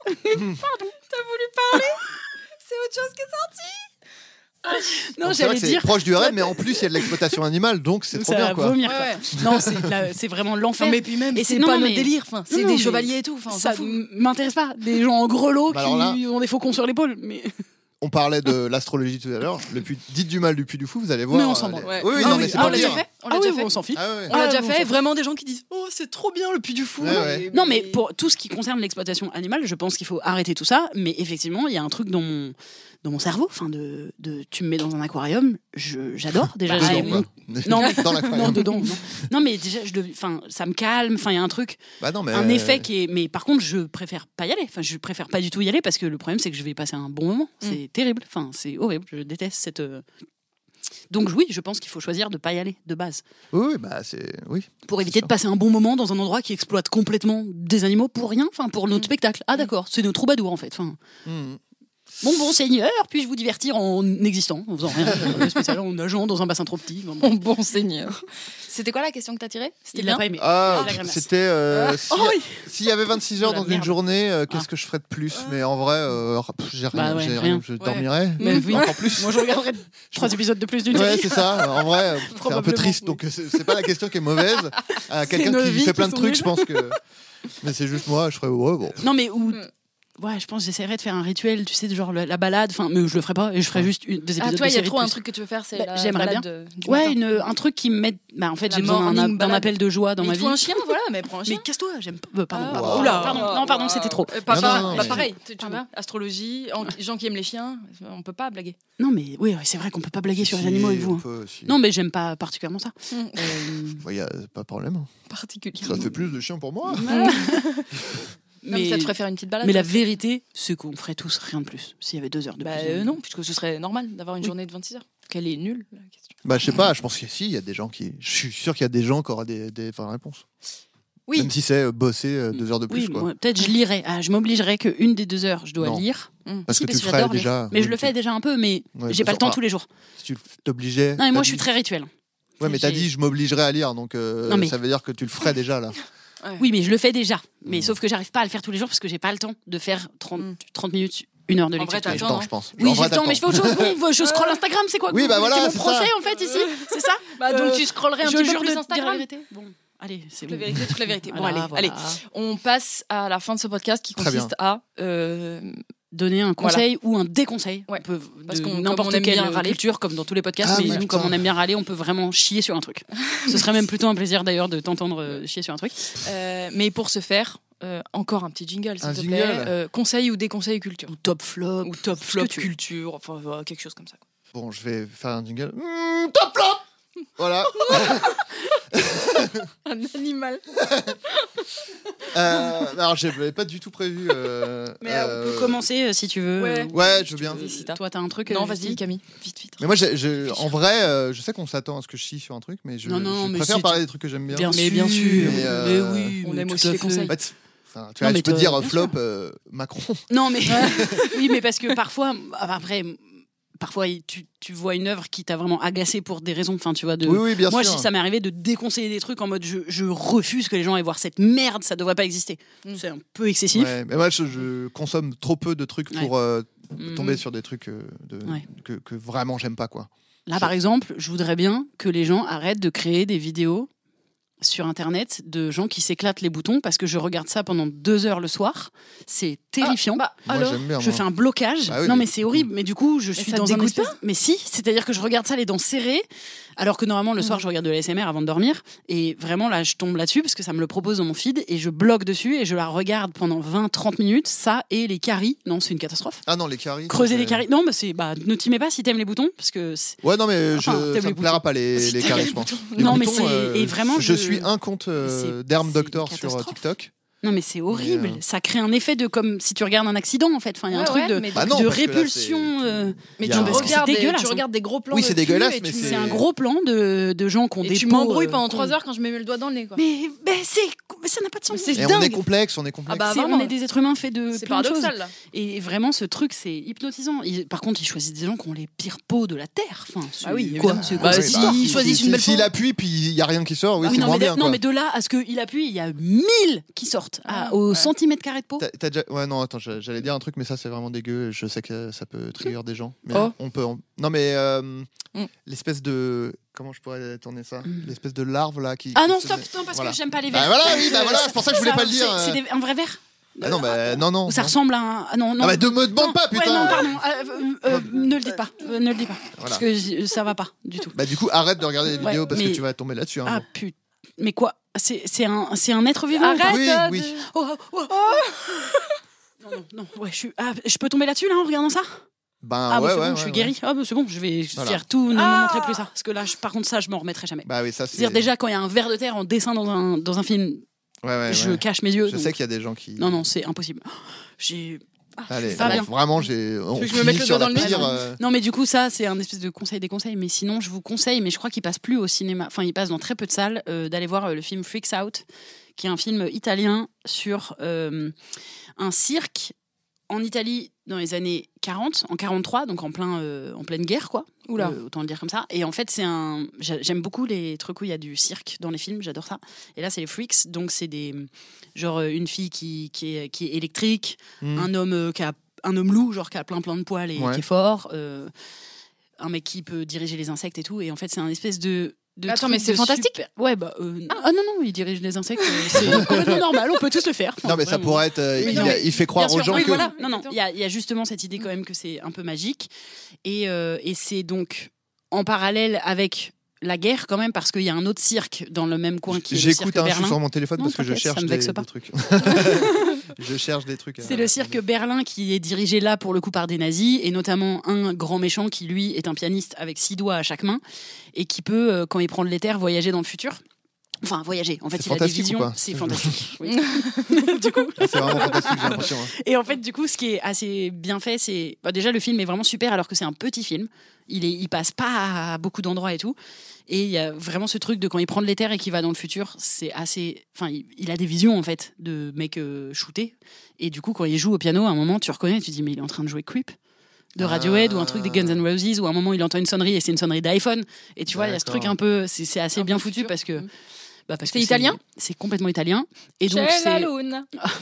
C'est autre chose que ça. Non, Donc, c'est vrai j'allais que c'est dire. proche du RN, mais en plus, il y a de l'exploitation animale, donc c'est trop ça bien, va quoi. vomir, quoi. Ouais. Non, c'est vraiment l'enfer. Non, mais puis même, Et c'est non, pas mais- notre délire. Enfin, c'est Non, des mais chevaliers et tout. Enfin, on ça s'en fout. m'intéresse pas. Des gens en grelots Bah, alors là- qui ont des faucons sur l'épaule. Mais On parlait de l'astrologie tout à l'heure. Dites du mal du Puy du Fou, vous allez voir. Mais on s'en branle. Ouais. Oui, oui, Ah non, oui, mais c'est ah, pour on l'a dire. déjà fait. On l'a déjà fait. on s'en fiche. Ah ouais. On l'a déjà bon, fait. ça- Vraiment des gens qui disent oh c'est trop bien le Puy du Fou. Ouais, ouais. Non, mais pour tout ce qui concerne l'exploitation animale, je pense qu'il faut arrêter tout ça. Mais effectivement, il y a un truc dans mon cerveau. Enfin, tu me mets dans un aquarium, j'adore déjà. Dedans, j'ai quoi. Non, mais- Dans l'aquarium. non, dedans. Non, mais déjà, ça me calme. Enfin, il y a un truc, Bah non, mais un effet qui est. Mais par contre, je préfère pas y aller. Enfin, je préfère pas du tout y aller parce que le problème, c'est que je vais passer un bon moment. C'est terrible. Enfin, c'est horrible. Je déteste cette. Donc oui, je pense qu'il faut choisir de pas y aller de base Oui, bah c'est oui. pour éviter de passer un bon moment dans un endroit qui exploite complètement des animaux pour rien. Enfin, pour notre spectacle. Ah d'accord, c'est nos troubadours en fait. Enfin. Mhm. Bon Seigneur, puis-je vous divertir en existant, en faisant rien de spécial, en nageant dans un bassin trop petit. Mon bon Seigneur. C'était quoi la question que t'as tirée? C'était Il l'a bien. pas aimé. Ah, La grimace. c'était s'il y avait 26 heures Oh, la dans une merde. journée, qu'est-ce que je ferais de plus? Mais en vrai, j'ai rien, Bah ouais, j'ai rien. je dormirais. Mais oui. Encore plus. Moi, je regarderais 3 épisodes de plus d'une Ouais, série. c'est ça. En vrai, c'est un peu Probablement, triste. oui. Donc, c'est pas la question qui est mauvaise. À quelqu'un nos qui vies fait qui plein de sont trucs, nulles. je pense que. Mais c'est juste moi, je ferais ouais, bon. Non, mais ouais, je pense que j'essaierais de faire un rituel, tu sais, de genre la balade. Enfin, mais je le ferais pas et je ferais juste des épisodes Ah toi, de il y a série trop de un plus. truc que tu veux faire, c'est Bah, la j'aimerais balade bien. du Ouais, matin. un truc qui me met. Bah, en fait, La j'ai besoin d'un morning balade. appel de joie dans Mais ma il vie. faut un chien, voilà, mais prends un chien. Mais casse-toi, j'aime pas. Pardon, Ah, pardon. wow. Oula, pardon, c'était trop. Papa, Non, non, bah mais- pareil, tu Pardon. vois, astrologie, gens qui aiment les chiens, on peut pas blaguer. Non, mais oui, c'est vrai qu'on peut pas blaguer sur les animaux avec vous. hein. Si. Non, mais j'aime pas particulièrement ça. Il y a pas de problème. Particulièrement. Ça fait plus de chiens pour moi. Mais ça te ferait faire une petite balade. Mais la toi. vérité, c'est qu'on ferait tous rien de plus s'il y avait 2 heures de Bah plus. non, puisque ce serait normal d'avoir une journée de 26 heures. Qu'elle est nulle, la question. Bah, je sais pas, je pense que si, il y a des gens qui. Je suis sûr qu'il y a des gens qui auraient des vraies réponses. Oui. Même si c'est bosser 2 heures de plus, Oui, quoi. moi, peut-être je lirais. Ah, je m'obligerais qu'une des 2 heures, je dois Non. lire. Parce Si, que tu le j'adore ferais lire. déjà. Mais je Oui, le fais déjà un peu, mais Ouais, j'ai pas le temps ah, tous les jours. Si tu t'obligeais. Non, mais moi, t'as je suis dit- très rituel. Ouais, mais t'as j'ai- dit je m'obligerais à lire, donc Non, mais- ça veut dire que tu le ferais déjà là. Oui, mais je le fais déjà. Mais sauf que j'arrive pas à le faire tous les jours parce que j'ai pas le temps de faire 30 minutes, 1 heure de En lecture. vrai, t'as J'ai le le temps, temps, non je pense. Oui, En j'ai vrai, le temps, t'as mais je fais autre chose. Bon, je scrolle Instagram, c'est quoi Oui, bah voilà, c'est mon c'est procès ça. en fait ici, c'est ça. Bah donc tu scrollerais un je petit peu jure plus de dire la Instagram. vérité. Bon, allez, c'est Toute la bon. vérité, toute la vérité. Bon, Voilà, allez, voilà. on passe à la fin de ce podcast qui Très bien. consiste à Donner un conseil ou un déconseil. Ouais. On peut Parce de qu'on- comme n'importe on aime quelle bien râler. culture, comme dans tous les podcasts, Ah, mais oui, nous, putain. comme on aime bien râler, on peut vraiment chier sur un truc. Ce serait même plutôt un plaisir d'ailleurs de t'entendre chier sur un truc. mais pour ce faire, encore un petit jingle, s'il Un te jingle. plaît. Conseil ou déconseil culture. Ou top flop. Ou top ce flop que tu veux. culture, enfin voilà, quelque chose comme ça. Bon, je vais faire un jingle. Top flop. Voilà. Un animal. Alors, j'avais pas du tout prévu. Mais on peut commencer si tu veux. Ouais. Ouais, je veux bien. Félicita. Toi, t'as un truc Non, Justine vas-y, Camille. Vite, vite. Mais moi, en vrai, je sais qu'on s'attend à ce que je chie sur un truc, mais je, Non, non, je mais préfère si parler des trucs que j'aime bien. Bien Mais sûr, bien sûr. Mais, oui, on mais aime tout aussi à les fait. conseils. En fait, enfin, tu Non, vois, mais je peux toi, dire bien flop Macron. Non, mais oui, mais parce que parfois, après, parfois tu vois une œuvre qui t'a vraiment agacé pour des raisons. Enfin, tu vois, Oui, oui, bien moi, sûr. ça m'est arrivé de déconseiller des trucs en mode je refuse que les gens aillent voir cette merde, ça devrait pas exister. C'est un peu excessif. Ouais, mais moi, je consomme trop peu de trucs pour tomber sur des trucs Ouais. que vraiment j'aime pas, quoi. Là, par exemple, je voudrais bien que les gens arrêtent de créer des vidéos sur Internet de gens qui s'éclatent les boutons parce que je regarde ça pendant 2 heures le soir. C'est terrifiant. Bah, Moi, alors, j'aime bien. Je moi. fais un blocage. Bah oui, non, mais mais c'est horrible. Mais du coup, je suis ça te dans un dégoûte espèce. Mais si, c'est-à-dire que je regarde ça les dents serrées, alors que normalement le soir je regarde de l'ASMR avant de dormir. Et vraiment là, je tombe là-dessus parce que ça me le propose dans mon feed et je bloque dessus et je la regarde pendant 20-30 minutes. Ça et les caries. Non, c'est une catastrophe. Ah non, les caries. Creuser c'est- les caries. Non, bah ne t'y mets pas si t'aimes les boutons parce que. Ouais, non, mais Enfin, t'aimes ça les me plaira boutons. pas les Si t'aimes caries, les je pense. boutons. Les Non, mais boutons, c'est- et vraiment, je je- suis un compte c'est- Derm c'est Doctor une sur catastrophe. TikTok. Non, mais c'est horrible. Mais, Ça crée un effet de comme si tu regardes un accident en fait. Enfin, il y a un Ouais, truc ouais, de, mais Bah non, de parce que là, répulsion. mais il y tu a- parce que c'est regardes, dégueulasse, tu hein. regardes des gros plans. Oui, c'est de cul dégueulasse, et mais tu- C'est un gros plan de gens qui ont Et des tu peaux, m'embrouilles pendant cons. 3 heures quand je mets le doigt dans le nez, quoi. Mais ça n'a pas de sens. Mais c'est Et on dingue. est complexe, on est complexe. Ah bah, On vraiment. est des êtres humains faits de C'est plein de choses. paradoxal, là. Et vraiment, ce truc, c'est hypnotisant. Par contre, ils choisissent des gens qui ont les pires peaux de la terre. Enfin, Ah oui, quoi, évidemment. c'est Bah, quoi, si- cette histoire ils choisissent une belle S'il peau. appuie, puis il y a rien qui sort, oui, Ah oui, c'est non, moins mais bien. non, quoi. mais de là à ce qu'il appuie, il y a 1000 qui sortent au ouais. centimètre carré de peau. T'as déjà... Ouais, non, attends, j'allais dire un truc, mais ça, c'est vraiment dégueu. Je sais que ça peut trigger des gens. Mais Oh. on peut. Non, mais Mm. l'espèce de. Comment je pourrais tourner ça L'espèce de larve là qui. Ah qui non, se stop, met- non, parce Voilà. que j'aime pas les Bah verres. voilà, oui, bah voilà, c'est pour ça que je voulais pas le dire. C'est un vrai verre. Ah non, bah non. Ou ça ressemble à un. Ah non. Ah bah ne me demande pas, putain. Ouais, non, pardon. Ne le dites pas. Ne le dites pas. Voilà. Parce que ça va pas du tout. Bah du coup, arrête de regarder les vidéos parce que tu vas tomber là-dessus. Ah putain. Mais quoi? C'est un être vivant. Arrête. Oui. Non. Ouais, je peux tomber là-dessus là en regardant ça? Ben c'est ouais, bon, je suis guérie. Ah bah c'est bon, je vais faire tout. Ne me montrez plus ça. Parce que là, par contre, ça, je m'en remettrai jamais. Bah oui, ça c'est. C'est-à-dire déjà quand il y a un ver de terre en dessin dans un film, je cache mes yeux. Je sais qu'il y a des gens qui. Non, c'est impossible. Allez, ça va bien. vraiment, on que je me finit mette le sur doigt la dans le pire. Non, mais du coup, ça, c'est un espèce de conseil des conseils. Mais sinon, je vous conseille, mais je crois qu'il passe plus au cinéma. Enfin, il passe dans très peu de salles, d'aller voir le film Freaks Out, qui est un film italien sur un cirque en Italie dans les années 40, en 43, donc en pleine guerre, quoi. Oula. Autant le dire comme ça. Et en fait, j'aime beaucoup les trucs où il y a du cirque dans les films, j'adore ça. Et là, c'est les Freaks, donc c'est genre une fille qui est électrique, un homme un homme loup, genre qui a plein de poils et qui est fort, un mec qui peut diriger les insectes et tout. Et en fait, c'est un espèce de Attends, mais c'est fantastique. Super... Ouais, non, il dirige les insectes. C'est complètement normal, on peut tous le faire. Non, mais ça pourrait être. Il fait croire aux gens que. Voilà. Non, il y a justement cette idée quand même que c'est un peu magique. Et c'est donc en parallèle avec la guerre quand même, parce qu'il y a un autre cirque dans le même coin qui est le cirque Berlin. Je suis sur mon téléphone parce que je cherche des trucs. Je cherche des trucs. C'est le cirque Berlin qui est dirigé là pour le coup par des nazis, et notamment un grand méchant qui lui est un pianiste avec 6 doigts à chaque main et qui peut, quand il prend de l'éther, voyager dans le futur. Enfin, voyager. En fait, il a des visions. C'est fantastique. Oui. Du coup. C'est vraiment fantastique, j'ai l'impression. Et en fait, du coup, ce qui est assez bien fait, c'est déjà le film est vraiment super alors que c'est un petit film. Il passe pas à beaucoup d'endroits et tout. Et il y a vraiment ce truc de quand il prend de l'éther et qu'il va dans le futur, c'est assez. Enfin, il a des visions en fait de mecs shootés. Et du coup, quand il joue au piano, à un moment, tu reconnais, tu te dis mais il est en train de jouer Creep de Radiohead ou un truc des Guns N' Roses, ou à un moment il entend une sonnerie et c'est une sonnerie d'iPhone. Et tu vois, il y a ce truc un peu, c'est assez bien foutu parce que. Parce c'est italien. C'est complètement italien. Et donc c'est la lune.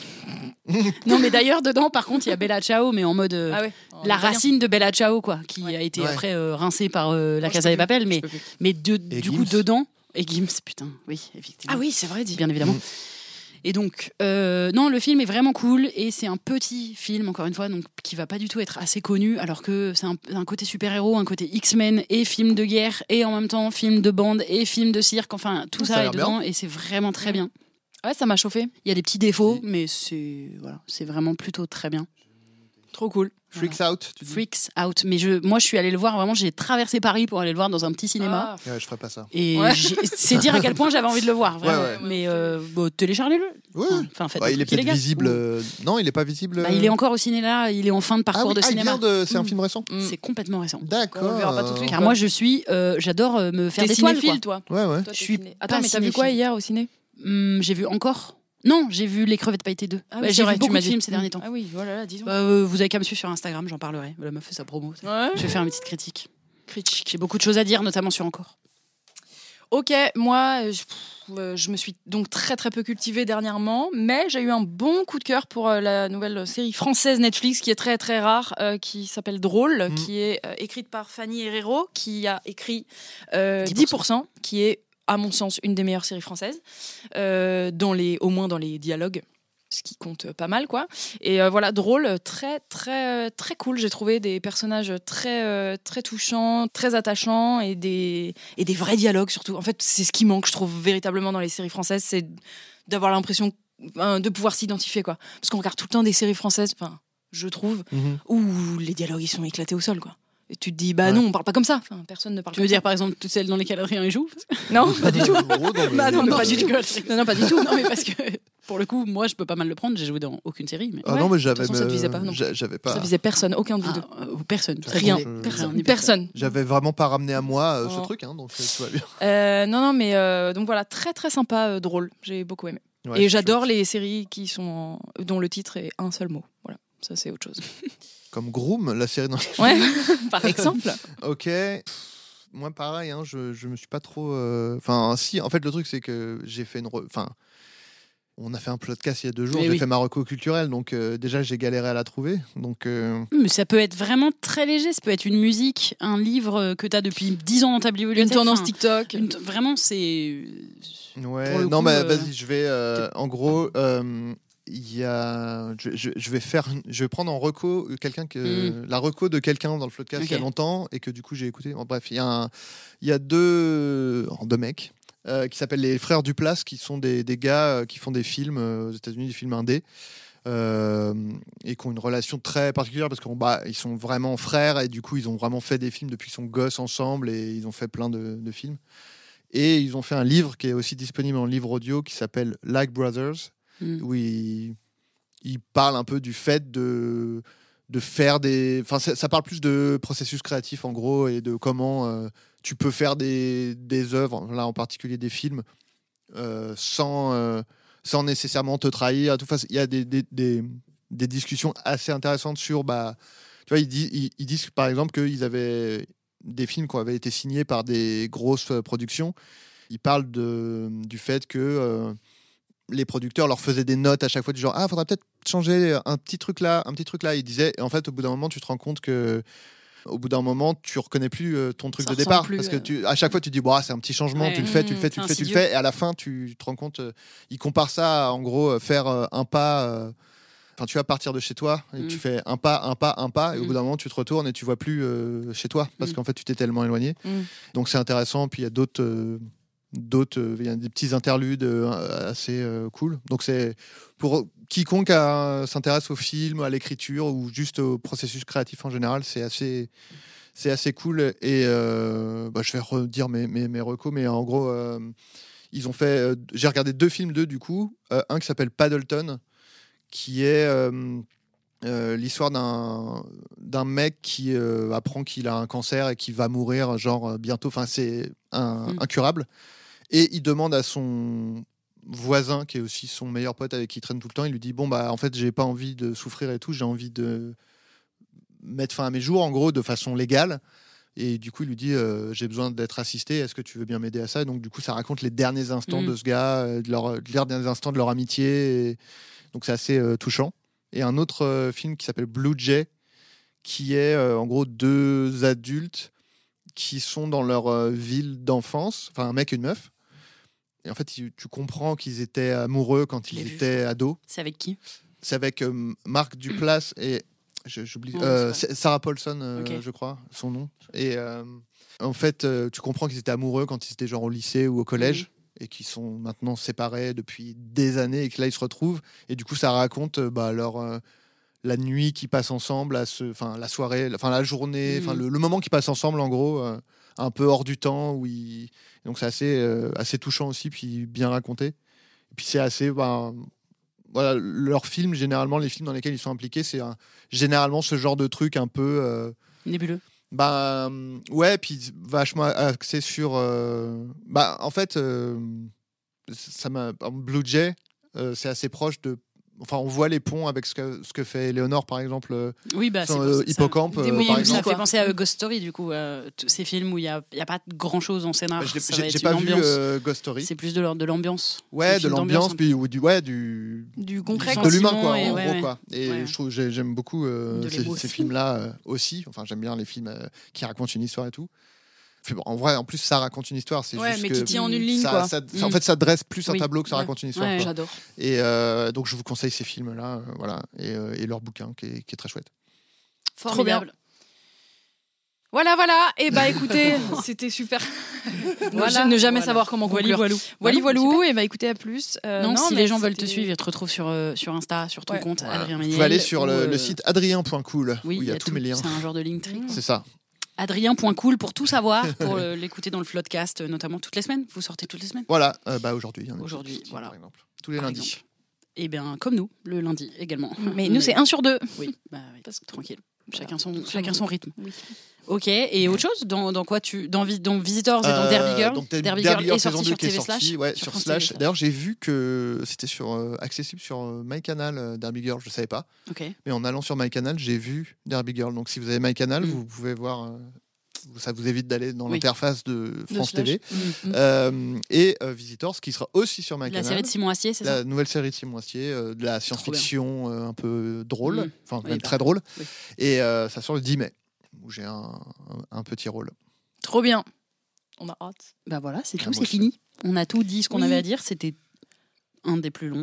Non, mais d'ailleurs dedans, par contre, il y a Bella Ciao, mais en mode la racine de Bella Ciao, quoi, qui a été après rincée par la Casa de Papel, mais du coup dedans et Gims, putain, oui, effectivement. Ah oui, c'est vrai, bien évidemment. Et donc, non, le film est vraiment cool et c'est un petit film, encore une fois, donc, qui va pas du tout être assez connu, alors que c'est un côté super-héros, un côté X-Men et film de guerre et en même temps film de bande et film de cirque, enfin tout ça est dedans et c'est vraiment très bien. Ouais, ça m'a chauffé. Il y a des petits défauts, mais c'est vraiment plutôt très bien. Trop cool. Freaks Out, tu dis. Freaks Out. Mais moi, je suis allée le voir, vraiment, j'ai traversé Paris pour aller le voir dans un petit cinéma. Ouais, je ferais pas ça. Et c'est dire à quel point j'avais envie de le voir, vraiment. Ouais. Mais téléchargez-le. Ouais. Enfin, faites il est peut-être visible. Non, il est pas visible. Il est encore au ciné là, il est en fin de parcours de cinéma. C'est un film récent. C'est complètement récent. D'accord. On le verra pas tout de suite. Car moi, j'adore me faire des cinéphile, toi. Ouais. Je suis Attends, mais t'as vu quoi hier au ciné? J'ai vu encore. Non, j'ai vu Les Crevettes Pailletées 2. Ah oui, j'ai vu beaucoup de films ces derniers temps. Ah oui, voilà, disons. Vous avez qu'à me suivre sur Instagram, j'en parlerai. La meuf fait sa promo. Ouais. Je vais faire une petite critique. J'ai beaucoup de choses à dire, notamment sur Encore. Ok, moi, je me suis donc très très peu cultivée dernièrement, mais j'ai eu un bon coup de cœur pour la nouvelle série française Netflix qui est très très rare, qui s'appelle Drôle, qui est écrite par Fanny Herrero, qui a écrit 10%, qui est à mon sens une des meilleures séries françaises, au moins dans les dialogues, ce qui compte pas mal, quoi. Et voilà, Drôle, très très très cool. J'ai trouvé des personnages très très touchants, très attachants et des vrais dialogues surtout. En fait, c'est ce qui manque, je trouve, véritablement dans les séries françaises, c'est d'avoir l'impression de pouvoir s'identifier, quoi. Parce qu'on regarde tout le temps des séries françaises, enfin, je trouve, où les dialogues ils sont éclatés au sol, quoi. Et tu te dis, non, on parle pas comme ça. Enfin, personne ne parle Tu comme veux ça. dire, par exemple, toutes celles dans lesquelles Adrien y joue? Non, pas du tout. Non, pas du tout. Non, pas du tout. Non, mais parce que, pour le coup, moi, je peux pas mal le prendre. J'ai joué dans aucune série. Mais... non, mais de toute façon, ça te visait pas. J'avais pas. Ça visait personne, aucun de vous deux. Personne. Rien. Personne. J'avais vraiment pas ramené à moi ce truc, donc tout va bien. Non, mais donc voilà, très très sympa, Drôle. J'ai beaucoup aimé. Ouais, et j'adore les séries dont le titre est un seul mot. Voilà, ça c'est autre chose. Comme Groom, la série dans... Ouais, par exemple. Ok. Moi, pareil, je me suis pas trop... Enfin, si, en fait, le truc, c'est que j'ai fait on a fait un podcast il y a 2 jours, j'ai fait ma reco culturelle, donc déjà, j'ai galéré à la trouver. Donc, Mais ça peut être vraiment très léger, ça peut être une musique, un livre que tu as depuis 10 ans dans ta bibliothèque. Une tendance TikTok. Vraiment, c'est... Ouais, non, mais vas-y, je vais... en gros... il y a, je vais prendre en reco la reco de quelqu'un dans le podcast il y a longtemps et que du coup j'ai écouté. Bon, bref, il y a deux mecs qui s'appellent les frères Duplass, qui sont des gars qui font des films aux États-Unis, des films indés. Et qui ont une relation très particulière parce qu'ils sont vraiment frères et du coup ils ont vraiment fait des films depuis qu'ils sont gosses ensemble et ils ont fait plein de films. Et ils ont fait un livre qui est aussi disponible en livre audio qui s'appelle Like Brothers, où ils parlent un peu du fait de faire des... Enfin, ça parle plus de processus créatif en gros et de comment tu peux faire des œuvres, là en particulier des films, sans nécessairement te trahir. Il y a des discussions assez intéressantes sur... tu vois, ils disent par exemple qu'ils avaient des films qui avaient été signés par des grosses productions. Ils parlent du fait que les producteurs leur faisaient des notes à chaque fois du genre « Ah, faudrait peut-être changer un petit truc là, un petit truc là ». Ils disaient, et en fait, au bout d'un moment, tu te rends compte que au bout d'un moment, tu reconnais plus ton truc de départ plus, parce que à chaque fois tu dis c'est un petit changement, tu le fais, et à la fin tu te rends compte, ils comparent ça à, en gros, faire un pas. Enfin, tu vas partir de chez toi et tu fais un pas, et au bout d'un moment tu te retournes et tu vois plus chez toi parce qu'en fait tu t'es tellement éloigné. Donc c'est intéressant. Puis il y a d'autres, il y a des petits interludes assez cool. Donc c'est pour quiconque s'intéresse au film, à l'écriture ou juste au processus créatif en général, c'est assez cool. Et je vais redire mes recos, mais en gros ils ont fait. J'ai regardé 2 films d'eux du coup, un qui s'appelle Paddleton, qui est l'histoire d'un mec qui apprend qu'il a un cancer et qui va mourir bientôt. Enfin, c'est incurable. Et il demande à son voisin, qui est aussi son meilleur pote avec qui il traîne tout le temps, il lui dit en fait, j'ai pas envie de souffrir et tout, j'ai envie de mettre fin à mes jours, en gros, de façon légale. Et du coup, il lui dit j'ai besoin d'être assisté, est-ce que tu veux bien m'aider à ça? Et donc, du coup, ça raconte les derniers instants de ce gars, les derniers instants de leur amitié. Donc c'est assez touchant. Et un autre film qui s'appelle Blue Jay, qui est en gros 2 adultes qui sont dans leur ville d'enfance, enfin un mec et une meuf. Et en fait, tu comprends qu'ils étaient amoureux quand ils étaient ados. C'est avec qui? C'est avec Mark Duplass et j'oublie Sarah Paulson, je crois, son nom. Et en fait, tu comprends qu'ils étaient amoureux quand ils étaient genre au lycée ou au collège. Et qui sont maintenant séparés depuis des années et que là ils se retrouvent et du coup ça raconte la nuit qu'ils passent ensemble, la soirée, la journée, le moment qu'ils passent ensemble en gros, un peu hors du temps donc c'est assez touchant aussi, puis bien raconté. Et puis c'est assez voilà, leurs films, généralement les films dans lesquels ils sont impliqués, c'est généralement ce genre de truc un peu nébuleux. Ouais, puis vachement axé sur en fait Blue Jay, c'est assez proche de, enfin on voit les ponts avec ce que fait Eleanor par exemple. Oui, Hippocampe par exemple. Ça fait penser à Ghost Story du coup, ces films où il y a pas grand chose en scénar. J'ai pas vu Ghost Story. C'est plus de l'ambiance. Ouais, de l'ambiance, puis ou du concret, de l'humain quoi, en gros quoi. Et je trouve j'aime beaucoup ces films là aussi. Enfin j'aime bien les films qui racontent une histoire et tout. En vrai, en plus, ça raconte une histoire. C'est juste mais que qui tient en une ligne. En fait, ça dresse plus un tableau que ça raconte une histoire. Ouais, j'adore. Et donc, je vous conseille ces films-là, voilà, et leur bouquin qui est très chouette. Formidable. Voilà. Et écoutez, c'était super. Ne jamais savoir comment conclure. Voilou. Et écoutez, à plus. Si les gens veulent te suivre, ils te retrouvent sur Insta, sur ton compte, Adrien Méniel. Vous pouvez aller sur le site adrien.cool, où il y a tous mes liens. C'est un genre de Linktree. C'est ça. Adrien.cool pour tout savoir, pour l'écouter dans le Floodcast, notamment toutes les semaines. Vous sortez toutes les semaines? Voilà, aujourd'hui. Aujourd'hui, voilà. Par exemple. Tous les lundis. Et bien, comme nous, le lundi également. Mais nous, c'est 1 sur 2. Oui, tranquille. Chacun son rythme. Oui. Ok, et autre chose dans quoi dans Visitors et dans Derby Girl. Donc Derby Girl est sorti sur TV Slash. Ouais, sur Slash. D'ailleurs, j'ai vu que c'était accessible sur MyCanal, Derby Girl, je savais pas. Ok. Mais en allant sur MyCanal, j'ai vu Derby Girl. Donc si vous avez MyCanal, vous pouvez voir. Ça vous évite d'aller dans l'interface de France TV. Et Visitors, qui sera aussi sur MyCanal. La série de Simon Astier, c'est ça? La nouvelle série de Simon Astier, de la science-fiction un peu drôle, même très drôle. Oui. Et ça sort le 10 mai, où j'ai un petit rôle. Trop bien. On a hâte. Voilà, c'est tout, c'est fini. On a tout dit ce qu'on avait à dire. C'était un des plus longs.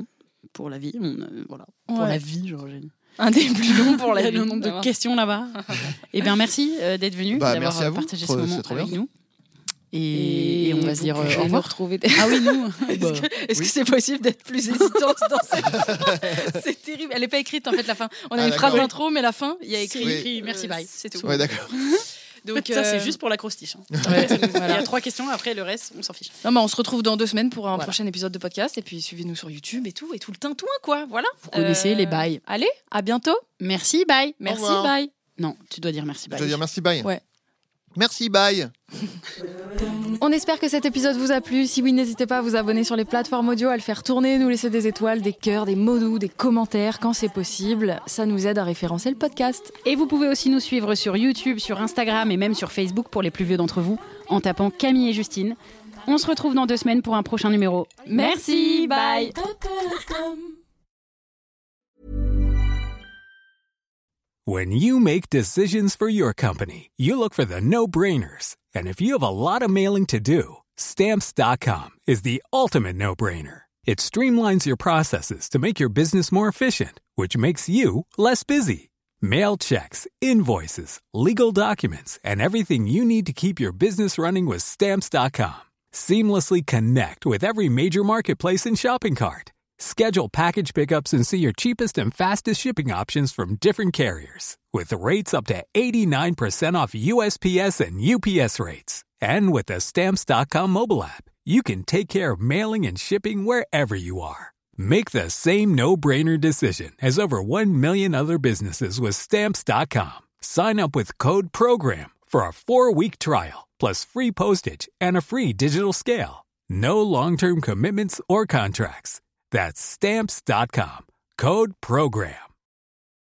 pour la vie. Voilà. Pour Ouais. la vie, genre. Un des plus longs pour la vie. Le nombre de questions là-bas. Eh bien, merci d'être venu, d'avoir merci à vous. partagé ce moment C'est trop avec bien. nous. Et on va se dire vous pouvez au nous revoir. retrouver. Ah oui, nous. Est-ce que c'est possible d'être plus hésitante dans cette... C'est terrible. Elle n'est pas écrite en fait la fin. On a Ah, une phrase d'accord. d'intro, mais la fin, il y a écrit. Oui. écrit merci, bye. C'est tout. Ouais, d'accord. Donc Ça, c'est juste pour l'acrostiche. Hein. Ouais, Il y voilà. a 3 questions, après le reste, on s'en fiche. Non, mais on se retrouve dans 2 semaines pour un Voilà. prochain épisode de podcast. Et puis suivez-nous sur YouTube et tout le tintouin, quoi. Voilà. Vous connaissez les bails. Allez, à bientôt. Merci, bye. Merci, revoir. bye. Non, tu dois dire merci, Je bye. dois dire merci, bye. Ouais. Merci, bye. On espère que cet épisode vous a plu. Si oui, n'hésitez pas à vous abonner sur les plateformes audio, à le faire tourner, nous laisser des étoiles, des cœurs, des mots doux, des commentaires quand c'est possible. Ça nous aide à référencer le podcast. Et vous pouvez aussi nous suivre sur YouTube, sur Instagram et même sur Facebook pour les plus vieux d'entre vous, en tapant Camille et Justine. On se retrouve dans 2 semaines pour un prochain numéro. Merci, bye. When you make decisions for your company, you look for the no-brainers. And if you have a lot of mailing to do, Stamps.com is the ultimate no-brainer. It streamlines your processes to make your business more efficient, which makes you less busy. Mail checks, invoices, legal documents, and everything you need to keep your business running with Stamps.com. Seamlessly connect with every major marketplace and shopping cart. Schedule package pickups and see your cheapest and fastest shipping options from different carriers, with rates up to 89% off USPS and UPS rates. And with the Stamps.com mobile app, you can take care of mailing and shipping wherever you are. Make the same no-brainer decision as over 1 million other businesses with Stamps.com. Sign up with code PROGRAM for a 4-week trial, plus free postage and a free digital scale. No long-term commitments or contracts. That's Stamps.com. Code PROGRAM.